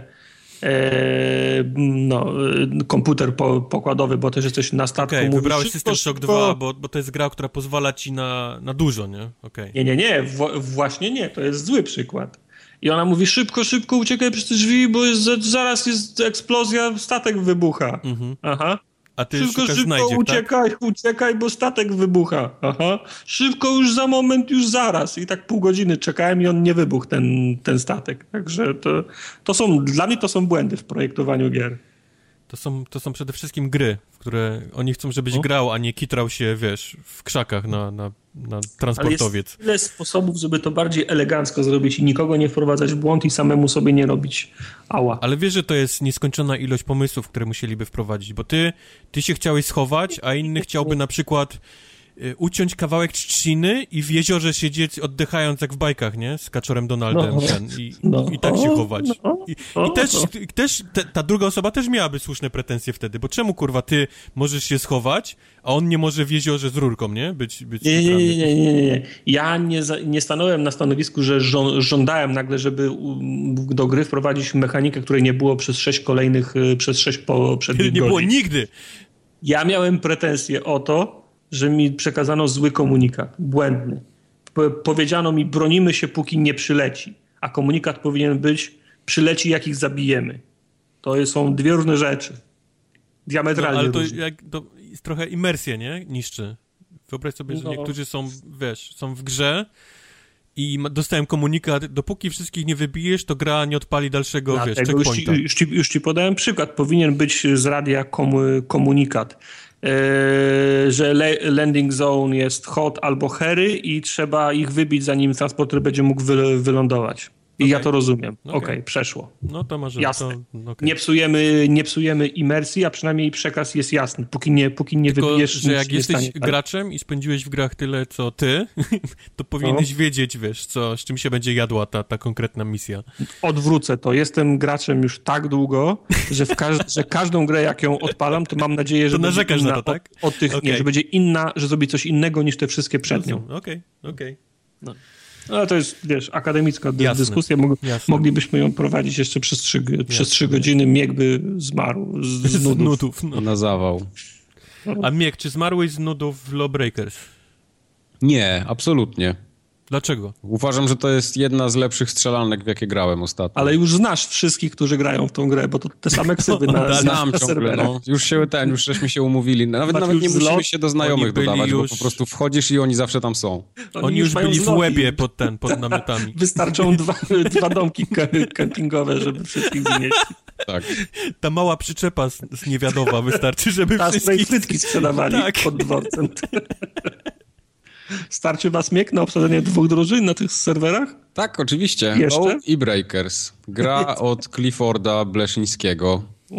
komputer pokładowy, bo też jesteś na statku. Okej, wybrałeś System Shock 2, bo to jest gra, która pozwala ci na dużo, nie? Okay. Nie, właśnie nie, to jest zły przykład. I ona mówi: szybko, uciekaj przez te drzwi, bo zaraz jest eksplozja, statek wybucha. Aha. A ty szybko, znajdziek, uciekaj, bo statek wybucha. Aha. Szybko, już za moment, już zaraz. I tak pół godziny czekałem i on nie wybuchł, ten statek. Także dla mnie to są błędy w projektowaniu gier. To są przede wszystkim gry, w które oni chcą, żebyś grał, a nie kitrał się, w krzakach na transportowiec. Ale jest tyle sposobów, żeby to bardziej elegancko zrobić i nikogo nie wprowadzać w błąd i samemu sobie nie robić ała. Ale wiesz, że to jest nieskończona ilość pomysłów, które musieliby wprowadzić, bo ty się chciałeś schować, a inny chciałby na przykład uciąć kawałek trzciny i w jeziorze siedzieć, oddychając jak w bajkach, nie? Z Kaczorem Donaldem i tak się chować. I też ta druga osoba też miałaby słuszne pretensje wtedy, bo czemu, kurwa, ty możesz się schować, a on nie może w jeziorze z rurką, nie? Być Nie. Ja nie stanąłem na stanowisku, że żądałem nagle, żeby do gry wprowadzić mechanikę, której nie było przez 6 poprzednich nie było nigdy! Ja miałem pretensje o to, że mi przekazano zły komunikat, błędny. Powiedziano mi: bronimy się, póki nie przyleci. A komunikat powinien być: przyleci, jak ich zabijemy. To są 2 różne rzeczy. Diametralnie ale różne. To trochę imersję, nie? Niszczy. Wyobraź sobie, że niektórzy są w grze i dostałem komunikat: dopóki wszystkich nie wybijesz, to gra nie odpali dalszego, checkpointa. Już ci podałem przykład. Powinien być z radia komunikat, że landing zone jest hot albo hairy i trzeba ich wybić, zanim transporter będzie mógł wylądować. I ja to rozumiem. Okej, przeszło. No to może... Jasne. Okay. Nie psujemy imersji, a przynajmniej przekaz jest jasny. Póki nie tylko, wybijesz... że jak jesteś graczem i spędziłeś w grach tyle, co ty, to powinieneś wiedzieć, z czym się będzie jadła ta konkretna misja. Odwrócę to. Jestem graczem już tak długo, że że każdą grę, jak ją odpalam, to mam nadzieję, że... To narzekasz na to, tak? Nie, że będzie inna, że zrobi coś innego niż te wszystkie przed nią. Okej. No. No to jest, wiesz, akademicka dyskusja. Moglibyśmy ją prowadzić jeszcze przez 3 godziny. Miek by zmarł z nudów. No. Na zawał. A Miek, czy zmarłeś z nudów w Lawbreakers? Nie, absolutnie. Dlaczego? Uważam, że to jest jedna z lepszych strzelanek, w jakie grałem ostatnio. Ale już znasz wszystkich, którzy grają w tą grę, bo to te same ksywy znam ciągle, no. Już żeśmy się umówili. Nawet nie musimy się do znajomych dodawać, bo po prostu wchodzisz i oni zawsze tam są. Oni już byli w łebie pod namiotami. Wystarczą dwa domki kempingowe, żeby wszystkich zmieścić. Tak. Ta mała przyczepa z Niewiadoma wystarczy, żeby wszystkich... frytki sprzedawali pod dworcem. Starczy was, Miek, na obsadzenie 2 drużyn na tych serwerach? Tak, oczywiście. Jeszcze? I Breakers. Gra od Clifforda Bleszyńskiego.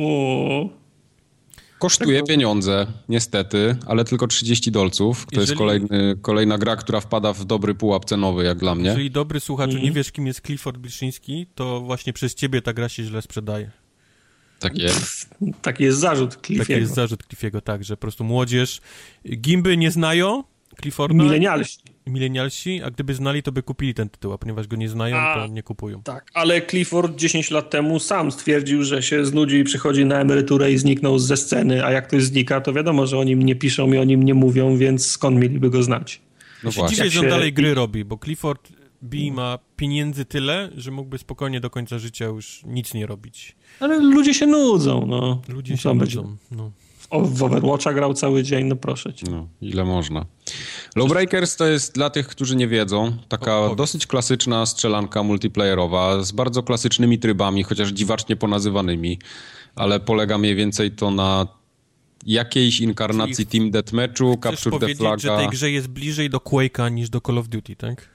Kosztuje pieniądze, niestety, ale tylko $30. To jest kolejna gra, która wpada w dobry pułap cenowy, jak dla mnie. Jeżeli dobry słuchaczu nie wiesz, kim jest Clifford Bleszyński, to właśnie przez ciebie ta gra się źle sprzedaje. Tak jest. Taki jest zarzut Cliffiego. Taki jest zarzut Cliffiego, tak, że po prostu młodzież, gimby nie znają Clifforda. Milenialsi, a gdyby znali, to by kupili ten tytuł, a ponieważ go nie znają, to nie kupują. Tak, ale Clifford 10 lat temu sam stwierdził, że się znudzi i przychodzi na emeryturę i zniknął ze sceny, a jak ktoś znika, to wiadomo, że o nim nie piszą i o nim nie mówią, więc skąd mieliby go znać? No właśnie. Dzisiaj on dalej gry robi, bo Clifford B ma pieniędzy tyle, że mógłby spokojnie do końca życia już nic nie robić. Ale ludzie się nudzą, no. Ludzie się nudzą, no. W Overwatcha grał cały dzień, no proszę cię. No, ile można. Lawbreakers to jest dla tych, którzy nie wiedzą, taka dosyć klasyczna strzelanka multiplayerowa z bardzo klasycznymi trybami, chociaż dziwacznie ponazywanymi, ale polega mniej więcej to na jakiejś inkarnacji Team Deathmatchu, Capture the Flaga. Że tej grze jest bliżej do Quake'a niż do Call of Duty, tak?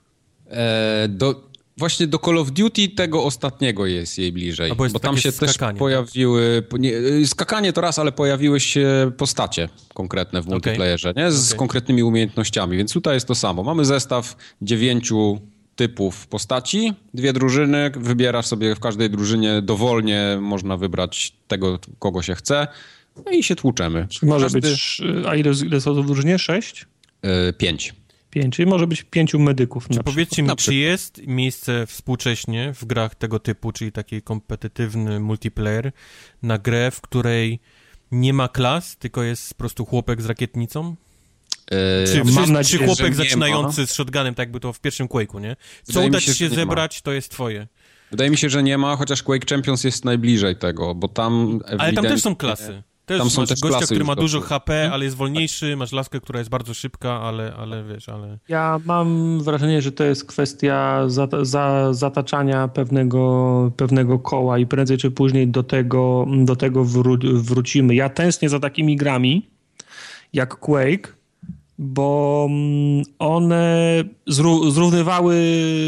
Właśnie do Call of Duty tego ostatniego jest jej bliżej, bo tam się też pojawiły... Skakanie to raz, ale pojawiły się postacie konkretne w multiplayerze, nie? Z konkretnymi umiejętnościami, więc tutaj jest to samo. Mamy zestaw 9 typów postaci, 2 drużyny, wybierasz sobie w każdej drużynie dowolnie, można wybrać tego, kogo się chce, no i się tłuczemy. Może być... A ile są w drużynie? 6? 5. 5, czyli może być 5 medyków. Powiedzcie mi, czy jest miejsce współcześnie w grach tego typu, czyli taki kompetytywny multiplayer, na grę, w której nie ma klas, tylko jest po prostu chłopek z rakietnicą? Czy chłopek zaczynający z shotgunem, tak jakby to w pierwszym Quake'u, nie? Co uda ci się zebrać, to jest twoje. Wydaje mi się, że nie ma, chociaż Quake Champions jest najbliżej tego, bo tam ale tam też są klasy. Tam są też gościa, który ma dużo HP, ale jest wolniejszy, masz laskę, która jest bardzo szybka, ale wiesz, Ja mam wrażenie, że to jest kwestia zataczania pewnego koła i prędzej czy później do tego wrócimy. Ja tęsknię za takimi grami jak Quake, bo one zrównywały...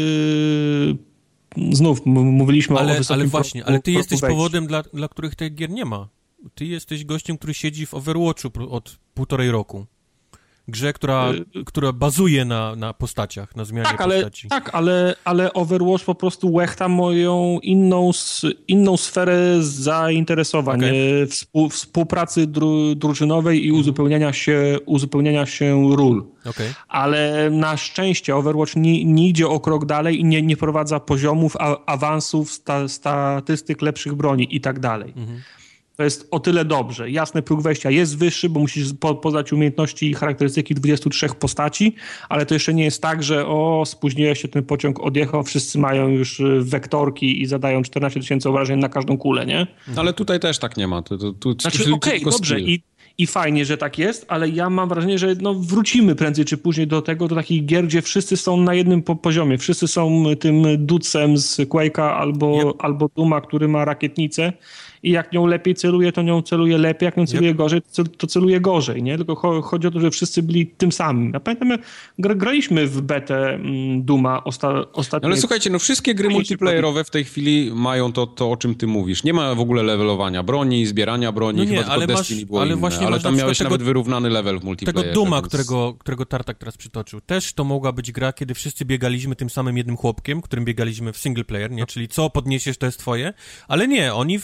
Znów mówiliśmy o wysokim... Ale właśnie, ale ty jesteś powodem, dla których tych gier nie ma. Ty jesteś gościem, który siedzi w Overwatchu od 1,5 roku. Grze, która bazuje na postaciach, na zmianie postaci. Ale Overwatch po prostu łechta moją inną sferę zainteresowań. Współpracy drużynowej i uzupełniania się ról. Ale na szczęście Overwatch nie idzie o krok dalej i nie wprowadza poziomów, awansów, statystyk, lepszych broni i tak dalej. To jest o tyle dobrze. Jasny próg wejścia jest wyższy, bo musisz poznać umiejętności i charakterystyki 23 postaci, ale to jeszcze nie jest tak, że spóźniłeś się, ten pociąg odjechał, wszyscy mają już wektorki i zadają 14 000 obrażeń na każdą kulę, nie? Ale tutaj też tak nie ma. Dobrze. I fajnie, że tak jest, ale ja mam wrażenie, że wrócimy prędzej czy później do takich gier, gdzie wszyscy są na jednym poziomie. Wszyscy są tym Dudsem z Quake'a albo Duma, który ma rakietnicę i jak nią lepiej celuje, to nią celuje lepiej, jak nią celuje gorzej, to celuje gorzej, nie? Tylko chodzi o to, że wszyscy byli tym samym. Ja pamiętam, graliśmy w betę Duma ostatnio. Ale słuchajcie, wszystkie gry multiplayerowe w tej chwili mają to, o czym ty mówisz. Nie ma w ogóle levelowania broni, zbierania broni, chyba tylko Destiny było inne, ale tam miałeś nawet wyrównany level w multiplayerze. Tego Duma, którego Tartak teraz przytoczył, też to mogła być gra, kiedy wszyscy biegaliśmy tym samym jednym chłopkiem, którym biegaliśmy w single player, nie? Czyli co podniesiesz, to jest twoje, ale nie, oni mimo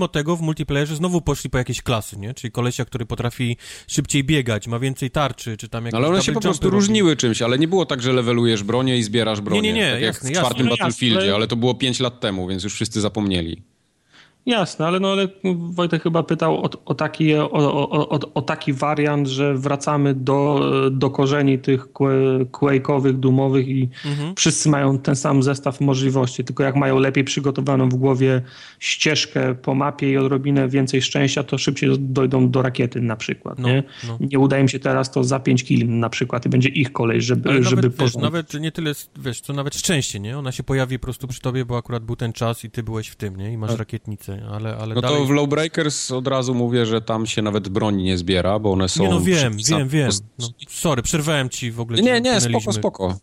mimo tego w multiplayerze znowu poszli po jakieś klasy, nie? Czyli kolesia, który potrafi szybciej biegać, ma więcej tarczy, czy tam jakieś ale one się po prostu różniły czymś, ale nie było tak, że levelujesz bronię i zbierasz bronię. Nie, tak jasne, jak w czwartym jasne. Battlefieldzie, ale to było 5 lat temu, więc już wszyscy zapomnieli. Jasne, ale Wojtek chyba pytał o taki wariant, że wracamy do korzeni tych Quake'owych, Doomowych i wszyscy mają ten sam zestaw możliwości, tylko jak mają lepiej przygotowaną w głowie ścieżkę po mapie i odrobinę więcej szczęścia, to szybciej dojdą do rakiety na przykład. Nie? Nie uda im się teraz to za 5 kil na przykład i będzie ich kolej, żeby nawet nie tyle, co nawet szczęście, nie? Ona się pojawi po prostu przy tobie, bo akurat był ten czas i ty byłeś w tym, nie? I masz rakietnicę. Ale no dalej... to w Lowbreakers od razu mówię, że tam się nawet broni nie zbiera, bo one są... Nie, no wiem. No, sorry, przerwałem ci w ogóle. Nie, spoko.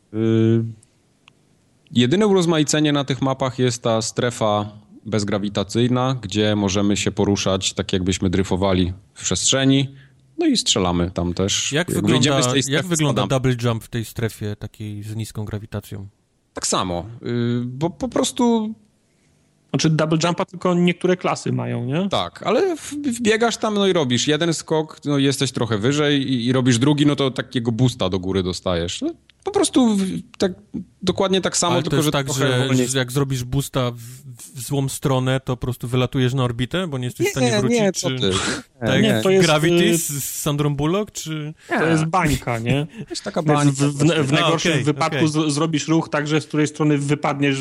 Jedyne urozmaicenie na tych mapach jest ta strefa bezgrawitacyjna, gdzie możemy się poruszać tak jakbyśmy dryfowali w przestrzeni, no i strzelamy tam też. Jak wygląda double jump w tej strefie takiej z niską grawitacją? Tak samo, bo po prostu... Znaczy double jumpa tylko niektóre klasy mają, nie? Tak, ale wbiegasz tam, no i robisz jeden skok, no jesteś trochę wyżej i robisz drugi, no to takiego boosta do góry dostajesz. No, po prostu tak, dokładnie tak samo, ale tylko to jest że tak, że jak zrobisz boosta w złą stronę, to po prostu wylatujesz na orbitę, bo nie jesteś w stanie wrócić? Nie, co ty? Tak jak to jest Gravity z Sandrą Bullock, czy... To jest bańka, nie? To jest taka bańka. W najgorszym wypadku zrobisz ruch tak, że z której strony wypadniesz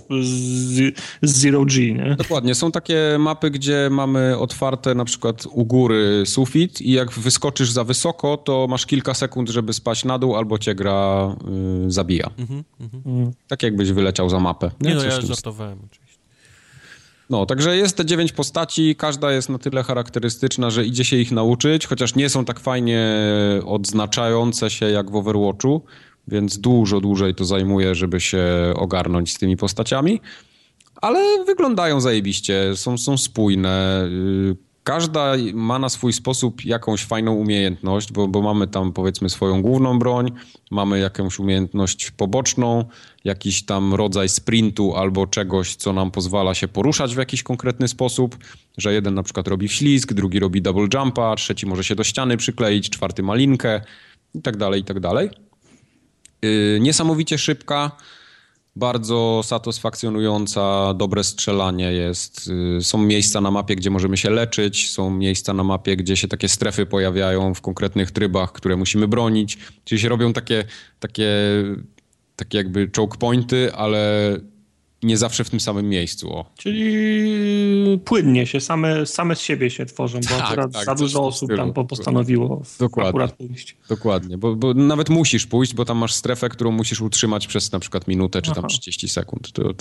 z Zero G, nie? Dokładnie. Są takie mapy, gdzie mamy otwarte na przykład u góry sufit i jak wyskoczysz za wysoko, to masz kilka sekund, żeby spaść na dół, albo cię gra zabija. Tak jakbyś wyleciał za mapę. Nie, no ja żartowałem oczywiście. No, także jest te 9 postaci, każda jest na tyle charakterystyczna, że idzie się ich nauczyć, chociaż nie są tak fajnie odznaczające się jak w Overwatchu, więc dużo dłużej to zajmuje, żeby się ogarnąć z tymi postaciami, ale wyglądają zajebiście, są spójne. Każda ma na swój sposób jakąś fajną umiejętność, bo mamy tam powiedzmy swoją główną broń, mamy jakąś umiejętność poboczną, jakiś tam rodzaj sprintu albo czegoś, co nam pozwala się poruszać w jakiś konkretny sposób, że jeden na przykład robi wślizg, drugi robi double jumpa, trzeci może się do ściany przykleić, czwarty ma linkę i tak dalej, i tak dalej. Niesamowicie szybka, bardzo satysfakcjonująca, dobre strzelanie jest. Są miejsca na mapie, gdzie możemy się leczyć, są miejsca na mapie, gdzie się takie strefy pojawiają w konkretnych trybach, które musimy bronić. Czyli się robią takie jakby choke pointy, ale nie zawsze w tym samym miejscu. O. Czyli płynnie się, same z siebie się tworzą, bo akurat za dużo osób tam postanowiło akurat pójść. Dokładnie, bo nawet musisz pójść, bo tam masz strefę, którą musisz utrzymać przez na przykład minutę czy tam 30 sekund. To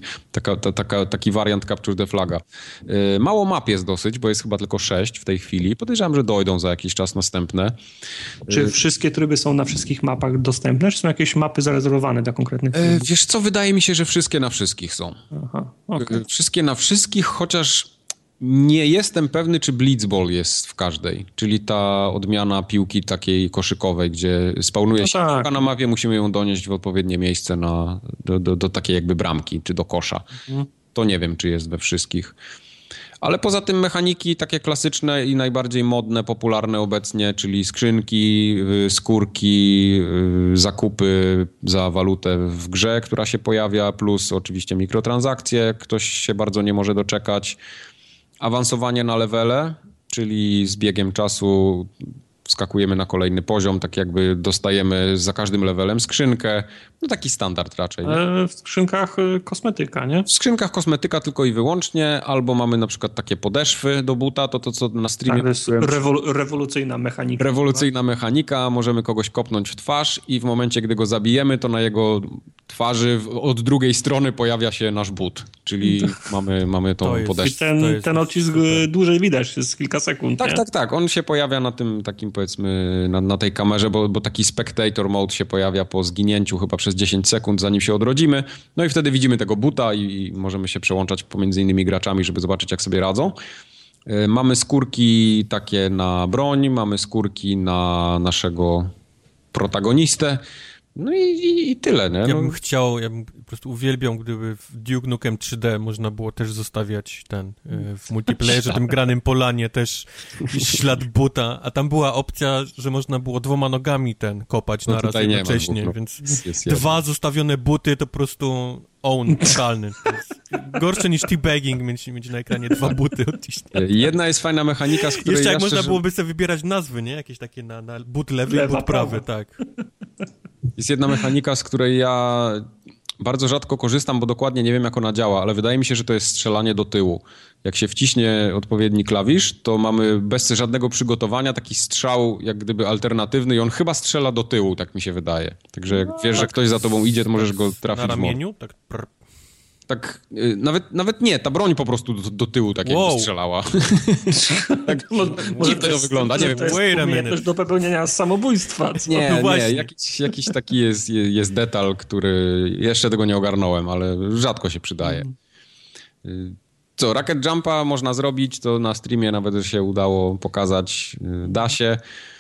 taki wariant Capture the Flaga. Mało map jest dosyć, bo jest chyba tylko 6 w tej chwili. Podejrzewam, że dojdą za jakiś czas następne. Czy wszystkie tryby są na wszystkich mapach dostępne, czy są jakieś mapy zarezerwowane dla konkretnych trybów? Wiesz co, wydaje mi się, że wszystkie na wszystkich są. Wszystkie na wszystkich, chociaż nie jestem pewny, czy blitzball jest w każdej. Czyli ta odmiana piłki takiej koszykowej, gdzie spawnuje się piłka na mapie, musimy ją donieść w odpowiednie miejsce do takiej jakby bramki, czy do kosza. To nie wiem, czy jest we wszystkich. Ale poza tym mechaniki takie klasyczne i najbardziej modne, popularne obecnie, czyli skrzynki, skórki, zakupy za walutę w grze, która się pojawia, plus oczywiście mikrotransakcje, ktoś się bardzo nie może doczekać. Awansowanie na levele, czyli z biegiem czasu wskakujemy na kolejny poziom, tak jakby dostajemy za każdym levelem skrzynkę. No taki standard raczej. W skrzynkach kosmetyka, nie? W skrzynkach kosmetyka tylko i wyłącznie, albo mamy na przykład takie podeszwy do buta, to co na streamie... Tak, to jest rewolucyjna mechanika. Rewolucyjna mechanika, możemy kogoś kopnąć w twarz i w momencie, gdy go zabijemy, to na jego twarzy od drugiej strony pojawia się nasz but, czyli mamy tą podeszwę. I ten odcisk dłużej widać, jest kilka sekund. Tak. On się pojawia na tym takim powiedzmy, na tej kamerze, bo taki spectator mode się pojawia po zginięciu chyba przez 10 sekund, zanim się odrodzimy. No i wtedy widzimy tego buta i możemy się przełączać pomiędzy innymi graczami, żeby zobaczyć, jak sobie radzą. Mamy skórki takie na broń, mamy skórki na naszego protagonistę No i tyle, nie? Ja bym po prostu uwielbiał, gdyby w Duke Nukem 3D można było też zostawiać w multiplayerze, tym granym polanie też ślad buta, a tam była opcja, że można było 2 nogami kopać naraz jednocześnie, więc jest 2 zostawione buty to po prostu own totalny. Gorsze niż teabagging mieć na ekranie 2 buty odciśnięte. Jedna jest fajna mechanika, z której jeszcze jak można byłoby sobie wybierać nazwy, nie? Jakieś takie na but lewy i but prawy, tak. Jest jedna mechanika, z której ja bardzo rzadko korzystam, bo dokładnie nie wiem, jak ona działa, ale wydaje mi się, że to jest strzelanie do tyłu. Jak się wciśnie odpowiedni klawisz, to mamy bez żadnego przygotowania taki strzał jak gdyby alternatywny i on chyba strzela do tyłu, tak mi się wydaje. Także jak wiesz, że ktoś za tobą idzie, to możesz go trafić na ramieniu? Tak, nawet nie, ta broń po prostu do tyłu tak jakby strzelała. Tak, może to wygląda, nie wiem. To jest umiejętność do popełnienia samobójstwa. Nie, jakiś taki jest detal, który jeszcze tego nie ogarnąłem, ale rzadko się przydaje. Co, Rocket Jumpa można zrobić, to na streamie nawet się udało pokazać, da się.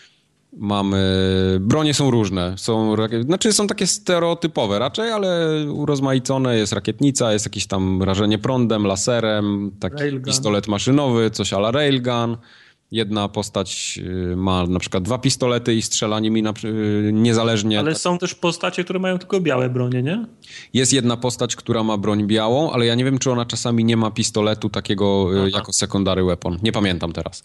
Bronie są różne, są takie stereotypowe raczej, ale urozmaicone, jest rakietnica, jest jakieś tam rażenie prądem, laserem, taki pistolet maszynowy, coś a la railgun. Jedna postać ma na przykład 2 pistolety i strzela nimi niezależnie. Ale są też postacie, które mają tylko białe bronie, nie? Jest jedna postać, która ma broń białą, ale ja nie wiem, czy ona czasami nie ma pistoletu takiego jako secondary weapon. Nie pamiętam teraz.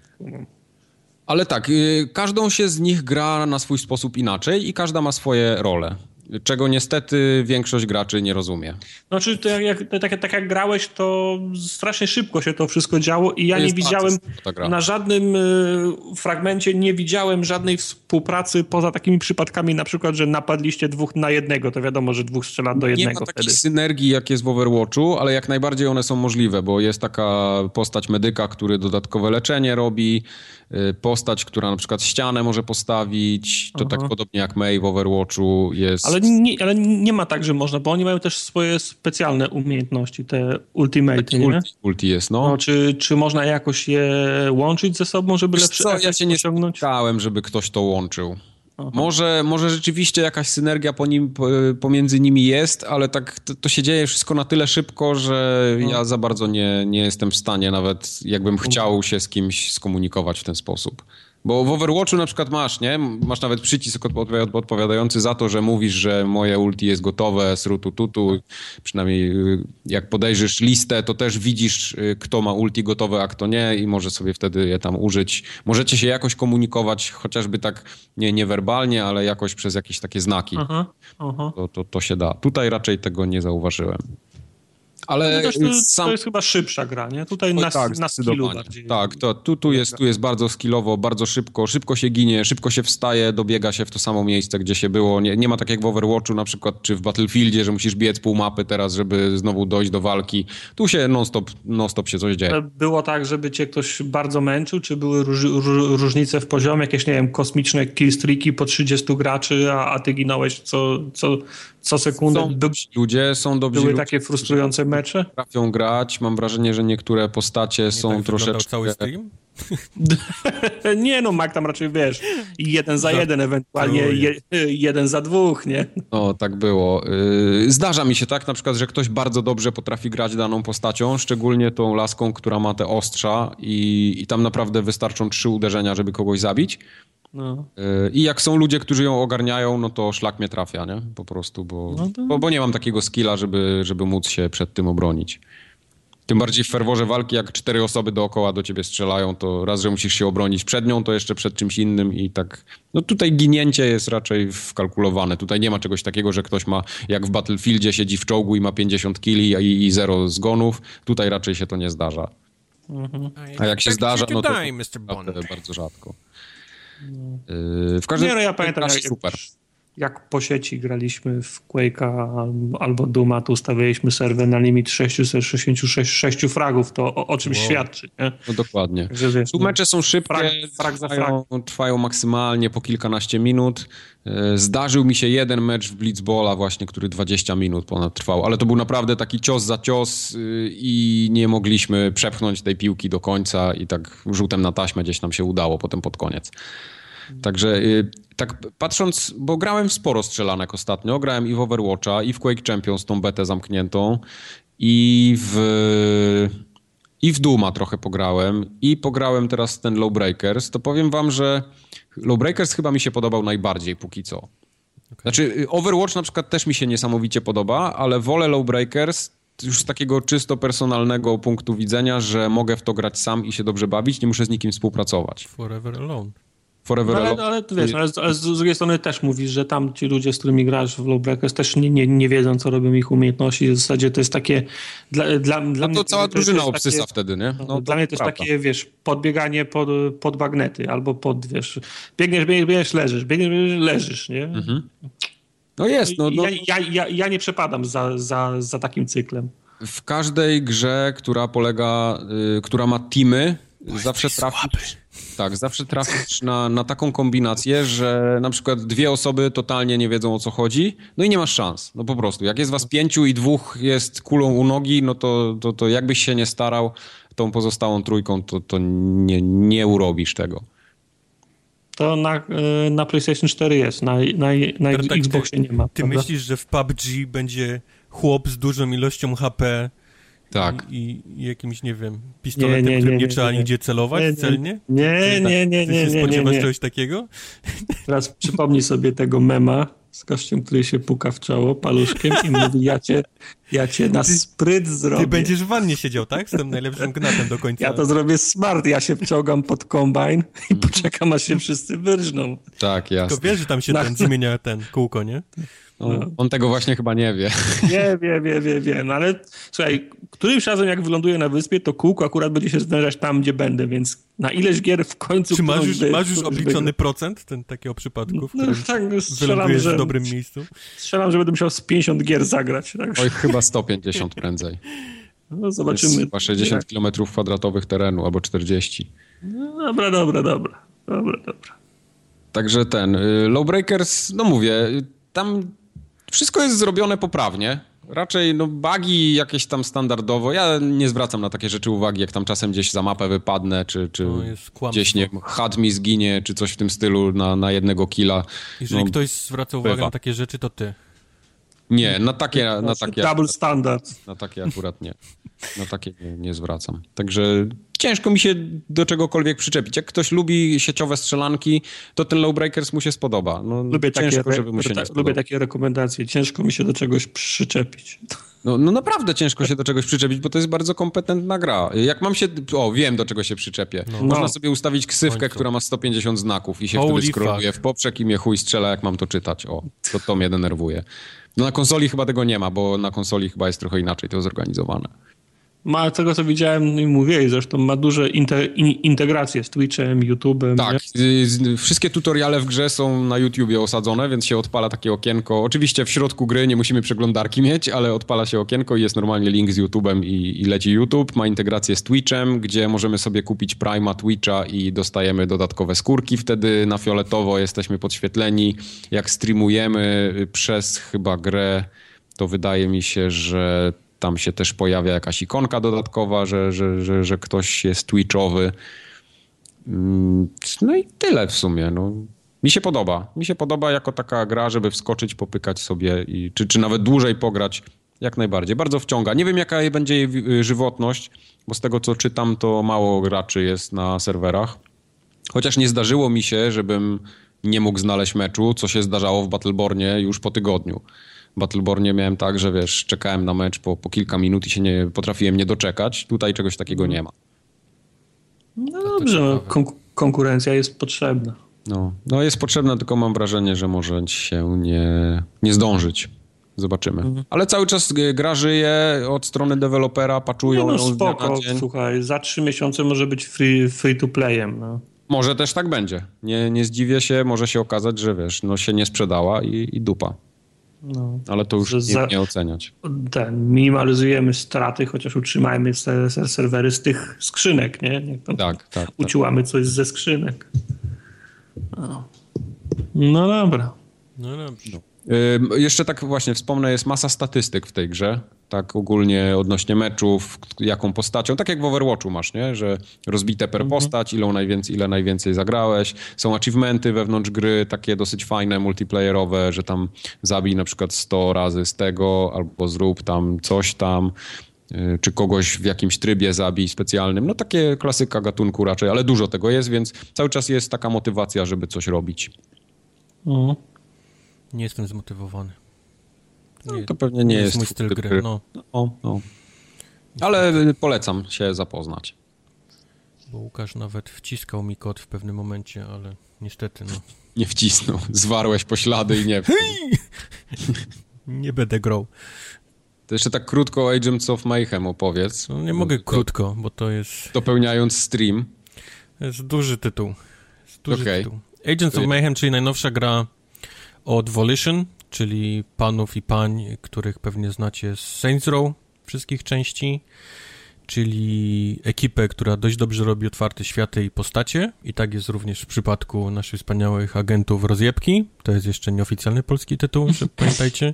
Ale tak, każdą się z nich gra na swój sposób inaczej i każda ma swoje role, czego niestety większość graczy nie rozumie. Znaczy, tak jak grałeś, to strasznie szybko się to wszystko działo i ja nie widziałem, na żadnym fragmencie nie widziałem żadnej współpracy poza takimi przypadkami, na przykład, że napadliście 2 na 1, to wiadomo, że 2 strzela do 1 Nie ma takiej synergii, jak jest w Overwatchu, ale jak najbardziej one są możliwe, bo jest taka postać medyka, który dodatkowe leczenie robi, postać, która na przykład ścianę może postawić, to tak podobnie jak Mei w Overwatchu jest. Ale nie ma tak, że można, bo oni mają też swoje specjalne umiejętności, te ultimate, nie? Ulti jest, no. Czy można jakoś je łączyć ze sobą, żeby lepszy efekt ja się nie osiągnąć? spotkałem, żeby ktoś to łączył. Może rzeczywiście jakaś synergia pomiędzy nimi jest, ale tak to się dzieje wszystko na tyle szybko, że ja za bardzo nie jestem w stanie nawet jakbym chciał się z kimś skomunikować w ten sposób. Bo w Overwatchu na przykład masz nawet przycisk odpowiadający za to, że mówisz, że moje ulti jest gotowe, srutututu. Przynajmniej jak podejrzysz listę, to też widzisz, kto ma ulti gotowe, a kto nie i może sobie wtedy je tam użyć. Możecie się jakoś komunikować, chociażby tak niewerbalnie, ale jakoś przez jakieś takie znaki. To się da. Tutaj raczej tego nie zauważyłem. Ale to jest chyba szybsza gra, nie? Tutaj na skillu bardziej. Tak, tu jest bardzo skillowo, bardzo szybko się ginie, szybko się wstaje, dobiega się w to samo miejsce, gdzie się było. Nie ma tak jak w Overwatchu na przykład, czy w Battlefieldzie, że musisz biec pół mapy teraz, żeby znowu dojść do walki. Tu się non-stop się coś dzieje. Było tak, żeby cię ktoś bardzo męczył, czy były różnice w poziomie, jakieś, nie wiem, kosmiczne killstreaki po 30 graczy, a ty ginąłeś co sekundę? Ludzie są dobrzy. Były takie frustrujące mecze? Trafią grać. Mam wrażenie, że niektóre postacie są tak troszeczkę... cały stream? Nie, Mac tam raczej, wiesz, 1 za 1, ewentualnie 1 za 2, nie? O, tak było. Zdarza mi się tak, na przykład, że ktoś bardzo dobrze potrafi grać daną postacią, szczególnie tą laską, która ma te ostrza i tam naprawdę wystarczą 3 uderzenia, żeby kogoś zabić. No. I jak są ludzie, którzy ją ogarniają, no to szlak mnie trafia, nie? Po prostu, bo nie mam takiego skilla, żeby móc się przed tym obronić. Tym bardziej w ferworze walki, jak 4 osoby dookoła do ciebie strzelają, to raz, że musisz się obronić przed nią, to jeszcze przed czymś innym i tak... No tutaj ginięcie jest raczej wkalkulowane. Tutaj nie ma czegoś takiego, że ktoś ma, jak w Battlefieldzie, siedzi w czołgu i ma 50 killi i 0 zgonów. Tutaj raczej się to nie zdarza. A jak się zdarza, no to bardzo rzadko. W każdym razie ja pamiętam, jak po sieci graliśmy w Quake'a albo Dooma, to ustawialiśmy serwer na limit 666 fragów, to o czym świadczy, nie? No dokładnie. Tu mecze są szybkie, trwają maksymalnie po kilkanaście minut. Zdarzył mi się jeden mecz w Blitzballa właśnie, który 20 minut ponad trwał, ale to był naprawdę taki cios za cios i nie mogliśmy przepchnąć tej piłki do końca i tak rzutem na taśmę gdzieś nam się udało potem pod koniec. Także tak patrząc, bo grałem w sporo strzelanek ostatnio, grałem i w Overwatcha, i w Quake Champions tą betę zamkniętą, i w Dooma trochę pograłem, i pograłem teraz ten Lawbreakers, to powiem wam, że Lawbreakers chyba mi się podobał najbardziej póki co. Okay. Znaczy Overwatch na przykład też mi się niesamowicie podoba, ale wolę Lawbreakers już z takiego czysto personalnego punktu widzenia, że mogę w to grać sam i się dobrze bawić, nie muszę z nikim współpracować. Forever Alone. Ale ty wiesz, ale z drugiej strony też mówisz, że tam ci ludzie, z którymi grasz w Lawbreakers, też nie wiedzą, co robią ich umiejętności. W zasadzie to jest takie... Dla no mnie to cała drużyna obsysa takie, wtedy, nie? No, dla mnie to jest takie, wiesz, podbieganie pod bagnety, albo wiesz, biegniesz, leżysz, nie? Mhm. No jest, no. Ja nie przepadam za takim cyklem. W każdej grze, która ma teamy, zawsze trafisz... Tak, zawsze trafisz na taką kombinację, że na przykład 2 osoby totalnie nie wiedzą, o co chodzi, no i nie masz szans. No po prostu. Jak jest was 5 i 2 jest kulą u nogi, no to jakbyś się nie starał tą pozostałą 3, to nie urobisz tego. To na PlayStation 4 jest, na Xboxie nie ma. Ty myślisz, że w PUBG będzie chłop z dużą ilością HP... Tak. I jakimś, nie wiem, pistoletem, którym nie trzeba nigdzie celować celnie? Nie. Ty się spodziewasz czegoś takiego? Teraz przypomnij sobie tego mema z gościem, który się puka w czoło paluszkiem i mówi, ja cię na spryt zrobię. Ty będziesz w wannie siedział, tak? Z tym najlepszym gnatem do końca. Ja to zrobię smart, ja się wciągam pod kombajn i poczekam, aż się wszyscy wyrżną. Tak, jasne. Tylko wiesz, że tam się zmienia kółko, nie? No. On tego właśnie chyba nie wie. Wie. No ale słuchaj, którymś razem jak wyląduję na wyspie, to kółko akurat będzie się zwężać tam, gdzie będę, więc na ileś gier w końcu... Czy masz już obliczony procent takiego przypadku, w którym wylądujesz w dobrym miejscu? Strzelam, że będę musiał z 50 gier zagrać. Tak? Oj, chyba 150 prędzej. No zobaczymy. Jest chyba 60 km² terenu, albo 40. No, dobra. Także Lawbreakers, no mówię, tam wszystko jest zrobione poprawnie. Raczej bugi jakieś tam standardowo. Ja nie zwracam na takie rzeczy uwagi, jak tam czasem gdzieś za mapę wypadnę, czy gdzieś nie HUD mi zginie, czy coś w tym stylu na jednego killa. Jeżeli ktoś zwraca uwagę na takie rzeczy, to ty. Nie, na takie double standard. Na takie akurat nie. Na takie nie zwracam. Także ciężko mi się do czegokolwiek przyczepić. Jak ktoś lubi sieciowe strzelanki, to ten Lawbreakers mu się spodoba. No, Lubię takie rekomendacje. Ciężko mi się do czegoś przyczepić. No naprawdę ciężko się do czegoś przyczepić, bo to jest bardzo kompetentna gra. Jak mam się... wiem, do czego się przyczepię. Można sobie ustawić ksywkę, która ma 150 znaków i się wtedy scrolluje w poprzek i mnie chuj strzela, jak mam to czytać. To mnie denerwuje. No na konsoli chyba tego nie ma, bo na konsoli chyba jest trochę inaczej to zorganizowane. Ma tego, co widziałem i mówiłeś, zresztą ma duże integracje z Twitchem, YouTube'em. Tak, wszystkie tutoriale w grze są na YouTubie osadzone, więc się odpala takie okienko. Oczywiście w środku gry nie musimy przeglądarki mieć, ale odpala się okienko i jest normalnie link z YouTube'em i leci YouTube. Ma integrację z Twitchem, gdzie możemy sobie kupić Prima Twitcha i dostajemy dodatkowe skórki. Wtedy na fioletowo jesteśmy podświetleni. Jak streamujemy przez chyba grę, to wydaje mi się, że tam się też pojawia jakaś ikonka dodatkowa, że ktoś jest twitchowy. No i tyle w sumie. No. Mi się podoba. Mi się podoba jako taka gra, żeby wskoczyć, popykać sobie czy nawet dłużej pograć. Jak najbardziej. Bardzo wciąga. Nie wiem, jaka będzie jej żywotność, bo z tego, co czytam, to mało graczy jest na serwerach. Chociaż nie zdarzyło mi się, żebym nie mógł znaleźć meczu, co się zdarzało w Battlebornie już po tygodniu. W Battlebornie miałem tak, że czekałem na mecz po kilka minut i się nie potrafiłem nie doczekać. Tutaj czegoś takiego nie ma. No dobrze, konkurencja jest potrzebna. No jest potrzebna, tylko mam wrażenie, że może się nie zdążyć. Zobaczymy. Ale cały czas gra żyje od strony dewelopera, patchują ją z dnia na dzień. Słuchaj, za 3 miesiące może być free to playem. No. Może też tak będzie. Nie zdziwię się, może się okazać, że się nie sprzedała i dupa. No. Ale to już nie oceniać. Minimalizujemy straty, chociaż utrzymajmy serwery z tych skrzynek, nie? Tak. Uciłamy coś ze skrzynek. No dobra. Jeszcze tak właśnie wspomnę, jest masa statystyk w tej grze. tak ogólnie odnośnie meczów, jaką postacią, tak jak w Overwatchu masz, nie? Że rozbite per postać, ile najwięcej zagrałeś. Są achievementy wewnątrz gry, takie dosyć fajne, multiplayerowe, że tam zabij na przykład 100 razy z tego, albo zrób tam coś tam, czy kogoś w jakimś trybie zabij specjalnym. No takie klasyka gatunku raczej, ale dużo tego jest, więc cały czas jest taka motywacja, żeby coś robić. Nie jestem zmotywowany. No, to pewnie nie jest mój styl gry. No. Ale polecam się zapoznać. Bo Łukasz nawet wciskał mi kod w pewnym momencie, ale niestety, no. Nie wcisnął. Zwarłeś poślady i nie... Nie będę grał. To jeszcze tak krótko o Agents of Mayhem opowiedz. No, nie mogę krótko, bo to jest... Dopełniając stream. To jest duży tytuł. Tytuł. Agents of Mayhem, czyli najnowsza gra od Volition, czyli panów i pań, których pewnie znacie z Saints Row, wszystkich części, czyli ekipę, która dość dobrze robi otwarte światy i postacie. I tak jest również w przypadku naszych wspaniałych agentów Rozjebki. To jest jeszcze nieoficjalny polski tytuł, pamiętajcie.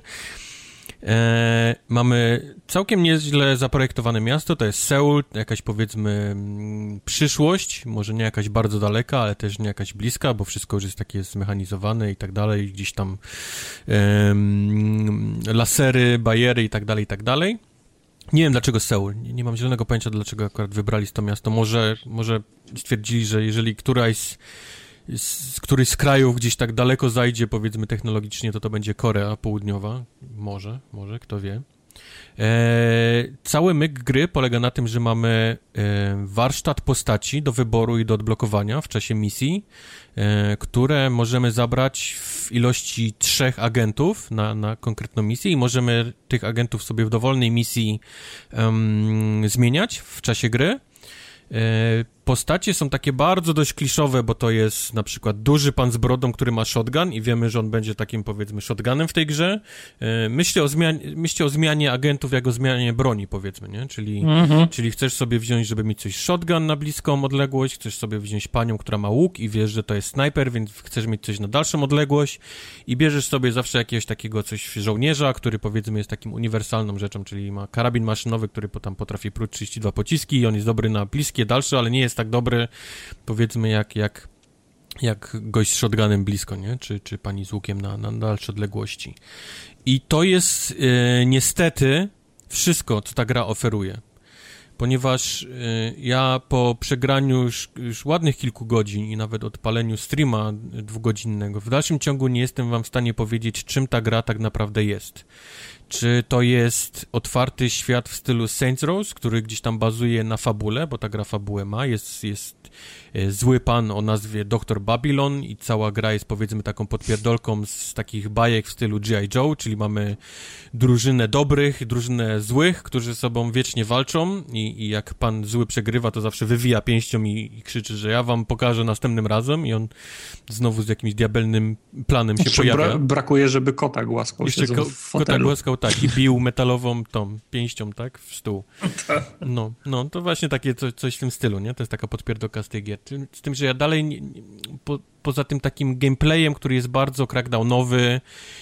Mamy całkiem nieźle zaprojektowane miasto, to jest Seul, jakaś powiedzmy przyszłość, może nie jakaś bardzo daleka, ale też nie jakaś bliska, bo wszystko już jest takie zmechanizowane i tak dalej, gdzieś tam lasery, bariery i tak dalej. Nie wiem dlaczego Seul, nie mam zielonego pojęcia dlaczego akurat wybrali to miasto, może stwierdzili, że jeżeli któryś z krajów gdzieś tak daleko zajdzie, powiedzmy technologicznie, to będzie Korea Południowa. Może, kto wie. Cały myk gry polega na tym, że mamy warsztat postaci do wyboru i do odblokowania w czasie misji, które możemy zabrać w ilości 3 agentów na konkretną misję i możemy tych agentów sobie w dowolnej misji zmieniać w czasie gry. Postacie są takie bardzo dość kliszowe, bo to jest na przykład duży pan z brodą, który ma shotgun i wiemy, że on będzie takim powiedzmy shotgunem w tej grze. Myślcie o zmianie agentów jak o zmianie broni, powiedzmy, nie? Czyli chcesz sobie wziąć, żeby mieć coś shotgun na bliską odległość, chcesz sobie wziąć panią, która ma łuk i wiesz, że to jest snajper, więc chcesz mieć coś na dalszą odległość i bierzesz sobie zawsze jakiegoś takiego coś żołnierza, który powiedzmy jest takim uniwersalną rzeczą, czyli ma karabin maszynowy, który tam potrafi pruć 32 pociski i on jest dobry na bliskie, dalsze, ale nie jest tak dobry, powiedzmy, jak gość z shotgunem blisko, nie? Czy pani z łukiem na dalsze odległości. I to jest niestety wszystko, co ta gra oferuje. Ponieważ ja po przegraniu już ładnych kilku godzin i nawet odpaleniu streama 2-godzinnego, w dalszym ciągu nie jestem wam w stanie powiedzieć, czym ta gra tak naprawdę jest. Czy to jest otwarty świat w stylu Saints Row, który gdzieś tam bazuje na fabule, bo ta gra fabułę ma, jest zły pan o nazwie Dr. Babylon i cała gra jest powiedzmy taką podpierdolką z takich bajek w stylu G.I. Joe, czyli mamy drużynę dobrych, drużynę złych, którzy ze sobą wiecznie walczą i jak pan zły przegrywa, to zawsze wywija pięścią i krzyczy, że ja wam pokażę następnym razem i on znowu z jakimś diabelnym planem się pojawia. Brakuje, żeby kota głaskał. Jeszcze kota głaskał, tak, i bił metalową tą pięścią, tak, w stół. No, to właśnie takie coś w tym stylu, nie? To jest taka podpierdolka z tej gier. Z tym, że ja dalej, poza tym takim gameplayem, który jest bardzo crackdownowy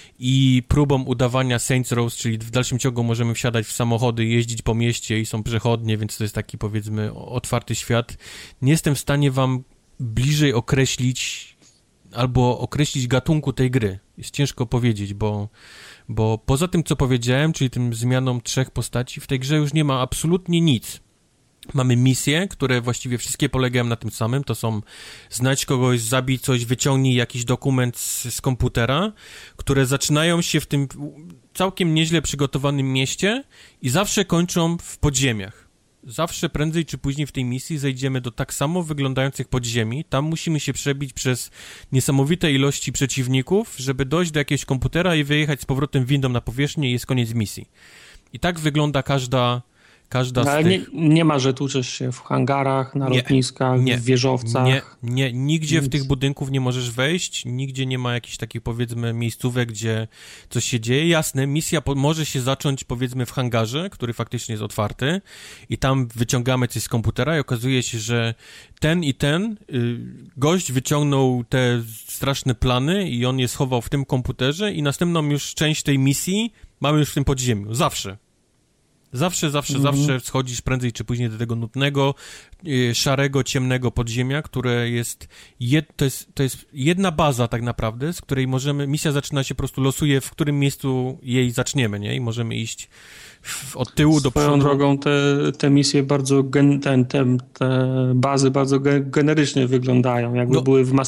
i próbą udawania Saints Row, czyli w dalszym ciągu możemy wsiadać w samochody, jeździć po mieście i są przechodnie, więc to jest taki, powiedzmy, otwarty świat. Nie jestem w stanie wam bliżej określić albo określić gatunku tej gry. Jest ciężko powiedzieć, bo poza tym, co powiedziałem, czyli tym zmianą 3 postaci, w tej grze już nie ma absolutnie nic. Mamy misje, które właściwie wszystkie polegają na tym samym, to są znajdź kogoś, zabij coś, wyciągnij jakiś dokument z komputera, które zaczynają się w tym całkiem nieźle przygotowanym mieście i zawsze kończą w podziemiach. Zawsze prędzej czy później w tej misji zejdziemy do tak samo wyglądających podziemi, tam musimy się przebić przez niesamowite ilości przeciwników, żeby dojść do jakiegoś komputera i wyjechać z powrotem windą na powierzchnię i jest koniec misji. I tak wygląda każda ale z tych... nie ma, że tłuczesz się w hangarach, na lotniskach, w wieżowcach. Nigdzie w tych budynków nie możesz wejść, nigdzie nie ma jakichś takich, powiedzmy, miejscówek, gdzie coś się dzieje. Jasne, misja może się zacząć, powiedzmy, w hangarze, który faktycznie jest otwarty i tam wyciągamy coś z komputera i okazuje się, że ten i ten gość wyciągnął te straszne plany i on je schował w tym komputerze i następną już część tej misji mamy już w tym podziemiu. Zawsze. Zawsze schodzisz prędzej czy później do tego nudnego, szarego, ciemnego podziemia, które jest, to jest jedna baza tak naprawdę, z której misja zaczyna się, po prostu losuje, w którym miejscu jej zaczniemy, nie? I możemy iść od tyłu do przodu. Swoją drogą te misje bardzo, te bazy bardzo generycznie wyglądają, jakby były w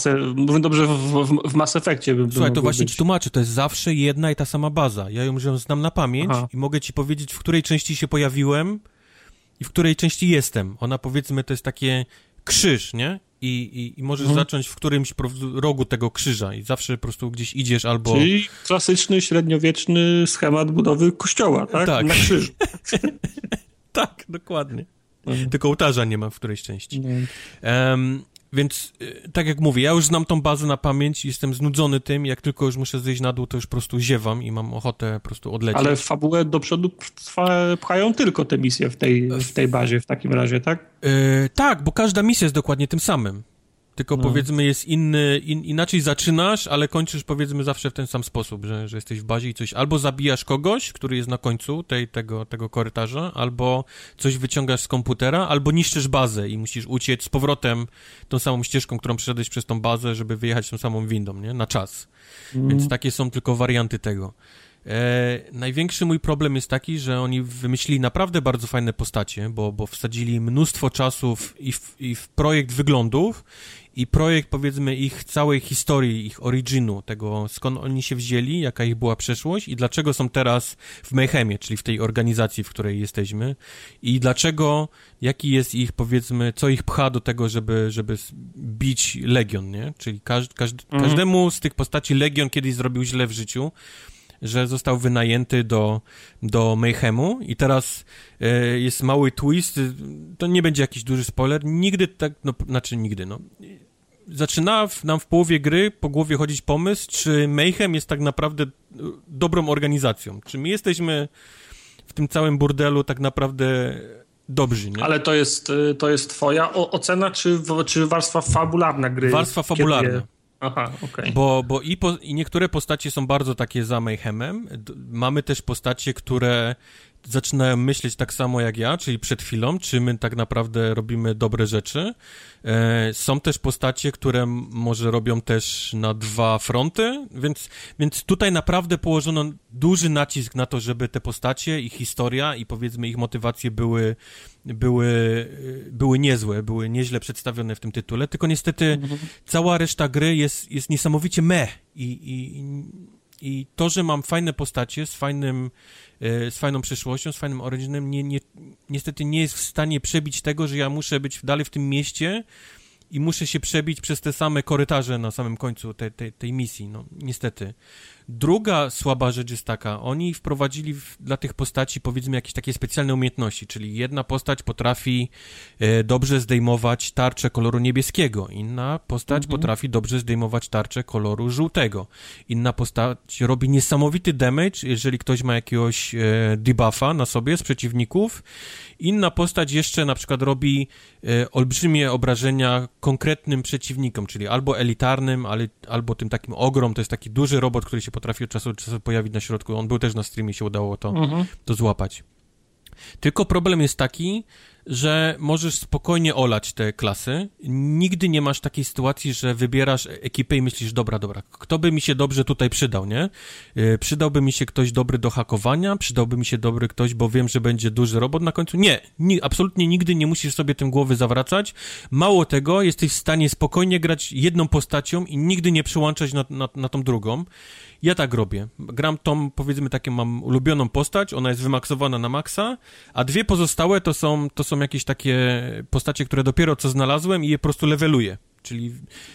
Mass Effectie. Słuchaj, to właśnie ci tłumaczę, to jest zawsze jedna i ta sama baza. Ja ją znam na pamięć i mogę ci powiedzieć, w której części się pojawiłem i w której części jestem. Ona, powiedzmy, to jest takie krzyż, nie? I możesz zacząć w którymś rogu tego krzyża i zawsze po prostu gdzieś idziesz albo... Czyli klasyczny, średniowieczny schemat budowy kościoła, tak? Tak. Na krzyżu. Tak, dokładnie. Tylko ołtarza nie ma w którejś części. Więc, tak jak mówię, ja już znam tą bazę na pamięć, jestem znudzony tym, jak tylko już muszę zejść na dół, to już po prostu ziewam i mam ochotę po prostu odlecieć. Ale fabułę do przodu pchają tylko te misje w tej bazie w takim razie, tak? Tak, bo każda misja jest dokładnie tym samym. Tylko powiedzmy jest inaczej zaczynasz, ale kończysz, powiedzmy, zawsze w ten sam sposób, że jesteś w bazie i coś albo zabijasz kogoś, który jest na końcu tego korytarza, albo coś wyciągasz z komputera, albo niszczysz bazę i musisz uciec z powrotem tą samą ścieżką, którą przeszedłeś przez tą bazę, żeby wyjechać tą samą windą, nie? Na czas. Więc takie są tylko warianty tego. Największy mój problem jest taki, że oni wymyślili naprawdę bardzo fajne postacie, bo wsadzili mnóstwo czasów i w projekt wyglądów i projekt, powiedzmy, ich całej historii, ich originu, tego skąd oni się wzięli, jaka ich była przeszłość i dlaczego są teraz w Mayhemie, czyli w tej organizacji, w której jesteśmy i dlaczego, jaki jest ich, powiedzmy, co ich pcha do tego, żeby bić Legion, nie? Czyli każdemu z tych postaci Legion kiedyś zrobił źle w życiu, że został wynajęty do Mayhemu i teraz jest mały twist, to nie będzie jakiś duży spoiler, nigdy tak, zaczyna nam w połowie gry po głowie chodzić pomysł, czy Mayhem jest tak naprawdę dobrą organizacją, czy my jesteśmy w tym całym burdelu tak naprawdę dobrzy, nie? Ale to jest twoja ocena, czy warstwa fabularna gry? Warstwa fabularna. Aha, okej. Bo i niektóre postacie są bardzo takie za Mayhemem. Mamy też postacie, które zaczynają myśleć tak samo jak ja, czyli przed chwilą, czy my tak naprawdę robimy dobre rzeczy. Są też postacie, które może robią też na dwa fronty, więc tutaj naprawdę położono duży nacisk na to, żeby te postacie, ich historia i powiedzmy ich motywacje były niezłe, były nieźle przedstawione w tym tytule, tylko niestety cała reszta gry jest niesamowicie meh i to, że mam fajne postacie z fajną przyszłością, z fajnym originem, niestety nie jest w stanie przebić tego, że ja muszę być dalej w tym mieście i muszę się przebić przez te same korytarze na samym końcu tej misji, no niestety. Druga słaba rzecz jest taka, oni wprowadzili dla tych postaci, powiedzmy, jakieś takie specjalne umiejętności, czyli jedna postać potrafi dobrze zdejmować tarczę koloru niebieskiego, inna postać potrafi dobrze zdejmować tarczę koloru żółtego, inna postać robi niesamowity damage, jeżeli ktoś ma jakiegoś debuffa na sobie z przeciwników, inna postać jeszcze na przykład robi olbrzymie obrażenia konkretnym przeciwnikom, czyli albo elitarnym, albo tym takim ogrom, to jest taki duży robot, który się potrafi od czasu do czasu pojawić na środku. On był też na streamie, się udało to złapać. Tylko problem jest taki, że możesz spokojnie olać te klasy. Nigdy nie masz takiej sytuacji, że wybierasz ekipę i myślisz, dobra, kto by mi się dobrze tutaj przydał, nie? Przydałby mi się ktoś dobry do hakowania, przydałby mi się dobry ktoś, bo wiem, że będzie duży robot na końcu. Nie, absolutnie nigdy nie musisz sobie tym głowy zawracać. Mało tego, jesteś w stanie spokojnie grać jedną postacią i nigdy nie przyłączać na tą drugą. Ja tak robię. Gram tą, powiedzmy, taką mam ulubioną postać, ona jest wymaksowana na maksa, a dwie pozostałe to są jakieś takie postacie, które dopiero co znalazłem i je po prostu leveluję. Czyli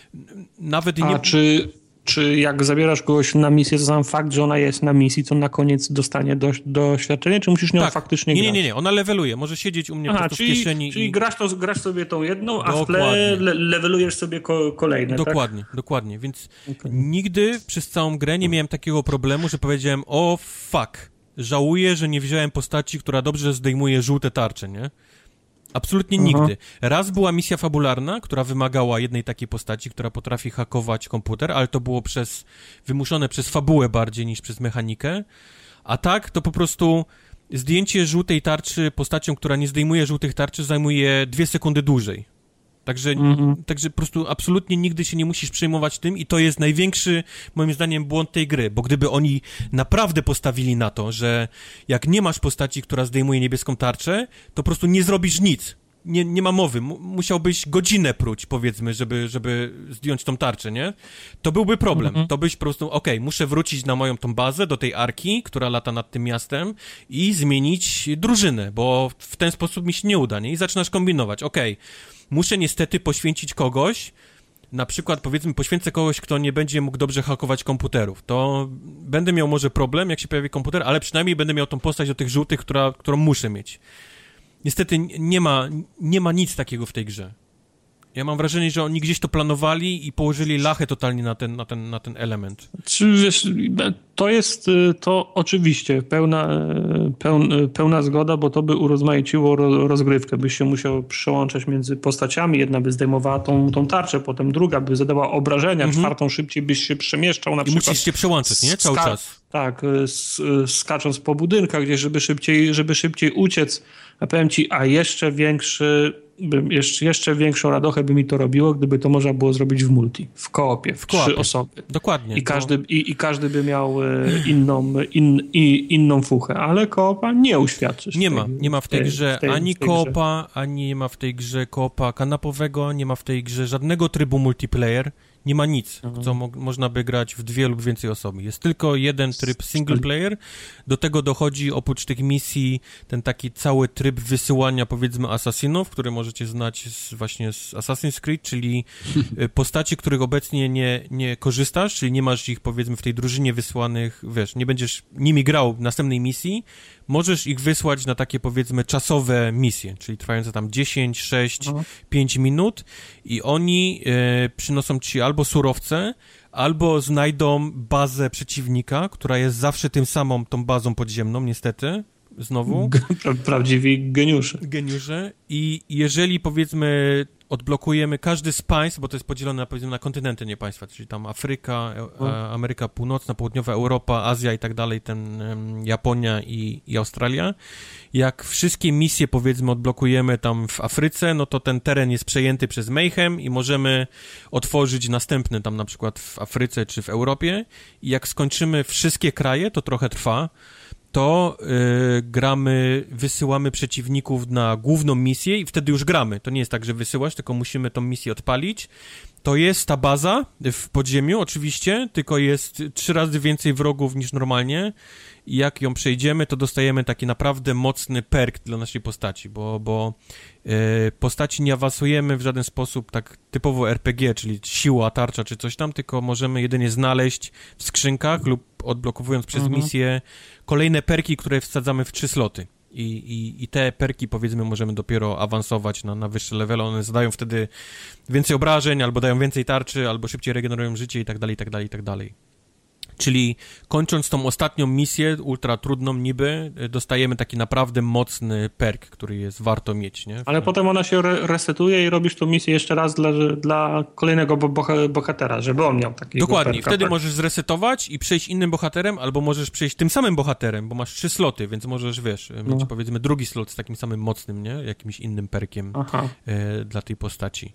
nawet nie... Czy jak zabierasz kogoś na misję, to sam fakt, że ona jest na misji, to na koniec dostanie doświadczenie, czy musisz nią faktycznie grać? Nie, ona leveluje. Może siedzieć u mnie po prostu w kieszeni. Czyli grasz sobie tą jedną, a w tle levelujesz sobie kolejne, Dokładnie. Więc nigdy przez całą grę nie miałem takiego problemu, że powiedziałem, o fuck, żałuję, że nie wziąłem postaci, która dobrze zdejmuje żółte tarcze, nie? Absolutnie nigdy. Raz była misja fabularna, która wymagała jednej takiej postaci, która potrafi hakować komputer, ale to było wymuszone przez fabułę bardziej niż przez mechanikę. A tak, to po prostu zdjęcie żółtej tarczy postacią, która nie zdejmuje żółtych tarczy, zajmuje 2 sekundy dłużej. Także po prostu absolutnie nigdy się nie musisz przejmować tym i to jest największy, moim zdaniem, błąd tej gry, bo gdyby oni naprawdę postawili na to, że jak nie masz postaci, która zdejmuje niebieską tarczę, to po prostu nie zrobisz nic. Nie ma mowy. Musiałbyś godzinę pruć, powiedzmy, żeby zdjąć tą tarczę, nie? To byłby problem. To byś po prostu, muszę wrócić na moją tą bazę, do tej arki, która lata nad tym miastem i zmienić drużynę, bo w ten sposób mi się nie uda, nie? I zaczynasz kombinować. Muszę niestety poświęcić kogoś, na przykład, powiedzmy, poświęcę kogoś, kto nie będzie mógł dobrze hakować komputerów. To będę miał może problem, jak się pojawi komputer, ale przynajmniej będę miał tą postać do tych żółtych, którą muszę mieć. Niestety nie ma nic takiego w tej grze. Ja mam wrażenie, że oni gdzieś to planowali i położyli lachę totalnie na ten element. Wiesz, to jest to oczywiście pełna zgoda, bo to by urozmaiciło rozgrywkę. Byś się musiał przełączać między postaciami. Jedna by zdejmowała tą tarczę, potem druga by zadała obrażenia, czwartą szybciej byś się przemieszczał na przykład. I musisz się przełączać, nie? Cały czas. Tak, skacząc po budynkach, gdzieś żeby szybciej uciec. A powiem ci, jeszcze większą radochę by mi to robiło, gdyby to można było zrobić w multi, w koopie, w 3 osoby. Dokładnie. I każdy by miał inną fuchę, ale koopa nie uświadczysz. Nie ma w tej grze ani koopa, ani nie ma w tej grze koopa kanapowego, nie ma w tej grze żadnego trybu multiplayer. Nie ma nic, co można by grać w 2 lub więcej osoby. Jest tylko jeden tryb single player. Do tego dochodzi oprócz tych misji ten taki cały tryb wysyłania, powiedzmy, asasinów, który możecie znać właśnie z Assassin's Creed, czyli postaci, których obecnie nie korzystasz, czyli nie masz ich, powiedzmy, w tej drużynie wysłanych, wiesz, nie będziesz nimi grał w następnej misji, możesz ich wysłać na takie, powiedzmy, czasowe misje, czyli trwające tam 10, 6, 5 minut i oni przynoszą ci albo surowce, albo znajdą bazę przeciwnika, która jest zawsze tą bazą podziemną, niestety, znowu. Prawdziwi Geniusze. I jeżeli, powiedzmy, odblokujemy każdy z państw, bo to jest podzielone, powiedzmy, na kontynenty, nie państwa, czyli tam Afryka, Ameryka Północna, Południowa Europa, Azja i tak dalej, Japonia i Australia. Jak wszystkie misje, powiedzmy, odblokujemy tam w Afryce, no to ten teren jest przejęty przez Mayhem i możemy otworzyć następny tam na przykład w Afryce czy w Europie. I jak skończymy wszystkie kraje, to trochę trwa, to wysyłamy przeciwników na główną misję i wtedy już gramy. To nie jest tak, że wysyłasz, tylko musimy tą misję odpalić. To jest ta baza w podziemiu oczywiście, tylko jest 3 razy więcej wrogów niż normalnie i jak ją przejdziemy, to dostajemy taki naprawdę mocny perk dla naszej postaci, bo postaci nie awansujemy w żaden sposób tak typowo RPG, czyli siła, tarcza czy coś tam, tylko możemy jedynie znaleźć w skrzynkach lub odblokowując przez misję kolejne perki, które wsadzamy w 3 sloty. I te perki, powiedzmy, możemy dopiero awansować na wyższe levele. One zadają wtedy więcej obrażeń, albo dają więcej tarczy, albo szybciej regenerują życie i tak dalej, i tak dalej, i tak dalej. Czyli kończąc tą ostatnią misję, ultra trudną niby, dostajemy taki naprawdę mocny perk, który jest warto mieć, nie? Ale potem ona się resetuje i robisz tą misję jeszcze raz dla kolejnego bohatera, żeby on miał takiego Dokładnie, perka. wtedy możesz zresetować i przejść innym bohaterem, albo możesz przejść tym samym bohaterem, bo masz 3 sloty, więc możesz, mieć powiedzmy drugi slot z takim samym mocnym, nie? Jakimś innym perkiem dla tej postaci.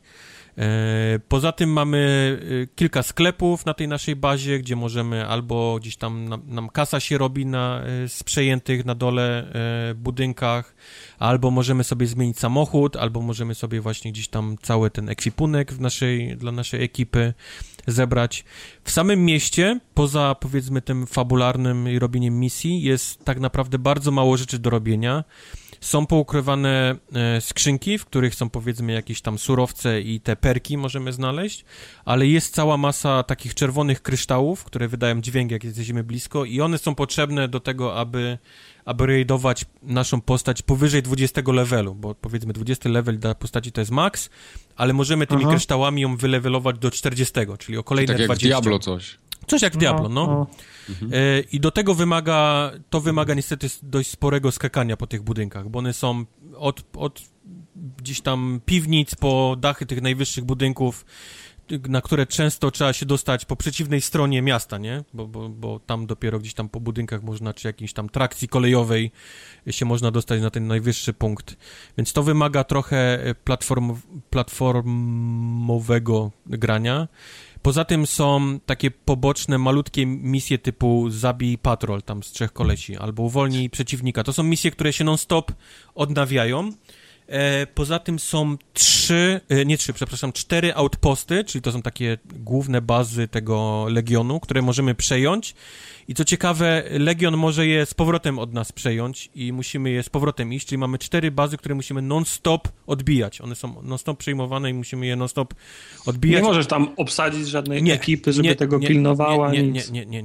Poza tym mamy kilka sklepów na tej naszej bazie, gdzie możemy albo gdzieś tam nam kasa się robi z przejętych na dole budynkach, albo możemy sobie zmienić samochód, albo możemy sobie właśnie gdzieś tam cały ten ekwipunek dla naszej ekipy zebrać. W samym mieście, poza powiedzmy tym fabularnym i robieniem misji, jest tak naprawdę bardzo mało rzeczy do robienia. Są poukrywane skrzynki, w których są powiedzmy jakieś tam surowce i te perki możemy znaleźć, ale jest cała masa takich czerwonych kryształów, które wydają dźwięk, jak jesteśmy blisko i one są potrzebne do tego, aby raidować naszą postać powyżej 20 levelu, bo powiedzmy 20 level dla postaci to jest max, ale możemy tymi kryształami ją wylevelować do 40, czyli o kolejne 20. Tak jak w Diablo coś. Coś jak w Diablo, no. I do tego wymaga niestety dość sporego skakania po tych budynkach, bo one są od gdzieś tam piwnic po dachy tych najwyższych budynków. na które często trzeba się dostać po przeciwnej stronie miasta, nie? Bo tam dopiero gdzieś tam po budynkach można, czy jakiejś tam trakcji kolejowej się można dostać na ten najwyższy punkt. Więc to wymaga trochę platformowego grania. Poza tym są takie poboczne, malutkie misje typu zabij patrol tam z 3 kolesi, albo uwolnij przeciwnika. To są misje, które się non-stop odnawiają. Poza tym są 4 outposty, czyli to są takie główne bazy tego Legionu, które możemy przejąć. I co ciekawe, Legion może je z powrotem od nas przejąć i musimy je z powrotem iść, czyli mamy 4 bazy, które musimy non-stop odbijać. One są non-stop przejmowane i musimy je non-stop odbijać. Nie możesz tam obsadzić żadnej ekipy, żeby tego pilnowała. Nie.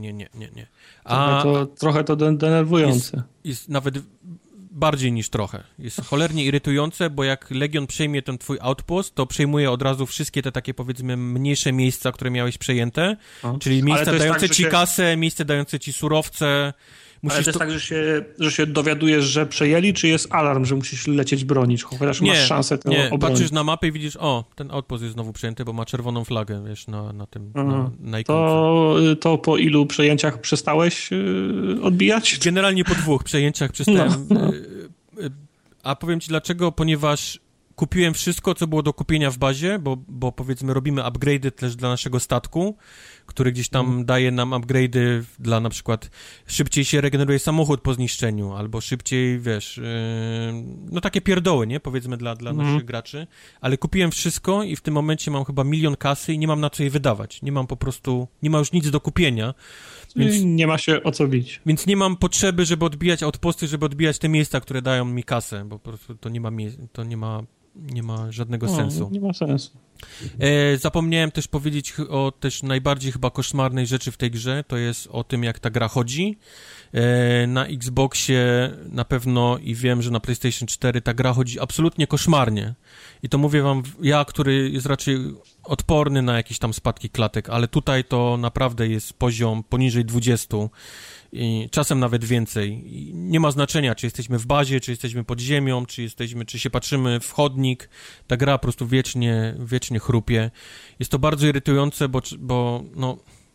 Trochę to denerwujące. Jest nawet bardziej niż trochę. Jest cholernie irytujące, bo jak Legion przejmie ten twój outpost, to przejmuje od razu wszystkie te takie, powiedzmy, mniejsze miejsca, które miałeś przejęte, czyli miejsca dające ci kasę, miejsce dające ci surowce. Ale to jest tak, że się dowiadujesz, że przejęli, czy jest alarm, że musisz lecieć bronić, chociaż masz szansę to obronić? Patrzysz na mapę i widzisz, ten outpost jest znowu przejęty, bo ma czerwoną flagę, wiesz, na tym, na ikonce. To po ilu przejęciach przestałeś odbijać? Generalnie po 2 przejęciach przestałem. A powiem ci dlaczego, ponieważ kupiłem wszystko, co było do kupienia w bazie, bo powiedzmy robimy upgrade'y też dla naszego statku, który gdzieś tam daje nam upgrade'y dla na przykład szybciej się regeneruje samochód po zniszczeniu, albo szybciej, wiesz, no takie pierdoły, nie? Powiedzmy dla naszych graczy, ale kupiłem wszystko i w tym momencie mam chyba 1 000 000 kasy i nie mam na co je wydawać. Nie ma już nic do kupienia. Więc nie ma się o co bić. Więc nie mam potrzeby, żeby odbijać outposty, żeby odbijać te miejsca, które dają mi kasę, bo po prostu to nie ma żadnego sensu. Nie ma sensu. Zapomniałem też powiedzieć o też najbardziej chyba koszmarnej rzeczy w tej grze, to jest o tym, jak ta gra chodzi. Na Xboxie na pewno i wiem, że na PlayStation 4 ta gra chodzi absolutnie koszmarnie. I to mówię wam ja, który jest raczej odporny na jakieś tam spadki klatek, ale tutaj to naprawdę jest poziom poniżej 20 i czasem nawet więcej. I nie ma znaczenia, czy jesteśmy w bazie, czy jesteśmy pod ziemią, czy się patrzymy w chodnik. Ta gra po prostu wiecznie chrupie. Jest to bardzo irytujące, bo no,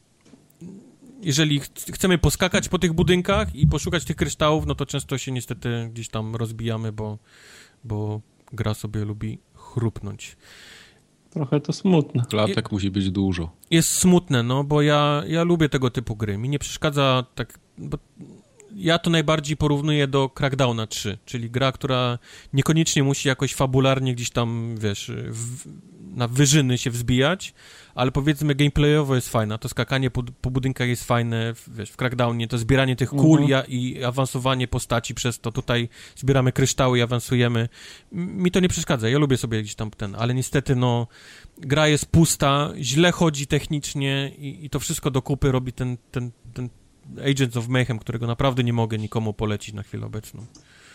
jeżeli chcemy poskakać po tych budynkach i poszukać tych kryształów, no to często się niestety gdzieś tam rozbijamy, bo gra sobie lubi chrupnąć. Trochę to smutne. Klatek musi być dużo. Jest smutne, no, bo ja lubię tego typu gry. Mi nie przeszkadza tak, bo ja to najbardziej porównuję do Crackdowna 3, czyli gra, która niekoniecznie musi jakoś fabularnie gdzieś tam, wiesz, na wyżyny się wzbijać, ale powiedzmy gameplayowo jest fajna. To skakanie po budynkach jest fajne, wiesz, w Crackdownie to zbieranie tych kul i awansowanie postaci przez to. Tutaj zbieramy kryształy i awansujemy. Mi to nie przeszkadza. Ja lubię sobie gdzieś tam ale niestety, no, gra jest pusta, źle chodzi technicznie i to wszystko do kupy robi ten Agents of Mayhem, którego naprawdę nie mogę nikomu polecić na chwilę obecną.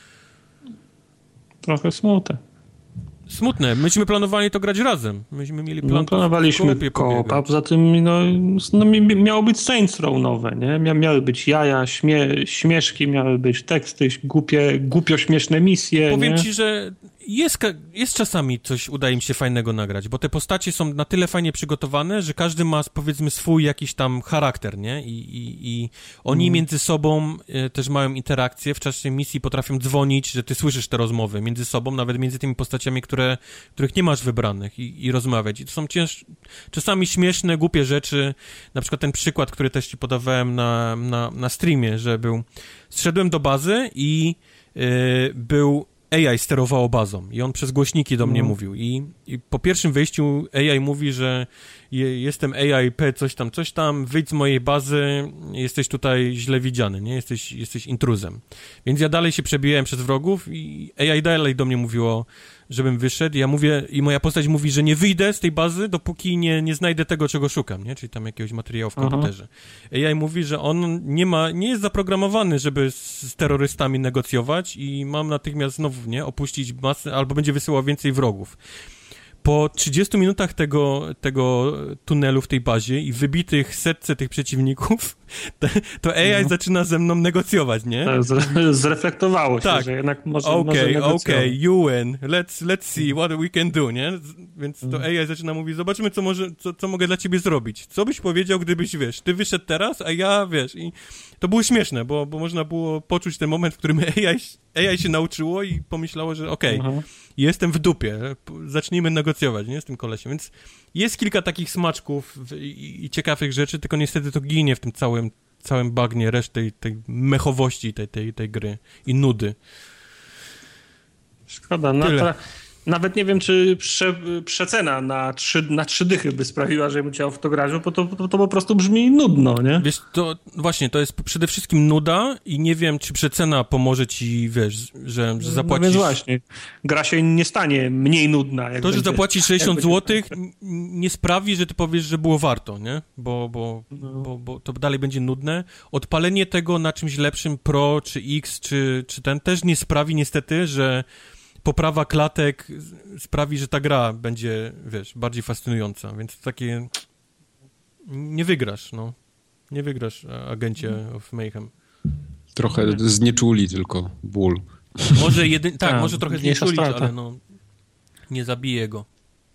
Trochę smutne. Myśmy planowali to grać razem. Myśmy mieli plan. Planowaliśmy koop, a poza tym miało być Saints Row nowe, nie? Miały być jaja, śmieszki, miały być teksty, głupio śmieszne misje. Powiem ci, że jest czasami coś, udaje mi się fajnego nagrać, bo te postacie są na tyle fajnie przygotowane, że każdy ma, powiedzmy, swój jakiś tam charakter, nie? I oni między sobą też mają interakcje, w czasie misji potrafią dzwonić, że ty słyszysz te rozmowy między sobą, nawet między tymi postaciami, których nie masz wybranych i rozmawiać. I to są czasami śmieszne, głupie rzeczy. Na przykład ten przykład, który też ci podawałem na streamie, że zszedłem do bazy i był AI sterowało bazą i on przez głośniki do mnie mówił i po pierwszym wejściu AI mówi, że jestem AI P coś tam, wyjdź z mojej bazy, jesteś tutaj źle widziany, nie? Jesteś intruzem. Więc ja dalej się przebijałem przez wrogów i AI dalej do mnie mówiło, żebym wyszedł. Ja mówię i moja postać mówi, że nie wyjdę z tej bazy, dopóki nie znajdę tego, czego szukam, nie? Czyli tam jakiegoś materiału w komputerze. AI mówi, że on nie jest zaprogramowany, żeby z terrorystami negocjować i mam natychmiast znowu, nie? Opuścić masę, albo będzie wysyłał więcej wrogów. Po 30 minutach tego tunelu w tej bazie i wybitych setce tych przeciwników, to AI zaczyna ze mną negocjować, nie? Tak, zreflektowało się, tak. Że jednak może Okej, you win, let's see what we can do, nie? Więc to AI zaczyna mówić, zobaczymy, co mogę dla ciebie zrobić. Co byś powiedział, gdybyś, wiesz, ty wyszedł teraz, a ja, wiesz, i to było śmieszne, bo można było poczuć ten moment, w którym AI się nauczyło i pomyślało, że jestem w dupie, zacznijmy negocjować, nie, z tym kolesiem, więc jest kilka takich smaczków i ciekawych rzeczy, tylko niestety to ginie w tym całym bagnie reszty tej mechowości tej gry i nudy. Szkoda, nawet nie wiem, czy przecena na 3 dychy by sprawiła, że bym chciał w to grać, bo to po prostu brzmi nudno, nie? Wiesz, to właśnie, to jest przede wszystkim nuda i nie wiem, czy przecena pomoże ci, wiesz, że zapłacisz... No więc właśnie, gra się nie stanie mniej nudna. Jak to, że zapłacisz 60 zł nie sprawi, że ty powiesz, że było warto, nie? Bo to dalej będzie nudne. Odpalenie tego na czymś lepszym Pro, czy X, czy ten też nie sprawi niestety, że poprawa klatek sprawi, że ta gra będzie, wiesz, bardziej fascynująca, więc takie nie wygrasz, no. Nie wygrasz, agencie of Mayhem. Trochę znieczuli tylko ból. Może może trochę znieczulić, ale no nie zabije go.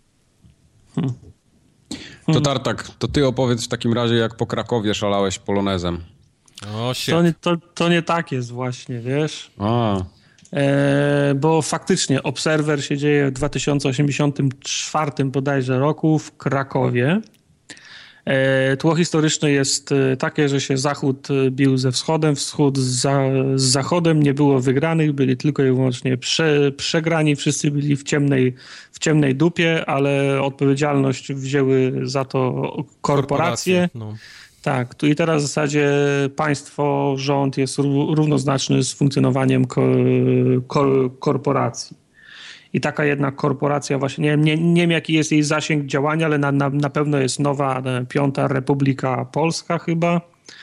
To Tartak, to ty opowiedz w takim razie, jak po Krakowie szalałeś polonezem. O, to nie tak jest właśnie, wiesz? A. Bo faktycznie Observer się dzieje w 2084 bodajże roku w Krakowie. Tło historyczne jest takie, że się zachód bił ze wschodem, wschód z zachodem, nie było wygranych, byli tylko i wyłącznie przegrani, wszyscy byli w ciemnej dupie, ale odpowiedzialność wzięły za to korporacje. No. Tak, tu i teraz w zasadzie państwo, rząd jest równoznaczny z funkcjonowaniem korporacji. I taka jedna korporacja właśnie, nie wiem jaki jest jej zasięg działania, ale na pewno jest nowa, Piąta Republika Polska chyba.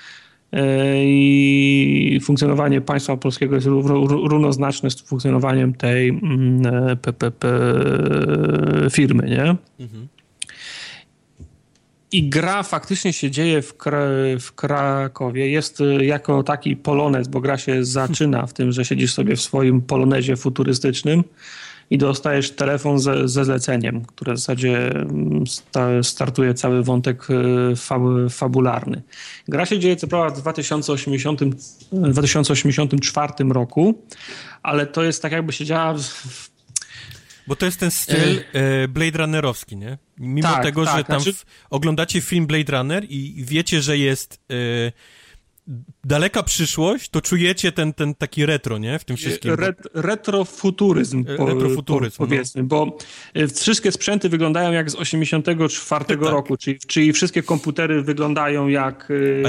I funkcjonowanie państwa polskiego jest równoznaczne z funkcjonowaniem tej firmy, nie? Mhm. I gra faktycznie się dzieje w Krakowie. Jest jako taki polonez, bo gra się zaczyna w tym, że siedzisz sobie w swoim polonezie futurystycznym i dostajesz telefon ze zleceniem, które w zasadzie startuje cały wątek fabularny. Gra się dzieje co prawda w 2084 roku, ale to jest tak jakby się działa bo to jest ten styl Blade Runnerowski, nie? Mimo tego, że tam oglądacie film Blade Runner i wiecie, że jest daleka przyszłość, to czujecie ten taki retro, nie? W tym wszystkim. Retrofuturyzm, powiedzmy, no. Bo wszystkie sprzęty wyglądają jak z 84 roku, czyli wszystkie komputery wyglądają jak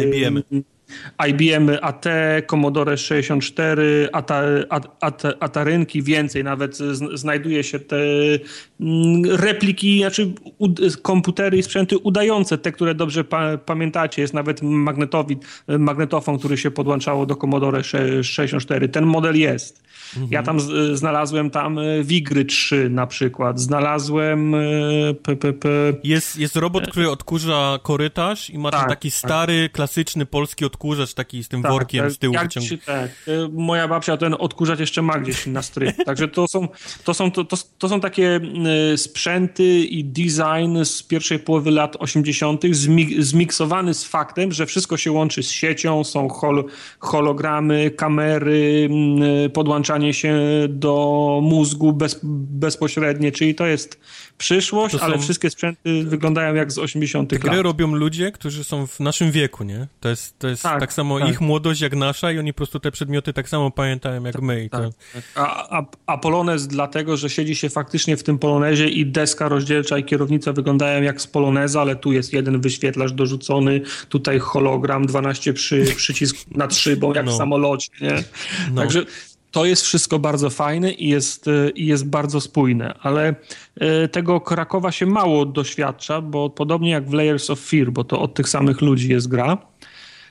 IBM AT, Commodore 64, Atarynki, więcej nawet znajduje się te repliki, znaczy komputery i sprzęty udające, te, które dobrze pamiętacie. Jest nawet magnetofon, który się podłączało do Commodore 64. Ten model jest. Mhm. Ja tam znalazłem Wigry 3 na przykład. Znalazłem Jest robot, który odkurza korytarz i ma ten taki stary, klasyczny polski odkurzacz taki z tym workiem z tyłu wyciągnięty. Moja babcia ten odkurzacz jeszcze ma gdzieś na strych. Także to są takie sprzęty i design z pierwszej połowy lat 80. zmiksowany z faktem, że wszystko się łączy z siecią, są hologramy, kamery, podłączanie się do mózgu bezpośrednie, czyli to jest przyszłość, ale wszystkie sprzęty wyglądają jak z 80. lat. Gry robią ludzie, którzy są w naszym wieku, nie? To jest tak samo ich młodość jak nasza i oni po prostu te przedmioty tak samo pamiętają jak my. A polonez dlatego, że siedzi się faktycznie w tym polonezie i deska rozdzielcza i kierownica wyglądają jak z poloneza, ale tu jest jeden wyświetlacz dorzucony, tutaj hologram, 12 przycisków nad szybą, jak w samolocie, nie? Także to jest wszystko bardzo fajne i jest bardzo spójne, ale tego Krakowa się mało doświadcza, bo podobnie jak w Layers of Fear, bo to od tych samych ludzi jest gra,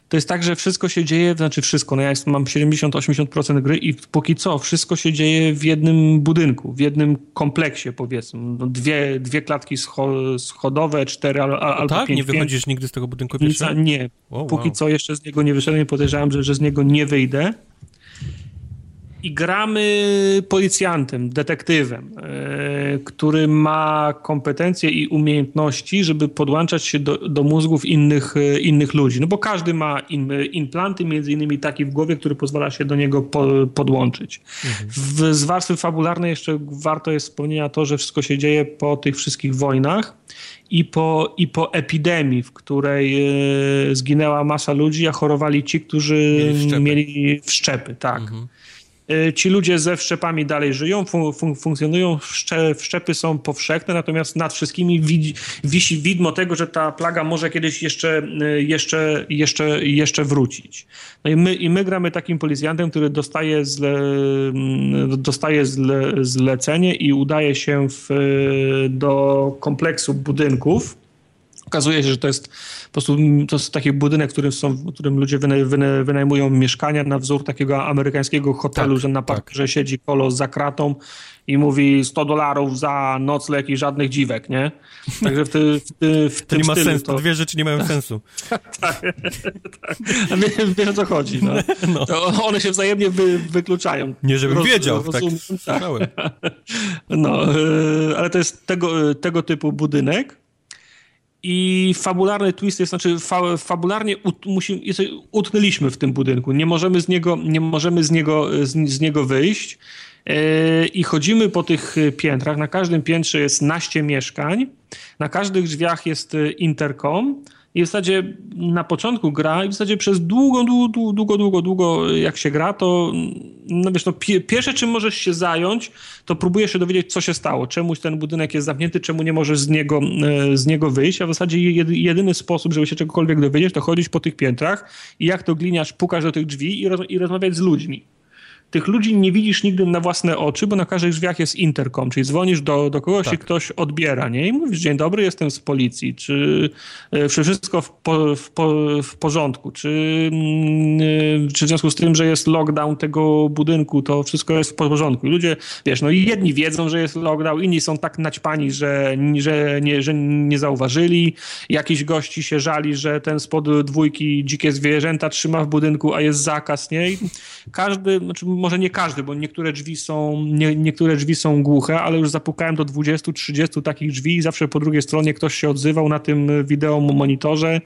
to jest tak, że wszystko się dzieje, znaczy wszystko, no ja mam 70-80% gry i póki co wszystko się dzieje w jednym budynku, w jednym kompleksie, powiedzmy. No, dwie klatki schodowe, 4 albo 5. Tak? Nie wychodzisz nigdy z tego budynku pierwszego? Nie. Póki co jeszcze z niego nie wyszedłem, podejrzewam, że z niego nie wyjdę. I gramy policjantem, detektywem, który ma kompetencje i umiejętności, żeby podłączać się do mózgów innych ludzi. No bo każdy ma implanty, między innymi taki w głowie, który pozwala się do niego podłączyć. Z warstwy fabularnej jeszcze warto jest wspomnienia to, że wszystko się dzieje po tych wszystkich wojnach i po epidemii, w której zginęła masa ludzi, a chorowali ci, którzy mieli wszczepy. Tak. Ci ludzie ze wszczepami dalej żyją, funkcjonują, wszczepy są powszechne, natomiast nad wszystkimi wisi widmo tego, że ta plaga może kiedyś jeszcze wrócić. No i my gramy takim policjantem, który dostaje zlecenie i udaje się do kompleksu budynków. Okazuje się, że to jest po prostu taki budynek, w którym ludzie wynajmują mieszkania na wzór takiego amerykańskiego hotelu, że na parterze siedzi kolos za kratą i mówi $100 za nocleg i żadnych dziwek, nie? Także w tym nie ma stylu sensu, to dwie rzeczy nie mają sensu. tak. Wiesz o co chodzi, no. No. To one się wzajemnie wykluczają. Nie, żebym wiedział, tak. No, ale to jest tego typu budynek. I fabularny twist jest, znaczy fabularnie utknęliśmy w tym budynku. Nie możemy z niego wyjść. I chodzimy po tych piętrach. Na każdym piętrze jest naście mieszkań. Na każdych drzwiach jest interkom. I w zasadzie na początku gra i w zasadzie przez długo jak się gra, to no wiesz, no pierwsze czym możesz się zająć, to próbujesz się dowiedzieć, co się stało, czemuś ten budynek jest zamknięty, czemu nie możesz z niego wyjść, a w zasadzie jedyny sposób, żeby się czegokolwiek dowiedzieć, to chodzić po tych piętrach i jak to gliniarz pukać do tych drzwi i rozmawiać z ludźmi. Tych ludzi nie widzisz nigdy na własne oczy, bo na każdych drzwiach jest interkom, czyli dzwonisz do kogoś i ktoś odbiera, nie? I mówisz, dzień dobry, jestem z policji, czy wszystko w porządku, czy w związku z tym, że jest lockdown tego budynku, to wszystko jest w porządku. I ludzie, wiesz, no i jedni wiedzą, że jest lockdown, inni są tak naćpani, że nie zauważyli. Jakiś gości się żali, że ten spod dwójki dzikie zwierzęta trzyma w budynku, a jest zakaz, nie? I każdy, znaczy może nie każdy, bo niektóre drzwi są głuche, ale już zapukałem do 20-30 takich drzwi i zawsze po drugiej stronie ktoś się odzywał na tym wideo monitorze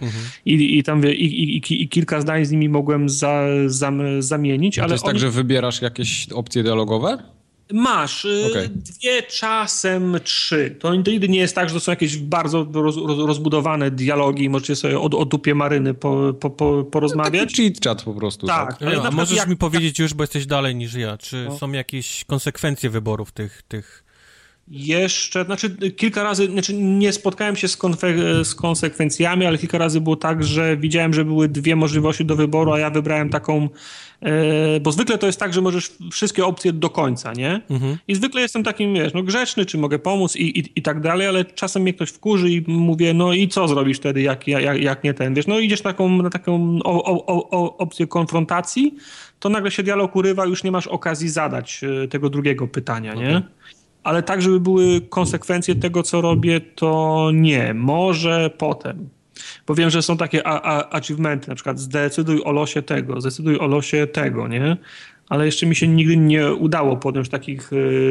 i kilka zdań z nimi mogłem zamienić. Ale to jest tak, że wybierasz jakieś opcje dialogowe? Masz. Dwie, czasem 3. To nigdy nie jest tak, że to są jakieś bardzo rozbudowane dialogi i możecie sobie o dupie maryny porozmawiać. Taki cheat chat po prostu. Tak. A możesz mi powiedzieć już, bo jesteś dalej niż ja, czy są jakieś konsekwencje wyborów tych... Jeszcze, kilka razy, nie spotkałem się z konsekwencjami, ale kilka razy było tak, że widziałem, że były dwie możliwości do wyboru, a ja wybrałem taką, bo zwykle to jest tak, że możesz wszystkie opcje do końca, nie? I zwykle jestem takim, wiesz, grzeczny, czy mogę pomóc i tak dalej, ale czasem mnie ktoś wkurzy i mówię, no i co zrobisz wtedy, jak nie ten, wiesz, no idziesz na taką opcję konfrontacji, to nagle się dialog urywa, już nie masz okazji zadać tego drugiego pytania, nie? Ale tak, żeby były konsekwencje tego, co robię, to nie. Może potem. Bo wiem, że są takie achievementy, na przykład zdecyduj o losie tego, nie? Ale jeszcze mi się nigdy nie udało podjąć takich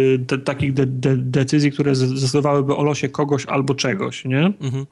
decyzji, które zdecydowałyby o losie kogoś albo czegoś, nie?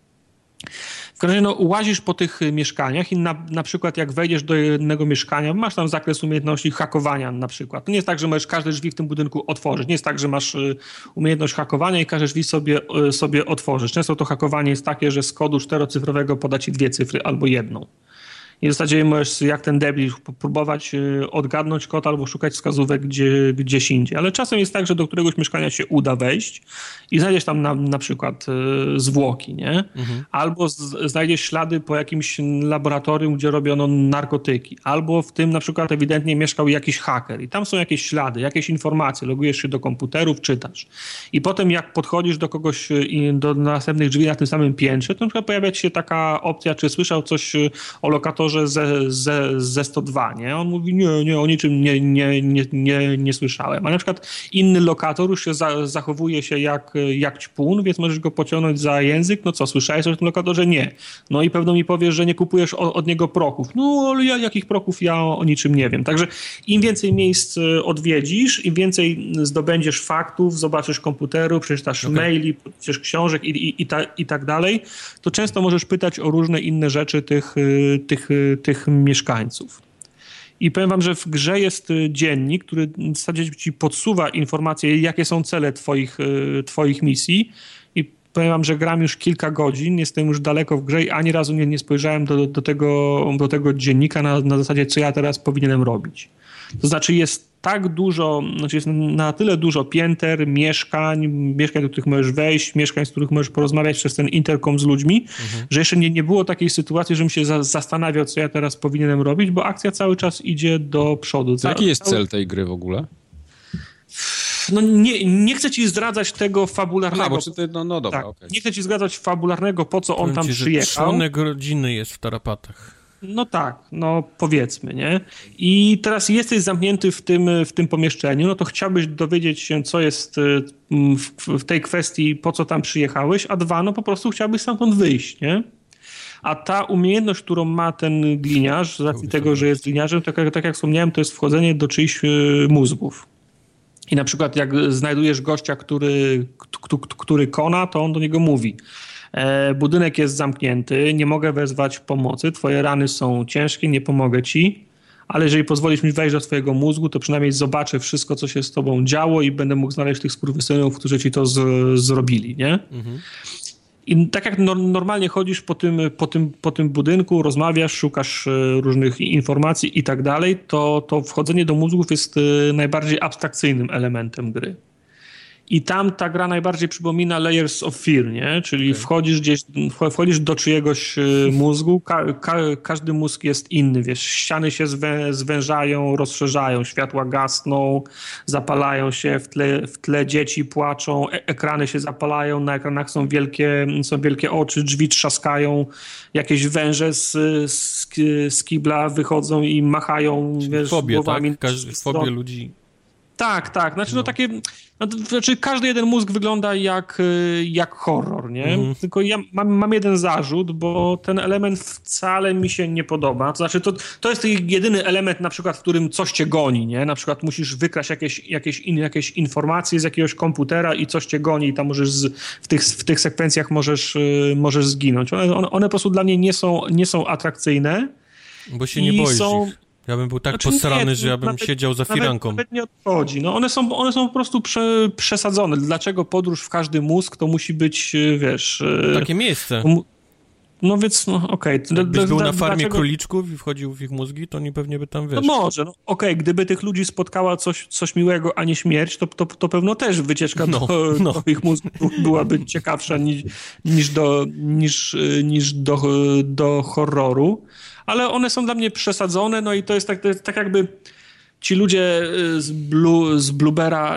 W każdym razie łazisz po tych mieszkaniach i na przykład jak wejdziesz do jednego mieszkania, masz tam zakres umiejętności hakowania na przykład. To nie jest tak, że możesz każde drzwi w tym budynku otworzyć. Nie jest tak, że masz umiejętność hakowania i każde drzwi sobie otworzysz. Często to hakowanie jest takie, że z kodu 4-cyfrowego poda ci 2 cyfry albo 1. I w zasadzie możesz jak ten debil próbować odgadnąć kod albo szukać wskazówek gdzieś indziej. Ale czasem jest tak, że do któregoś mieszkania się uda wejść i znajdziesz tam na przykład zwłoki, nie? Albo znajdziesz ślady po jakimś laboratorium, gdzie robiono narkotyki. Albo w tym na przykład ewidentnie mieszkał jakiś haker i tam są jakieś ślady, jakieś informacje. Logujesz się do komputerów, czytasz. I potem jak podchodzisz do kogoś do następnych drzwi na tym samym piętrze, to na przykład pojawia ci się taka opcja, czy słyszał coś o lokatorze może ze 102, nie? On mówi, nie, o niczym nie słyszałem. Ale na przykład inny lokator już się zachowuje się jak ćpun, więc możesz go pociągnąć za język. No co, słyszałeś o tym lokatorze? Nie. No i pewno mi powiesz, że nie kupujesz od niego proków. No, ale jakich proków? Ja o niczym nie wiem. Także im więcej miejsc odwiedzisz, im więcej zdobędziesz faktów, zobaczysz komputeru, przeczytasz maili, piszesz książek i tak dalej, to często możesz pytać o różne inne rzeczy tych mieszkańców. I powiem wam, że w grze jest dziennik, który w zasadzie ci podsuwa informacje, jakie są cele twoich misji. I powiem wam, że gram już kilka godzin, jestem już daleko w grze i ani razu nie spojrzałem do tego dziennika na zasadzie, co ja teraz powinienem robić. To znaczy jest tak dużo, znaczy jest na tyle dużo pięter, mieszkań, do których możesz wejść, mieszkań, z których możesz porozmawiać przez ten interkom z ludźmi, że jeszcze nie było takiej sytuacji, żebym się zastanawiał, co ja teraz powinienem robić, bo akcja cały czas idzie do przodu. Jaki jest cel tej gry w ogóle? No nie chcę ci zdradzać tego fabularnego. No dobra, tak, okay. Nie chcę ci zdradzać fabularnego, po co on tam przyjechał. Członek rodziny jest w tarapatach. No tak, no powiedzmy, nie? I teraz jesteś zamknięty w tym pomieszczeniu, no to chciałbyś dowiedzieć się, co jest w tej kwestii, po co tam przyjechałeś, a dwa, no po prostu chciałbyś stamtąd wyjść, nie? A ta umiejętność, którą ma ten gliniarz, z racji tego, że jest gliniarzem, tak jak wspomniałem, to jest wchodzenie do czyichś mózgów. I na przykład jak znajdujesz gościa, który kona, to on do niego mówi: budynek jest zamknięty, nie mogę wezwać pomocy, twoje rany są ciężkie, nie pomogę ci, ale jeżeli pozwolisz mi wejść do twojego mózgu, to przynajmniej zobaczę wszystko, co się z tobą działo i będę mógł znaleźć tych skurwysynów, którzy ci to zrobili, nie? Mhm. I tak jak normalnie chodzisz po tym budynku, rozmawiasz, szukasz różnych informacji i tak dalej, to wchodzenie do mózgów jest najbardziej abstrakcyjnym elementem gry. I tam ta gra najbardziej przypomina Layers of Fear, nie? Czyli wchodzisz do czyjegoś mózgu, każdy mózg jest inny, wiesz, ściany się zwężają, rozszerzają, światła gasną, zapalają się, w tle dzieci płaczą, ekrany się zapalają, na ekranach są wielkie oczy, drzwi trzaskają, jakieś węże z kibla wychodzą i machają, wiesz, głowami. Tak? Fobie ludzi. Tak. Znaczy każdy jeden mózg wygląda jak horror, nie? Tylko ja mam jeden zarzut, bo ten element wcale mi się nie podoba. To znaczy to jest jedyny element, na przykład, w którym coś cię goni, nie? Na przykład musisz wykraść jakieś informacje z jakiegoś komputera i coś cię goni i tam możesz w tych sekwencjach możesz zginąć. One po prostu dla mnie nie są atrakcyjne. Bo się nie boisz ich. Ja bym był tak posrany, że ja bym siedział za firanką. Nawet nie odchodzi. No one są po prostu przesadzone. Dlaczego podróż w każdy mózg to musi być, wiesz... Takie miejsce. No więc, okej. Gdybyś był na farmie króliczków i wchodził w ich mózgi, to oni pewnie by tam, wiesz... No może, gdyby tych ludzi spotkała coś miłego, a nie śmierć, to pewno też wycieczka do ich mózgów byłaby ciekawsza niż do horroru. Ale one są dla mnie przesadzone, no i to jest tak jakby ci ludzie z Bluebera,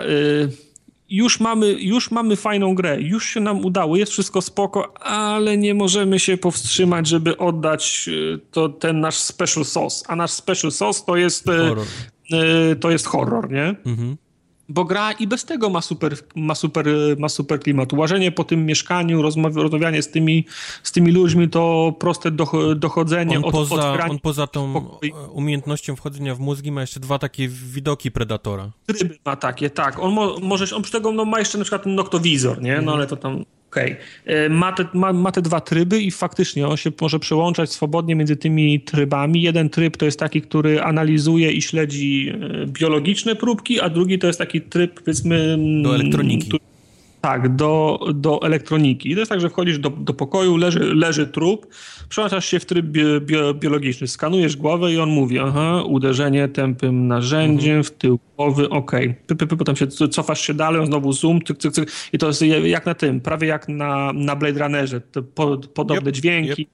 już mamy fajną grę, już się nam udało, jest wszystko spoko, ale nie możemy się powstrzymać, żeby oddać ten nasz special sauce, a nasz special sauce to jest horror, nie? Mhm. Bo gra i bez tego ma super klimat. Łażenie po tym mieszkaniu, rozmawianie z tymi ludźmi, to proste dochodzenie on poza tą umiejętnością wchodzenia w mózgi ma jeszcze dwa takie widoki Predatora. Tryby ma takie, tak. On przy tego ma jeszcze na przykład ten noktowizor, nie? No ale to tam... Okej. Ma te dwa tryby i faktycznie on się może przełączać swobodnie między tymi trybami. Jeden tryb to jest taki, który analizuje i śledzi biologiczne próbki, a drugi to jest taki tryb, powiedzmy... Do elektroniki. Tak, do elektroniki. I to jest tak, że wchodzisz do pokoju, leży trup, przełączasz się w tryb biologiczny, skanujesz głowę i on mówi, uderzenie tępym narzędziem w tył głowy, okej. Potem się cofasz się dalej, on znowu zoom, cyk. I to jest jak na tym, prawie jak na Blade Runnerze. Podobne dźwięki,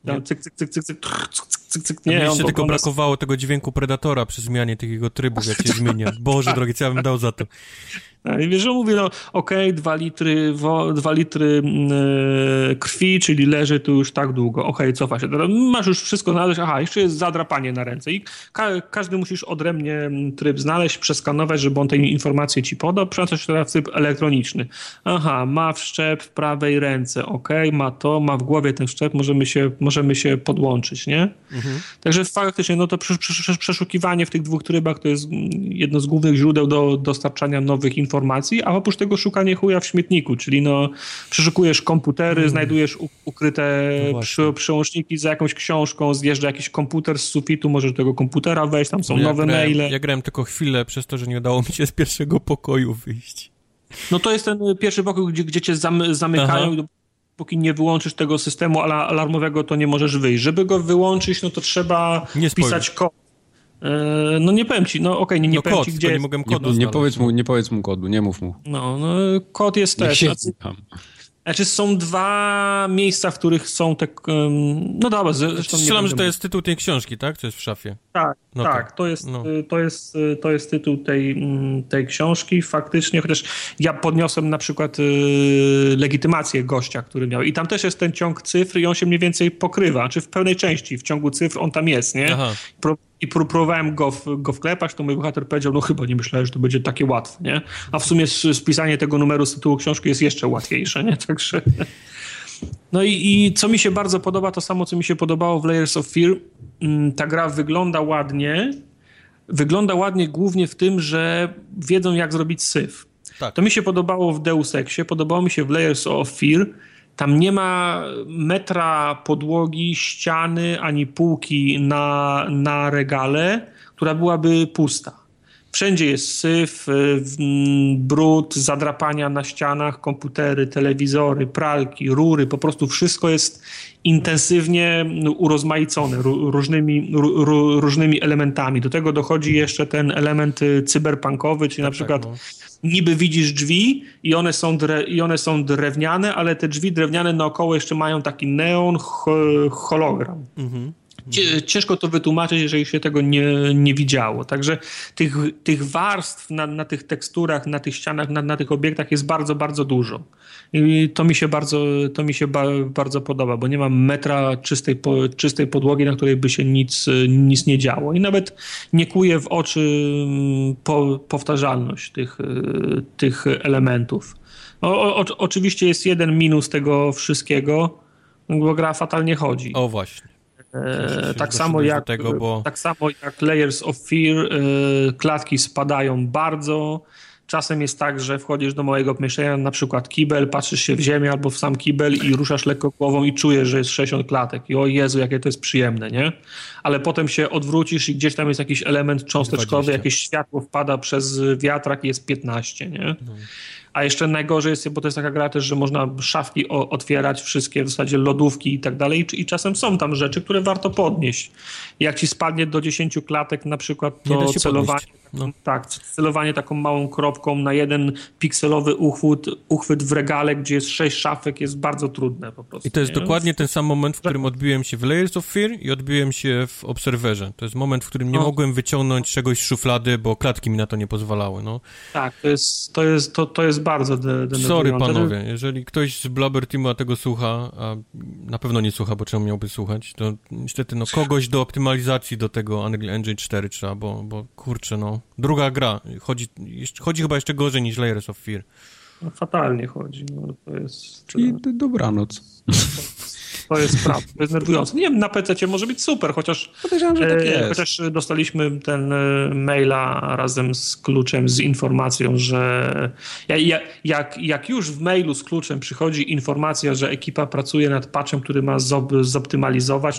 cyk. Nie, jeszcze tylko brakowało tego dźwięku Predatora przy zmianie takiego trybów, jak się zmienia. Boże drogi, co ja bym dał za to. I wiesz, że mówię, 2 litry krwi, czyli leży tu już tak długo. Cofa się. Teraz masz już wszystko znaleźć. Jeszcze jest zadrapanie na ręce. I każdy musisz odrębnie tryb znaleźć, przeskanować, żeby on tej informacje ci podał. Przełączać teraz w tryb elektroniczny. Ma wszczep w prawej ręce. Ma to, ma w głowie ten wszczep, możemy się podłączyć, nie? Także faktycznie, to przeszukiwanie w tych 2 trybach to jest jedno z głównych źródeł do dostarczania nowych informacji, a oprócz tego szukanie chuja w śmietniku, czyli przeszukujesz komputery, znajdujesz ukryte przełączniki za jakąś książką, zjeżdża jakiś komputer z sufitu, możesz do tego komputera wejść, tam są nowe maile. Ja grałem tylko chwilę przez to, że nie udało mi się z pierwszego pokoju wyjść. To jest ten pierwszy pokój, gdzie cię zamykają. Póki nie wyłączysz tego systemu alarmowego, to nie możesz wyjść. Żeby go wyłączyć, to trzeba wpisać kod. Nie powiem ci, nie powiem ci, gdzie nie mogę kodu nie powiedz mu kodu, nie mów mu. Kod jest też. Są 2 miejsca, w których są te... dobra, zresztą strzelam, że to jest tytuł tej książki, tak? Co jest w szafie. Tak. To jest tytuł tej książki faktycznie, chociaż ja podniosłem na przykład legitymację gościa, który miał. I tam też jest ten ciąg cyfr i on się mniej więcej pokrywa. Czy w pełnej części, w ciągu cyfr on tam jest, nie? I próbowałem go wklepać, to mój bohater powiedział, chyba nie myślałem, że to będzie takie łatwe, nie? A w sumie spisanie tego numeru z tytułu książki jest jeszcze łatwiejsze, nie? Także... I co mi się bardzo podoba, to samo, co mi się podobało w Layers of Fear, ta gra wygląda ładnie. Wygląda ładnie głównie w tym, że wiedzą, jak zrobić syf. Tak. To mi się podobało w Deus Exie, podobało mi się w Layers of Fear. Tam nie ma metra podłogi, ściany, ani półki na regale, która byłaby pusta. Wszędzie jest syf, brud, zadrapania na ścianach, komputery, telewizory, pralki, rury. Po prostu wszystko jest intensywnie urozmaicone różnymi elementami. Do tego dochodzi jeszcze ten element cyberpunkowy, czyli na przykład niby widzisz drzwi i one są drewniane, ale te drzwi drewniane naokoło jeszcze mają taki neon hologram. Ciężko to wytłumaczyć, jeżeli się tego nie widziało. Także tych warstw na tych teksturach, na tych ścianach, na tych obiektach jest bardzo, bardzo dużo. I to mi się bardzo podoba, bo nie ma metra czystej podłogi, na której by się nic nie działo. I nawet nie kłuje w oczy powtarzalność tych elementów. Oczywiście jest jeden minus tego wszystkiego, bo gra fatalnie chodzi. O właśnie. Tak samo jak Layers of Fear, klatki spadają bardzo. Czasem jest tak, że wchodzisz do małego pomieszczenia, na przykład kibel, patrzysz się w ziemię albo w sam kibel i ruszasz lekko głową i czujesz, że jest 60 klatek. I o Jezu, jakie to jest przyjemne, nie? Ale potem się odwrócisz i gdzieś tam jest jakiś element cząsteczkowy, 20. Jakieś światło wpada przez wiatrak i jest 15, nie? A jeszcze najgorzej jest, bo to jest taka gra też, że można szafki otwierać, wszystkie w zasadzie lodówki i tak dalej i czasem są tam rzeczy, które warto podnieść. Jak ci spadnie do 10 klatek na przykład, to celowanie taką małą kropką na jeden pikselowy uchwyt w regale, gdzie jest 6 szafek, jest bardzo trudne po prostu. I to jest dokładnie ten sam moment, w którym odbiłem się w Layers of Fear i odbiłem się w Observerze. To jest moment, w którym nie mogłem wyciągnąć czegoś z szuflady, bo klatki mi na to nie pozwalały. Tak, to jest bardzo denerwujące. Sorry panowie, jeżeli ktoś z Blabber Teamu tego słucha, a na pewno nie słucha, bo czemu miałby słuchać, to niestety kogoś do optymalizacji do tego Unreal Engine 4 trzeba, bo kurczę, druga gra, chodzi chyba jeszcze gorzej niż Layers of Fear. Fatalnie chodzi. To jest... Czyli dobranoc. To jest prawda, to jest nerwujące. Nie wiem, na PC może być super, chociaż podejrzewam, że tak jest. Chociaż dostaliśmy ten maila razem z kluczem, z informacją, że jak już w mailu z kluczem przychodzi informacja, że ekipa pracuje nad patchem, który ma zoptymalizować,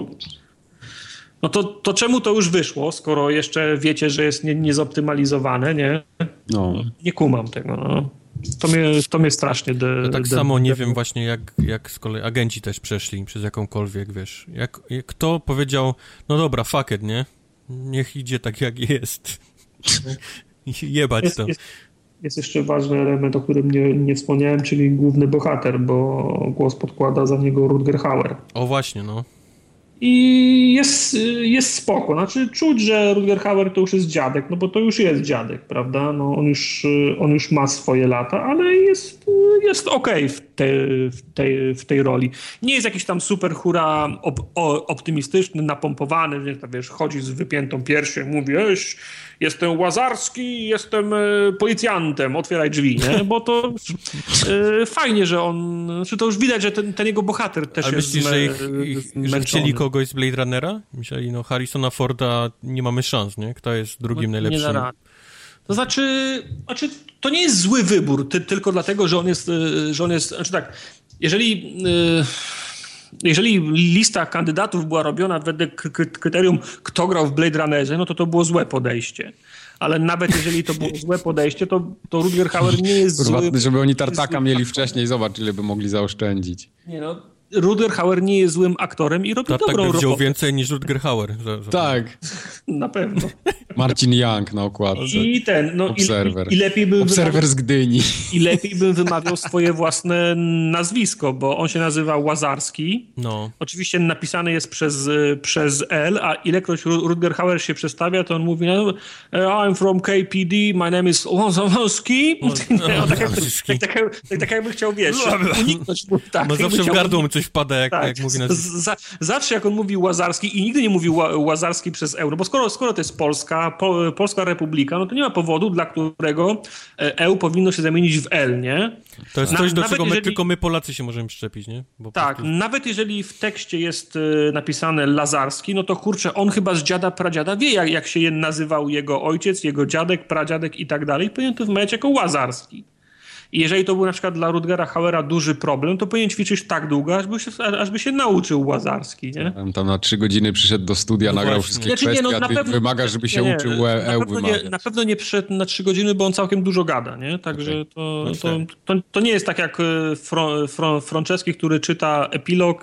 to czemu to już wyszło, skoro jeszcze wiecie, że jest niezoptymalizowane, nie? Nie kumam tego, To mnie strasznie... tak samo nie wiem właśnie, jak z kolei agenci też przeszli przez jakąkolwiek, wiesz, kto powiedział, dobra, fuck it, nie? Niech idzie tak, jak jest. Jebać to. Jest jeszcze ważny element, o którym nie wspomniałem, czyli główny bohater, bo głos podkłada za niego Rutger Hauer. O właśnie, i jest spoko. Znaczy czuć, że Rutger Hauer to już jest dziadek, no bo to już jest dziadek, prawda? No on już ma swoje lata, ale jest okej w tej roli. Nie jest jakiś tam super hura optymistyczny, napompowany, że wiesz, chodzi z wypiętą piersią, mówi, jestem Łazarski, jestem policjantem, otwieraj drzwi, nie? Bo to fajnie, że on, znaczy to już widać, że ten jego bohater też ale jest myślisz, że chcieli kogoś z Blade Runnera? Myśleli, no Harrisona Forda nie mamy szans, nie? Kto jest drugim najlepszym? Nie da rady. To znaczy, to nie jest zły wybór, tylko dlatego, że on jest, znaczy tak, jeżeli lista kandydatów była robiona wedle kryterium, kto grał w Blade Runnerze, no to było złe podejście. Ale nawet jeżeli to było złe podejście, to Rutger Hauer nie jest zły. Żeby oni tartaka mieli wcześniej, zobacz, ile by mogli zaoszczędzić. Nie no, Rutger Hauer nie jest złym aktorem i robi dobrą robotę. Tak wziął więcej niż Rutger Hauer. Tak. Na pewno. Marcin Young na okładce. I Obserwer. I lepiej bym Obserwer z Gdyni. I lepiej bym wymawiał swoje własne nazwisko, bo on się nazywa Łazarski. No. Oczywiście napisany jest przez L, a ilekroć Rutger Hauer się przedstawia, to on mówi I'm from KPD, my name is Łazarski. Tak jakby chciał, wiesz, uniknąć. Tak, no zawsze w gardło mu coś wpada, jak mówi nazwisko. Zawsze jak on mówi Łazarski i nigdy nie mówi Łazarski przez Euro, bo skoro to jest Polska Republika, no to nie ma powodu, dla którego EU powinno się zamienić w L, nie? To jest coś, do czego tylko my Polacy się możemy przyczepić, nie? Bo tak, nawet jeżeli w tekście jest napisane Lazarski, no to kurczę, on chyba z dziada, pradziada wie, jak się nazywał jego ojciec, jego dziadek, pradziadek i tak dalej, powinien to wymawiać jako Łazarski. I jeżeli to był na przykład dla Rutgera Hauera duży problem, to powinien ćwiczyć tak długo, ażby się nauczył Łazarski, nie? Tam na 3 godziny przyszedł do studia, nagrał wszystkie kwestie, a ty wymagasz, żeby się uczył na pewno nie przyszedł na 3 godziny, bo on całkiem dużo gada, nie? Także to nie jest tak jak Franceski, który czyta epilog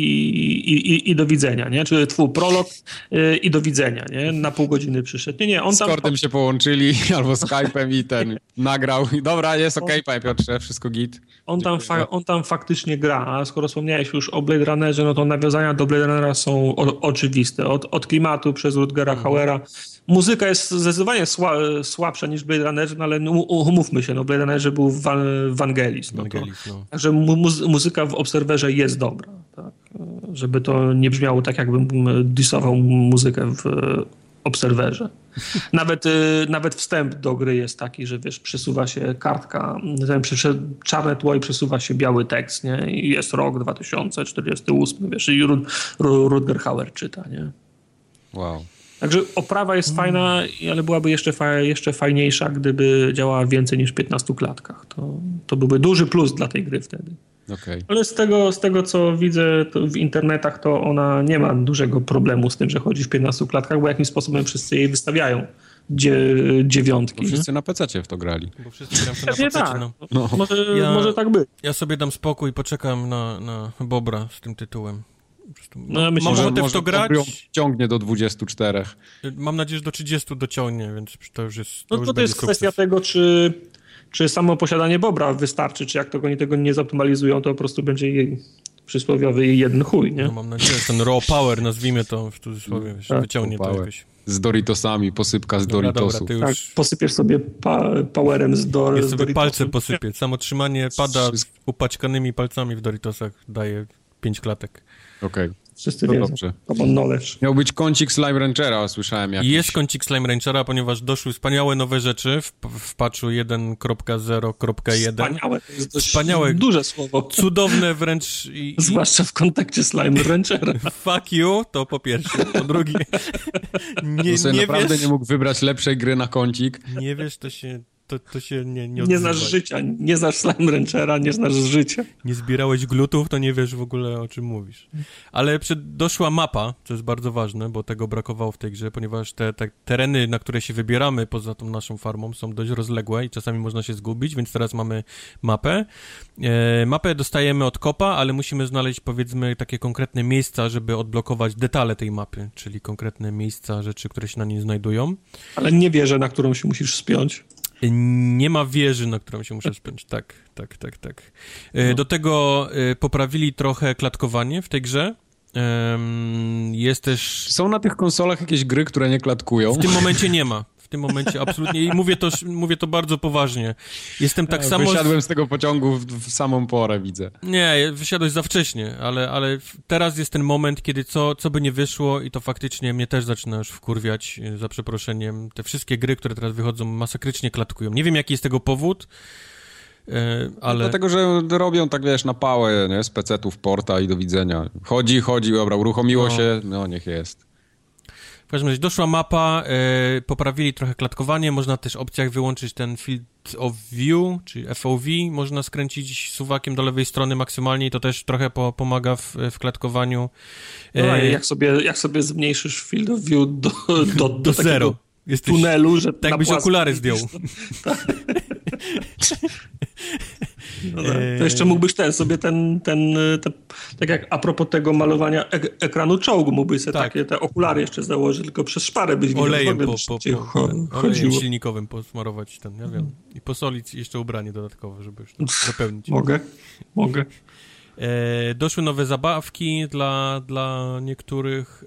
i do widzenia, nie? Czy prolog i do widzenia, nie? Na pół godziny przyszedł. Nie, on tam... Z Kordem się połączyli, albo Skype'em i nagrał. Dobra, jest okej, Panie Piotrze, wszystko git. On tam faktycznie gra, a skoro wspomniałeś już o Blade Runnerze, no to nawiązania do Blade Runnera są oczywiste. Od klimatu przez Rutgera Hauera. Muzyka jest zdecydowanie słabsza niż Blade Runnerze, no ale umówmy się, no Blade Runnerze był Vangelis. No Także muzyka w Obserwerze jest dobra. Tak? Żeby to nie brzmiało tak, jakbym disował muzykę w Obserwerze. Nawet wstęp do gry jest taki, że wiesz, przesuwa się kartka, czarne tło i przesuwa się biały tekst, nie? I jest rok 2048, wiesz, i Rutger Hauer czyta, nie? Wow. Także oprawa jest fajna, ale byłaby jeszcze fajniejsza, gdyby działała więcej niż w 15 klatkach. To byłby duży plus dla tej gry wtedy. Okay. Ale z tego, co widzę w internetach, to ona nie ma dużego problemu z tym, że chodzi w 15 klatkach, bo jakimś sposobem wszyscy jej wystawiają 9. Bo wszyscy na PC-cie w to grali. Bo wszyscy grają na PC-cie, tak. No. Może tak być. Ja sobie dam spokój i poczekam na Bobra z tym tytułem. Mam ochotę w to grać. Ciągnie do 24. Mam nadzieję, że do 30 dociągnie, więc to już jest. To jest kwestia tego, czy samo posiadanie Bobra wystarczy, czy jak oni tego nie zoptymalizują, to po prostu będzie przysłowiowy jeden chuj, nie? No mam nadzieję, że ten raw power, nazwijmy to w cudzysłowie, wyciągnie to jakoś. Z Doritosami, posypka z Doritosów. Dobra, tak, posypiesz sobie powerem z Doritosów. Ja sobie palce posypię. Samo trzymanie pada upaćkanymi palcami w Doritosach daje 5 klatek. Okej. Wszyscy wiedzą. Dobrze. Miał być kącik Slime Ranchera, słyszałem jakiś. Jest kącik Slime Ranchera, ponieważ doszły wspaniałe nowe rzeczy w patchu 1.0.1. Wspaniałe. Duże słowo. Cudowne wręcz. Zwłaszcza w kontekście Slime Ranchera. Fuck you, to po pierwsze. Po drugie. Naprawdę nie mógł wybrać lepszej gry na kącik. Nie wiesz, to się nie nie znasz życia, nie znasz Slime Ranchera, nie znasz życia. Nie zbierałeś glutów, to nie wiesz w ogóle, o czym mówisz. Ale doszła mapa, co jest bardzo ważne, bo tego brakowało w tej grze, ponieważ te tereny, na które się wybieramy poza tą naszą farmą, są dość rozległe i czasami można się zgubić, więc teraz mamy mapę. Mapę dostajemy od kopa, ale musimy znaleźć, powiedzmy, takie konkretne miejsca, żeby odblokować detale tej mapy, czyli konkretne miejsca, rzeczy, które się na niej znajdują. Ale nie wieżę, na którą się musisz spiąć. Nie ma wieży, na którą się muszę spiąć. Tak. Do tego poprawili trochę klatkowanie w tej grze. Jest też... Są na tych konsolach jakieś gry, które nie klatkują? W tym momencie nie ma. W tym momencie absolutnie. I mówię to bardzo poważnie. Jestem tak samo... Wysiadłem z tego pociągu w samą porę, widzę. Nie, wysiadłeś za wcześnie, ale teraz jest ten moment, kiedy co by nie wyszło i to faktycznie mnie też zaczyna już wkurwiać, za przeproszeniem. Te wszystkie gry, które teraz wychodzą, masakrycznie klatkują. Nie wiem, jaki jest tego powód, ale... Dlatego, że robią tak, wiesz, na pałę, nie? Z PC-ów porta i do widzenia. Chodzi, dobra, uruchomiło się, niech jest. W każdym razie doszła mapa, poprawili trochę klatkowanie, można też w opcjach wyłączyć ten Field of View, czyli FOV, można skręcić suwakiem do lewej strony maksymalnie i to też trochę pomaga w klatkowaniu. Jak sobie zmniejszysz Field of View do zero. Tunelu, że tak byś okulary zdjął. To jeszcze mógłbyś sobie tak jak a propos tego malowania ekranu czołgu, mógłbyś sobie takie te okulary jeszcze założyć, tylko przez szparę byś widział. Olejem olejem silnikowym posmarować ten, ja wiem. I posolić jeszcze ubranie dodatkowe, żeby już to dopełnić. Mogę. Doszły nowe zabawki dla niektórych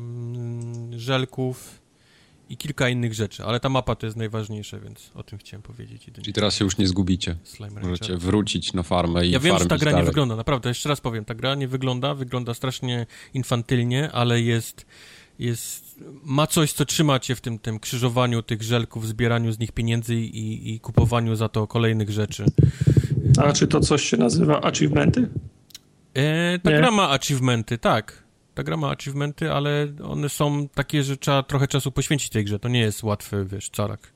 żelków i kilka innych rzeczy, ale ta mapa to jest najważniejsze, więc o tym chciałem powiedzieć. Czyli teraz się już nie zgubicie. Możecie wrócić na farmę i ja wiem, że ta gra dalej. Nie wygląda, naprawdę, jeszcze raz powiem, ta gra nie wygląda strasznie infantylnie, ale ma coś, co trzyma cię w tym krzyżowaniu tych żelków, zbieraniu z nich pieniędzy i kupowaniu za to kolejnych rzeczy. A czy to coś się nazywa achievementy? Ta gra ma achievementy, tak. Ta gra ma achievementy, ale one są takie, że trzeba trochę czasu poświęcić tej grze. To nie jest łatwy, carak.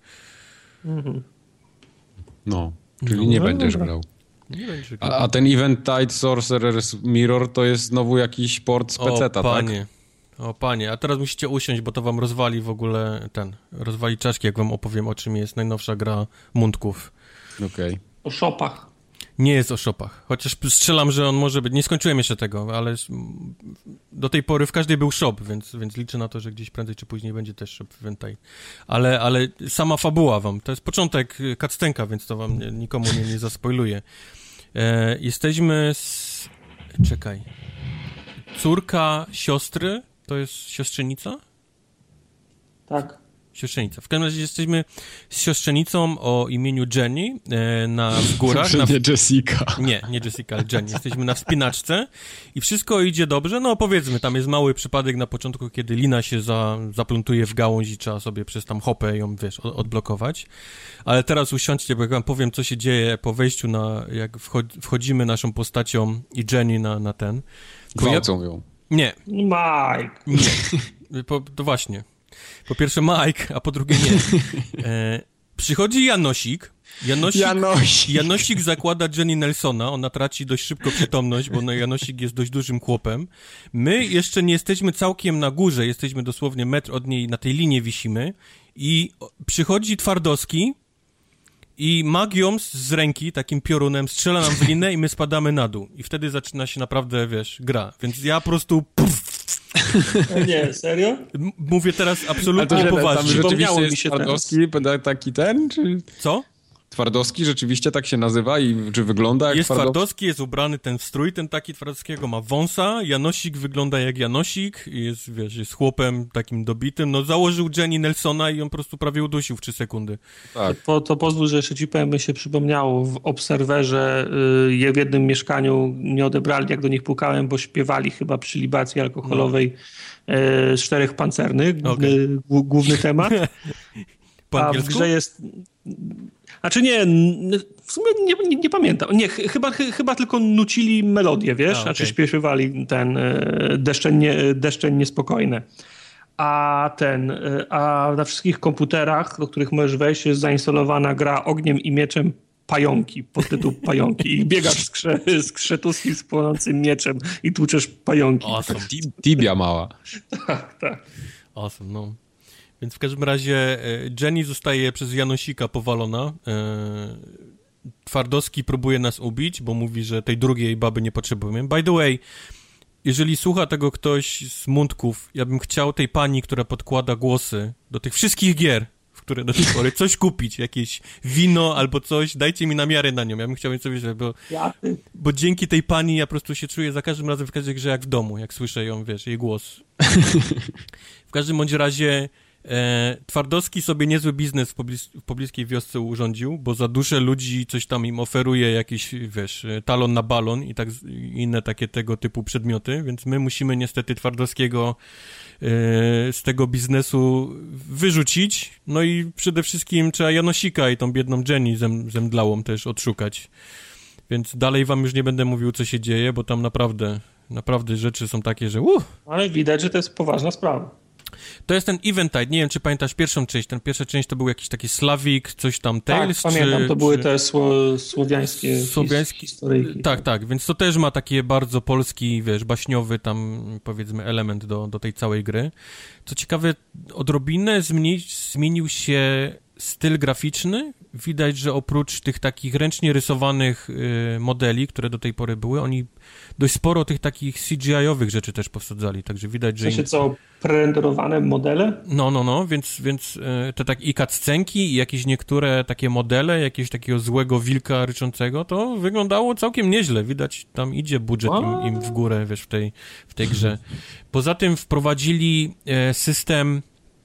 Czyli nie będziesz grał. Nie będziesz grał. A ten Eventide Sorcerer's Mirror to jest znowu jakiś port z PC-ta, tak? O panie, a teraz musicie usiąść, bo to wam rozwali w ogóle rozwali czaszki, jak wam opowiem, o czym jest najnowsza gra Mundków. Okej. O shopach. Nie jest o shopach, chociaż strzelam, że on może być. Nie skończyłem jeszcze tego, ale do tej pory w każdej był shop, więc liczę na to, że gdzieś prędzej czy później będzie też shop w Eventai. Ale sama fabuła wam, to jest początek cutscenka, więc to wam nikomu nie zaspoiluję. Jesteśmy Czekaj. Córka siostry, to jest siostrzenica? Tak. Siostrzenica. W każdym razie jesteśmy z siostrzenicą o imieniu Jenny w górach. Nie Jessica. Nie Jessica, ale Jenny. Jesteśmy na wspinaczce i wszystko idzie dobrze. No powiedzmy, tam jest mały przypadek na początku, kiedy lina się zaplątuje w gałąź i trzeba sobie przez tam hopę ją, odblokować. Ale teraz usiądźcie, bo jak wam powiem, co się dzieje po wejściu jak wchodzimy naszą postacią i Jenny na ten. Gwałcą ją. Nie. Mike. Nie. To właśnie. Po pierwsze Mike, a po drugie nie. Przychodzi Janosik. Janosik zakłada Jenny Nelsona. Ona traci dość szybko przytomność, bo Janosik jest dość dużym chłopem. My jeszcze nie jesteśmy całkiem na górze. Jesteśmy dosłownie metr od niej, na tej linie wisimy. I przychodzi Twardowski i magią z ręki, takim piorunem, strzela nam w linę i my spadamy na dół. I wtedy zaczyna się naprawdę, gra. Więc ja po prostu... Nie, serio? Mówię teraz absolutnie poważnie. Rzeczywiście jest Twardowski, taki ten, czy... Co? Twardowski rzeczywiście tak się nazywa i czy wygląda jak Twardowski? Jest ubrany ten strój, ten taki Twardowskiego, ma wąsa, Janosik wygląda jak Janosik, jest chłopem takim dobitym, założył Jenny Nelsona i on po prostu prawie udusił w 3 sekundy. Tak. To pozwól, że jeszcze ci powiem, mi się przypomniało, w Obserwerze w jednym mieszkaniu nie odebrali, jak do nich pukałem, bo śpiewali chyba przy libacji alkoholowej z 4 pancernych, główny temat. Po a w grze jest... Znaczy nie, w sumie nie pamiętam. Nie, chyba tylko nucili melodię, wiesz? Znaczy śpiewali ten Deszcze niespokojne. A na wszystkich komputerach, do których możesz wejść, jest zainstalowana gra Ogniem i Mieczem Pająki, pod tytuł Pająki. I biegasz z krzetuskim z płonącym mieczem i tłuczesz pająki. Awesome. Tibia mała. Tak. Awesome, no. Więc w każdym razie Jenny zostaje przez Janosika powalona. Twardowski próbuje nas ubić, bo mówi, że tej drugiej baby nie potrzebujemy. By the way, jeżeli słucha tego ktoś z Mundków, ja bym chciał tej pani, która podkłada głosy do tych wszystkich gier, w które do tej pory, coś kupić, jakieś wino albo coś, dajcie mi namiary na nią, ja bym chciał sobie, bo dzięki tej pani ja po prostu się czuję za każdym razem w każdej grze jak w domu, jak słyszę ją, wiesz, jej głos. W każdym bądź razie Twardowski sobie niezły biznes w pobliskiej wiosce urządził, bo za duszę ludzi coś tam im oferuje jakiś, wiesz, talon na balon i tak inne takie tego typu przedmioty, więc my musimy niestety Twardowskiego z tego biznesu wyrzucić, no i przede wszystkim trzeba Janosika i tą biedną Jenny zemdlałą też odszukać. Więc dalej wam już nie będę mówił, co się dzieje, bo tam naprawdę rzeczy są takie, że Ale widać, że to jest poważna sprawa. To jest ten Eventide, nie wiem, czy pamiętasz pierwszą część. Ten pierwsza część to był jakiś taki Slavic, coś tam, Tales, tak, pamiętam, to były te słowiańskie historyjki. Tak, więc to też ma taki bardzo polski, wiesz, baśniowy tam, powiedzmy, element do tej całej gry. Co ciekawe, odrobinę zmienił się styl graficzny. Widać, że oprócz tych takich ręcznie rysowanych modeli, które do tej pory były, oni dość sporo tych takich CGI-owych rzeczy też powsadzali, także widać, że... W sensie co, prerenderowane modele? No, więc te tak i cutscenki, i jakieś niektóre takie modele, jakiegoś takiego złego wilka ryczącego, to wyglądało całkiem nieźle. Widać, tam idzie budżet im w górę, wiesz, w tej grze. Poza tym wprowadzili system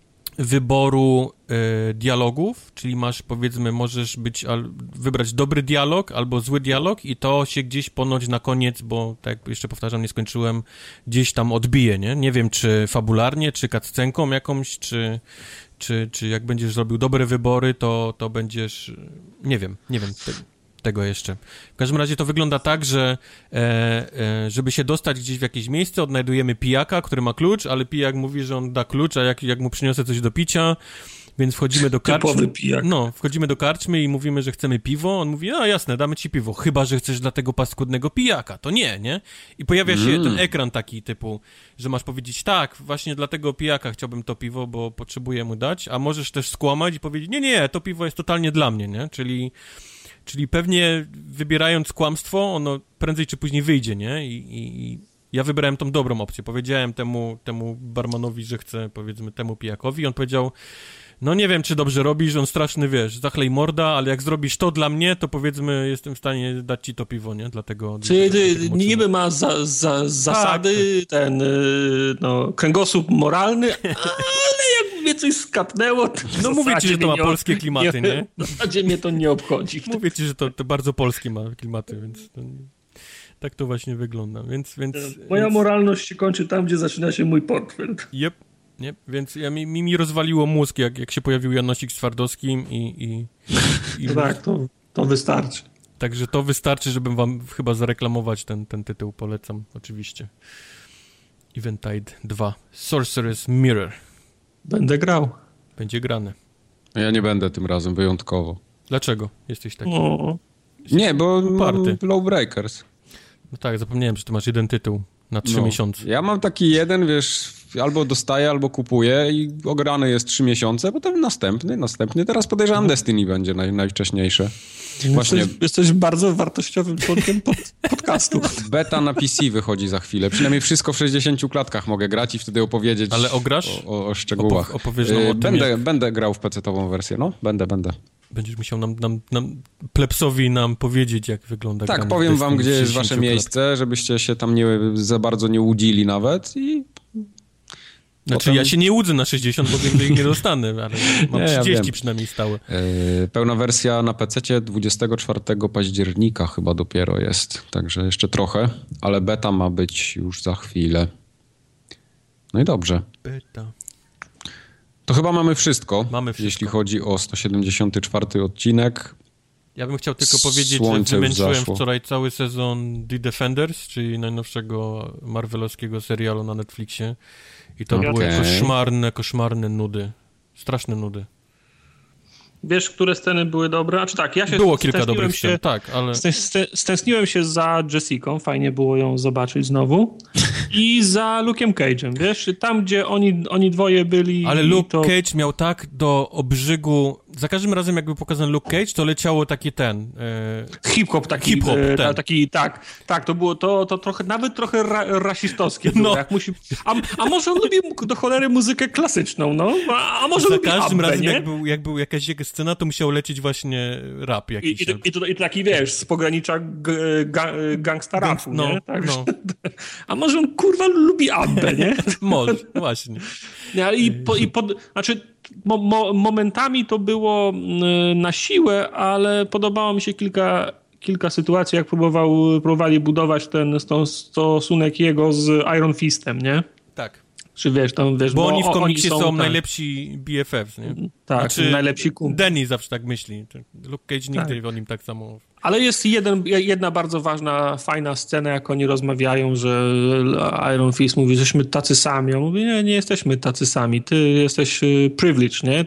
wyboru dialogów, czyli masz, powiedzmy, możesz wybrać dobry dialog albo zły dialog i to się gdzieś ponoć na koniec, bo tak jeszcze powtarzam, nie skończyłem, gdzieś tam odbije, nie? Nie wiem, czy fabularnie, czy cutscenką jakąś, czy jak będziesz robił dobre wybory, to będziesz... Nie wiem tego jeszcze. W każdym razie to wygląda tak, że żeby się dostać gdzieś w jakieś miejsce, odnajdujemy pijaka, który ma klucz, ale pijak mówi, że on da klucz, a jak mu przyniosę coś do picia, więc wchodzimy do karczmy. Typowy pijak. No, wchodzimy do karczmy i mówimy, że chcemy piwo. On mówi, a jasne, damy ci piwo, chyba że chcesz dla tego paskudnego pijaka. To nie? I pojawia się ten ekran taki typu, że masz powiedzieć, tak, właśnie dla tego pijaka chciałbym to piwo, bo potrzebuję mu dać, a możesz też skłamać i powiedzieć, nie, to piwo jest totalnie dla mnie, nie? Czyli pewnie wybierając kłamstwo, ono prędzej czy później wyjdzie, nie? I ja wybrałem tą dobrą opcję. Powiedziałem temu barmanowi, że chcę, powiedzmy, temu pijakowi. On powiedział, no nie wiem, czy dobrze robisz, on straszny, wiesz, zachlej morda, ale jak zrobisz to dla mnie, to powiedzmy, jestem w stanie dać ci to piwo, nie? Dlatego... Czyli niby ma zasady, kręgosłup moralny, ale jak mnie coś skapnęło, to no mówię ci, że to ma polskie klimaty, nie? W zasadzie mnie to nie obchodzi. Mówię ci, że to bardzo polskie ma klimaty, więc tak to właśnie wygląda, więc moja moralność się kończy tam, gdzie zaczyna się mój portfel. Yep. Nie? Więc mi rozwaliło mózg, jak się pojawił Janosik z Twardowskim i tak, to wystarczy. Także to wystarczy, żebym wam chyba zareklamować ten tytuł, polecam oczywiście. Eventide 2. Sorcerer's Mirror. Będę grał. Będzie grane. Ja nie będę tym razem, wyjątkowo. Dlaczego jesteś taki? Nie, bo mam Lawbreakers. No tak, zapomniałem, że ty masz jeden tytuł na 3 miesiące. Ja mam taki jeden, wiesz, albo dostaję, albo kupuję i ograny jest 3 miesiące, potem następny. Teraz podejrzewam Destiny będzie najwcześniejsze. Właśnie. Jesteś bardzo wartościowym członkiem podcastu. Beta na PC wychodzi za chwilę. Przynajmniej wszystko w 60 klatkach mogę grać i wtedy opowiedzieć. Ale ograsz? O szczegółach. Opowiesz nam o tym, będę grał w PC-tową wersję, no. Będę. Będziesz musiał plebsowi powiedzieć, jak wygląda. Tak, powiem wam, gdzie jest wasze miejsce, żebyście się tam za bardzo nie łudzili nawet i... Znaczy, potem... ja się nie łudzę na 60, bo wiem, że ich nie dostanę, ale mam 30 przynajmniej stałe. Pełna wersja na PC-cie 24 października chyba dopiero jest, także jeszcze trochę, ale beta ma być już za chwilę. No i dobrze. Beta. To chyba mamy wszystko, jeśli jeśli chodzi o 174 odcinek. Ja bym chciał tylko powiedzieć, że wymęczyłem wczoraj cały sezon The Defenders, czyli najnowszego marvelowskiego serialu na Netflixie. I to były koszmarne nudy. Straszne nudy. Wiesz, które sceny były dobre? Tak, ja się było kilka dobrych scen, tak, ale... Stęskniłem się za Jessicą, fajnie było ją zobaczyć znowu. I za Luke'em Cage'em, wiesz? Tam, gdzie oni dwoje byli... Ale Luke Cage miał tak do obrzygu... Za każdym razem, jakby pokazany Luke Cage, to leciało taki ten... Hip-hop taki. Hip-hop, taki, tak, to było to trochę, nawet trochę rasistowskie było. Jak a może on lubi do cholery muzykę klasyczną, no? A może za lubi każdym Abbę, razem, nie? jak był jakaś jego scena, to musiał lecieć właśnie rap jakiś. I to taki, wiesz, z pogranicza gangsta rapu, nie? Tak, a może on, kurwa, lubi Abbę, nie? Może, właśnie. Znaczy, momentami to było na siłę, ale podobało mi się kilka sytuacji, jak próbowali budować ten stosunek jego z Iron Fistem, nie? Tak. Czy wiesz, bo oni w komiksie są najlepsi BFFs, nie? Tak, znaczy, najlepsi kumple. Danny zawsze tak myśli. Luke Cage nigdy o nim tak samo... Ale jest jedna bardzo ważna, fajna scena, jak oni rozmawiają, że Iron Fist mówi, że jesteśmy tacy sami. On mówi, nie jesteśmy tacy sami. Ty jesteś privileged, nie?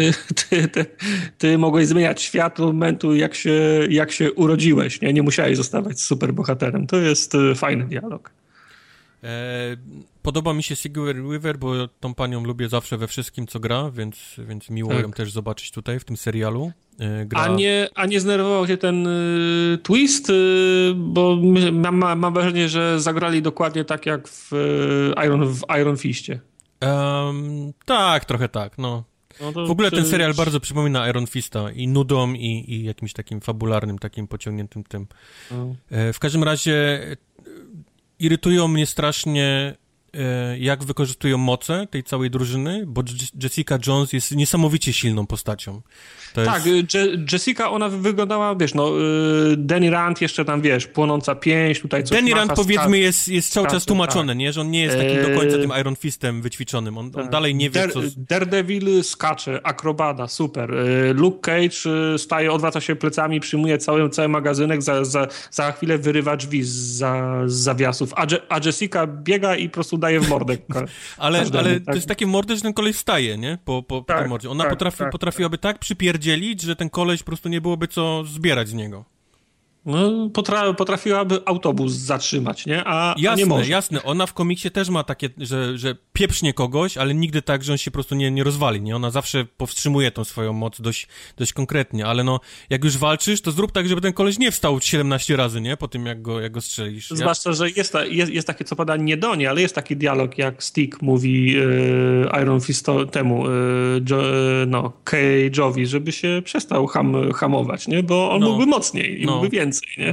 Ty mogłeś zmieniać świat od momentu, jak się urodziłeś, nie? Nie musiałeś zostawać superbohaterem. To jest fajny dialog. Podoba mi się Sigourney Weaver, bo tą panią lubię zawsze we wszystkim, co gra, więc miło ją też zobaczyć tutaj, w tym serialu. A nie zdenerwował się ten twist, bo mam wrażenie, że zagrali dokładnie tak jak w Iron Fistie. Tak, trochę tak, no. W ogóle ten serial bardzo przypomina Iron Fista i nudą, i jakimś takim fabularnym, takim pociągniętym tym. W każdym razie irytują mnie strasznie, jak wykorzystują moce tej całej drużyny, bo Jessica Jones jest niesamowicie silną postacią. Tak, Jessica, ona wyglądała, wiesz, Danny Rand jeszcze tam, wiesz, płonąca pięść, tutaj coś Danny Rand, powiedzmy, jest cały czas tłumaczony, nie? Że on nie jest takim do końca tym Iron Fistem wyćwiczonym. On dalej nie wie, co... Daredevil skacze, akrobata, super. Luke Cage staje, odwraca się plecami, przyjmuje cały magazynek, za chwilę wyrywa drzwi z zawiasów, a Jessica biega i po prostu daje w mordę. ale to jest takie mordy, że ten koleś wstaje, nie? Po tej mordzie. Ona potrafiłaby tak przypierdzielić, że ten koleś po prostu nie byłoby co zbierać z niego. No, potrafiłaby autobus zatrzymać, nie? A nie może. Jasne. Ona w komiksie też ma takie, że pieprznie kogoś, ale nigdy tak, że on się po prostu nie rozwali, nie? Ona zawsze powstrzymuje tą swoją moc dość konkretnie, ale jak już walczysz, to zrób tak, żeby ten koleś nie wstał 17 razy, nie? Po tym, jak go strzelisz. Zwłaszcza, że jest takie, co pada nie do niej, ale jest taki dialog, jak Stick mówi Iron Fist temu Cage'owi, żeby się przestał hamować, nie? Bo on mógłby mocniej i mógłby więcej, nie?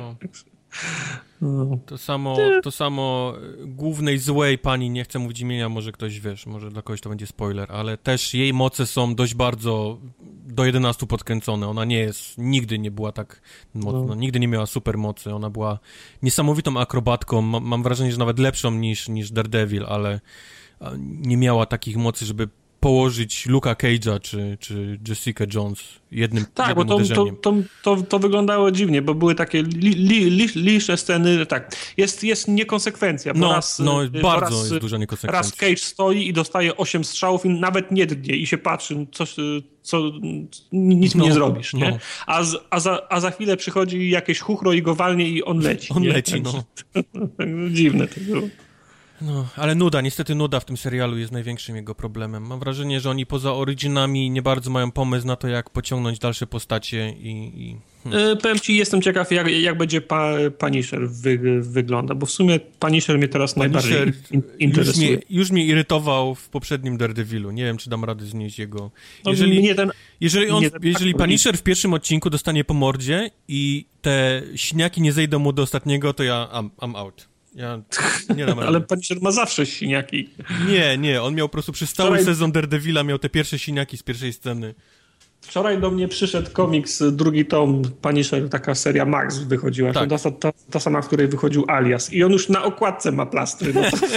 To samo głównej złej pani, nie chcę mówić imienia, może ktoś, wiesz, może dla kogoś to będzie spoiler, ale też jej moce są dość bardzo do 11 podkręcone. Ona nigdy nie była tak mocna, nigdy nie miała super mocy. Ona była niesamowitą akrobatką, mam wrażenie, że nawet lepszą niż Daredevil, ale nie miała takich mocy, żeby położyć Luke'a Cage'a czy Jessica Jones jednym uderzeniem. To wyglądało dziwnie, bo były takie liczne sceny, tak. Jest niekonsekwencja, bo bardzo jest duża niekonsekwencja. Raz Cage stoi i dostaje 8 strzałów i nawet nie drgnie i się patrzy, nic mi nie zrobisz, nie? A za chwilę przychodzi jakieś chuchro i go walnie i on leci. Dziwne to było. Ale niestety nuda w tym serialu jest największym jego problemem. Mam wrażenie, że oni poza Originami nie bardzo mają pomysł na to, jak pociągnąć dalsze postacie Powiem ci, jestem ciekaw, jak będzie Punisher wygląda, bo w sumie Punisher mnie teraz najbardziej interesuje. Już mnie irytował w poprzednim Daredevilu. Nie wiem, czy dam radę znieść jego... Jeżeli Punisher w pierwszym odcinku dostanie po mordzie i te siniaki nie zejdą mu do ostatniego, to ja I'm out. Ja nie dam rady. Ale Punisher ma zawsze siniaki. Nie, on miał po prostu przez cały sezon Daredevila miał te pierwsze siniaki z pierwszej sceny. Wczoraj do mnie przyszedł komiks, drugi tom Punisher, taka seria Max wychodziła. Tak. Ta sama, w której wychodził Alias. I on już na okładce ma plastry.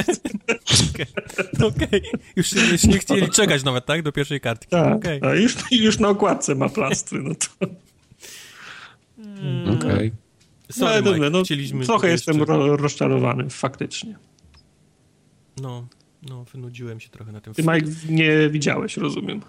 Okej. Już nie chcieli czekać nawet, tak? Do pierwszej kartki. Tak, już na okładce ma plastry. Okej. Sorry, Mike, trochę jestem rozczarowany, faktycznie. No, wynudziłem się trochę na tym Ty, Mike, nie widziałeś, rozumiem.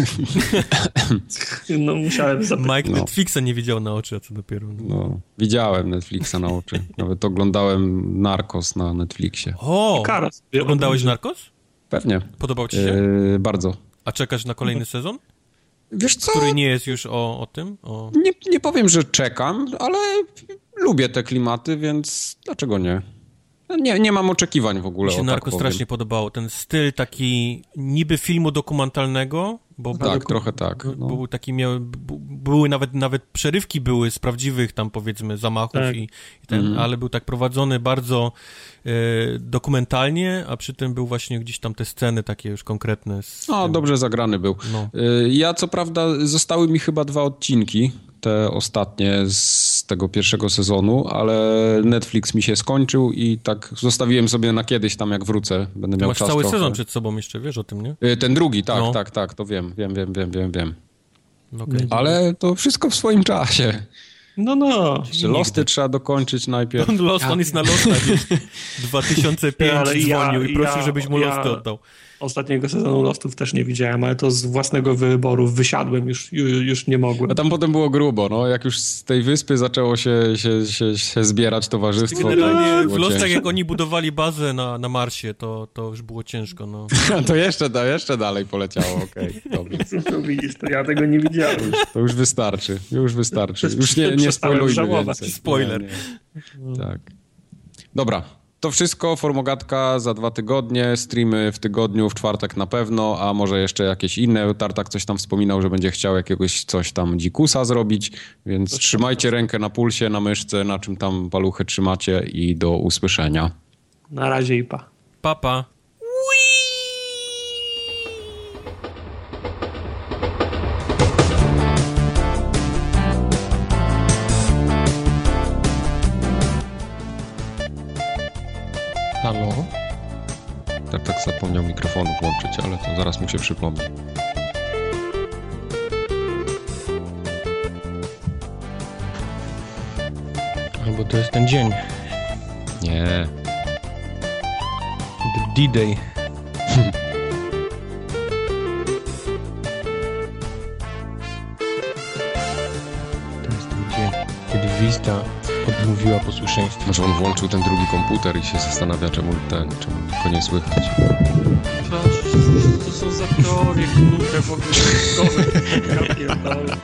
No, musiałem zapytać. Mike Netflixa nie widział na oczy, a co dopiero. No, widziałem Netflixa na oczy. Nawet oglądałem Narcos na Netflixie. O! Karas. Oglądałeś Narcos? Pewnie. Podobał ci się? Bardzo. A czekasz na kolejny sezon? Wiesz co? Który nie jest już o tym? Nie powiem, że czekam, ale lubię te klimaty, więc dlaczego nie? Nie mam oczekiwań w ogóle. Mi się Narcos strasznie podobało. Ten styl taki niby filmu dokumentalnego. Tak, trochę tak. No. Był taki były nawet przerywki były z prawdziwych tam powiedzmy zamachów tak. Ale był tak prowadzony bardzo dokumentalnie, a przy tym był właśnie gdzieś tam te sceny takie już konkretne. Dobrze zagrany był. No. Ja co prawda zostały mi chyba 2 odcinki, te ostatnie z tego pierwszego sezonu, ale Netflix mi się skończył i tak zostawiłem sobie na kiedyś tam jak wrócę. Będę miał czas cały trochę. sezon przed sobą jeszcze, wiesz o tym, nie? Ten drugi, tak, to wiem. Okay. Ale to wszystko w swoim czasie. No. Losty trzeba dokończyć najpierw. On jest na Lostach. 2005 dzwonił i prosił, żebyś mu Losty oddał. Ostatniego sezonu Lostów też nie widziałem, ale to z własnego wyboru wysiadłem, już nie mogłem. A tam potem było grubo, no. Jak już z tej wyspy zaczęło się zbierać towarzystwo. Generalnie w Lostach, jak oni budowali bazę na Marsie, to już było ciężko, no. To jeszcze dalej poleciało, okej. Dobrze. No widzisz, to ja tego nie widziałem. To już wystarczy. Już nie spoilujmy więcej. Spoiler. Nie. Tak. Dobra. To wszystko, Formogatka za 2 tygodnie, streamy w tygodniu, w czwartek na pewno, a może jeszcze jakieś inne. Tartak coś tam wspominał, że będzie chciał jakiegoś coś tam dzikusa zrobić, więc trzymajcie rękę na pulsie, na myszce, na czym tam paluchę trzymacie i do usłyszenia. Na razie i pa. Pa. Halo? Tak zapomniał mikrofonu włączyć, ale to zaraz mu się przypomni. Albo to jest ten dzień. Nie. The D-Day. To jest ten dzień, kiedy Vista odmówiła posłuszeństwa. Może on włączył ten drugi komputer i się zastanawia, czemu go nie słychać. To są za teorie knute w ogóle.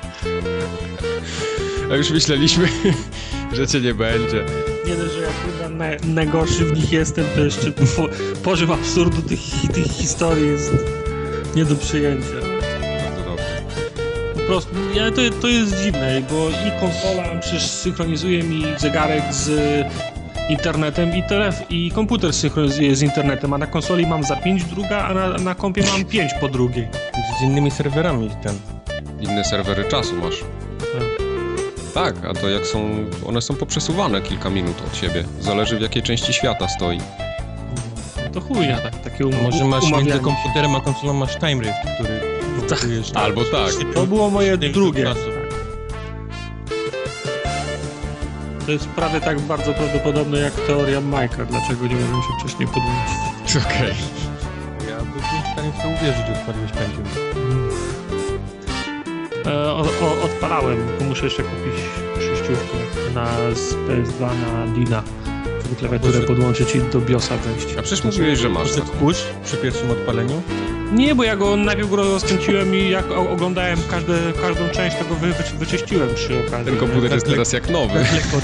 A już myśleliśmy, że cię nie będzie. Nie dość, że ja chyba najgorszy w nich jestem, to jeszcze poziom absurdu tych historii jest nie do przyjęcia. Bardzo dobrze. Po prostu, to jest dziwne, bo i konsola przecież synchronizuje mi zegarek z internetem i komputer synchronizuje z internetem, a na konsoli mam za 5 druga, a na kompie mam 5 po drugiej. Z innymi serwerami Inne serwery czasu masz. Tak, a to jak one są poprzesuwane kilka minut od siebie. Zależy w jakiej części świata stoi. No to chuj, takie Może masz między komputerem a konsolą masz time rift, który blokujesz. Albo tak. To było moje drugie. To jest prawie tak bardzo prawdopodobne jak teoria Majka, dlaczego nie możemy się wcześniej podłączyć. Okej. Ja byłem w stanie w to uwierzyć, że odpaliłeś Pentium. Odpalałem, bo muszę jeszcze kupić przejściówkę z PS2 na Dina, żeby klawiaturę podłączyć i do BIOSa wejść. A przecież mówiłeś, że masz. Poszedł kurz przy pierwszym odpaleniu? Nie, bo ja najpierw go rozkręciłem i jak oglądałem każdą część, tego wyczyściłem przy okazji. Ten komputer jest teraz jak nowy.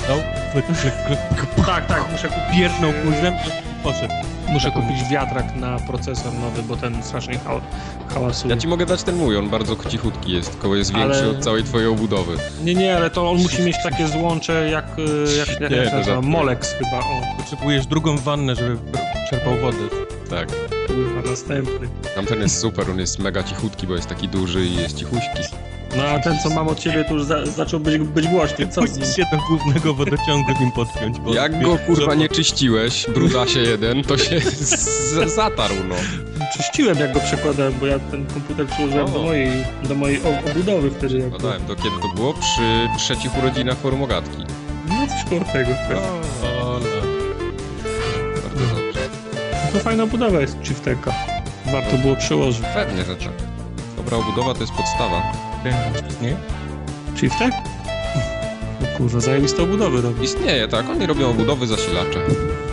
Tak, muszę kupić. Pierdnął kurzem i poszedł. Muszę kupić wiatrak na procesor nowy, bo ten strasznie hałasuje. Ja ci mogę dać ten mój, on bardzo cichutki jest, tylko jest większy od całej twojej obudowy. Nie, ale to on musi mieć takie złącze jak Molex chyba. Potrzebujesz drugą wannę, żeby czerpał wodę. Tak. Kurwa, następny. Tamten jest super, on jest mega cichutki, bo jest taki duży i jest cichuśki. No a ten, co mam od ciebie, to już zaczął być głośny. Co z nim? Musisz się do głównego wodociągu nim podpiąć. Bo jak go kurwa nie czyściłeś, brudasie jeden, to się zatarł, no. Czyściłem, jak go przekładałem, bo ja ten komputer przyłożyłem do mojej obudowy wtedy. Badałem, to kiedy to było? Przy 3 urodzinach Formogatki. No coś koło tego. Bardzo dobrze. To fajna budowa jest Chiefteka. Warto było przełożyć. Pewnie, że tak. Dobra obudowa to jest podstawa. Nie? Chieftek? No kurwa, zajebiste obudowy robi. Istnieje, tak. Oni robią obudowy, zasilacze.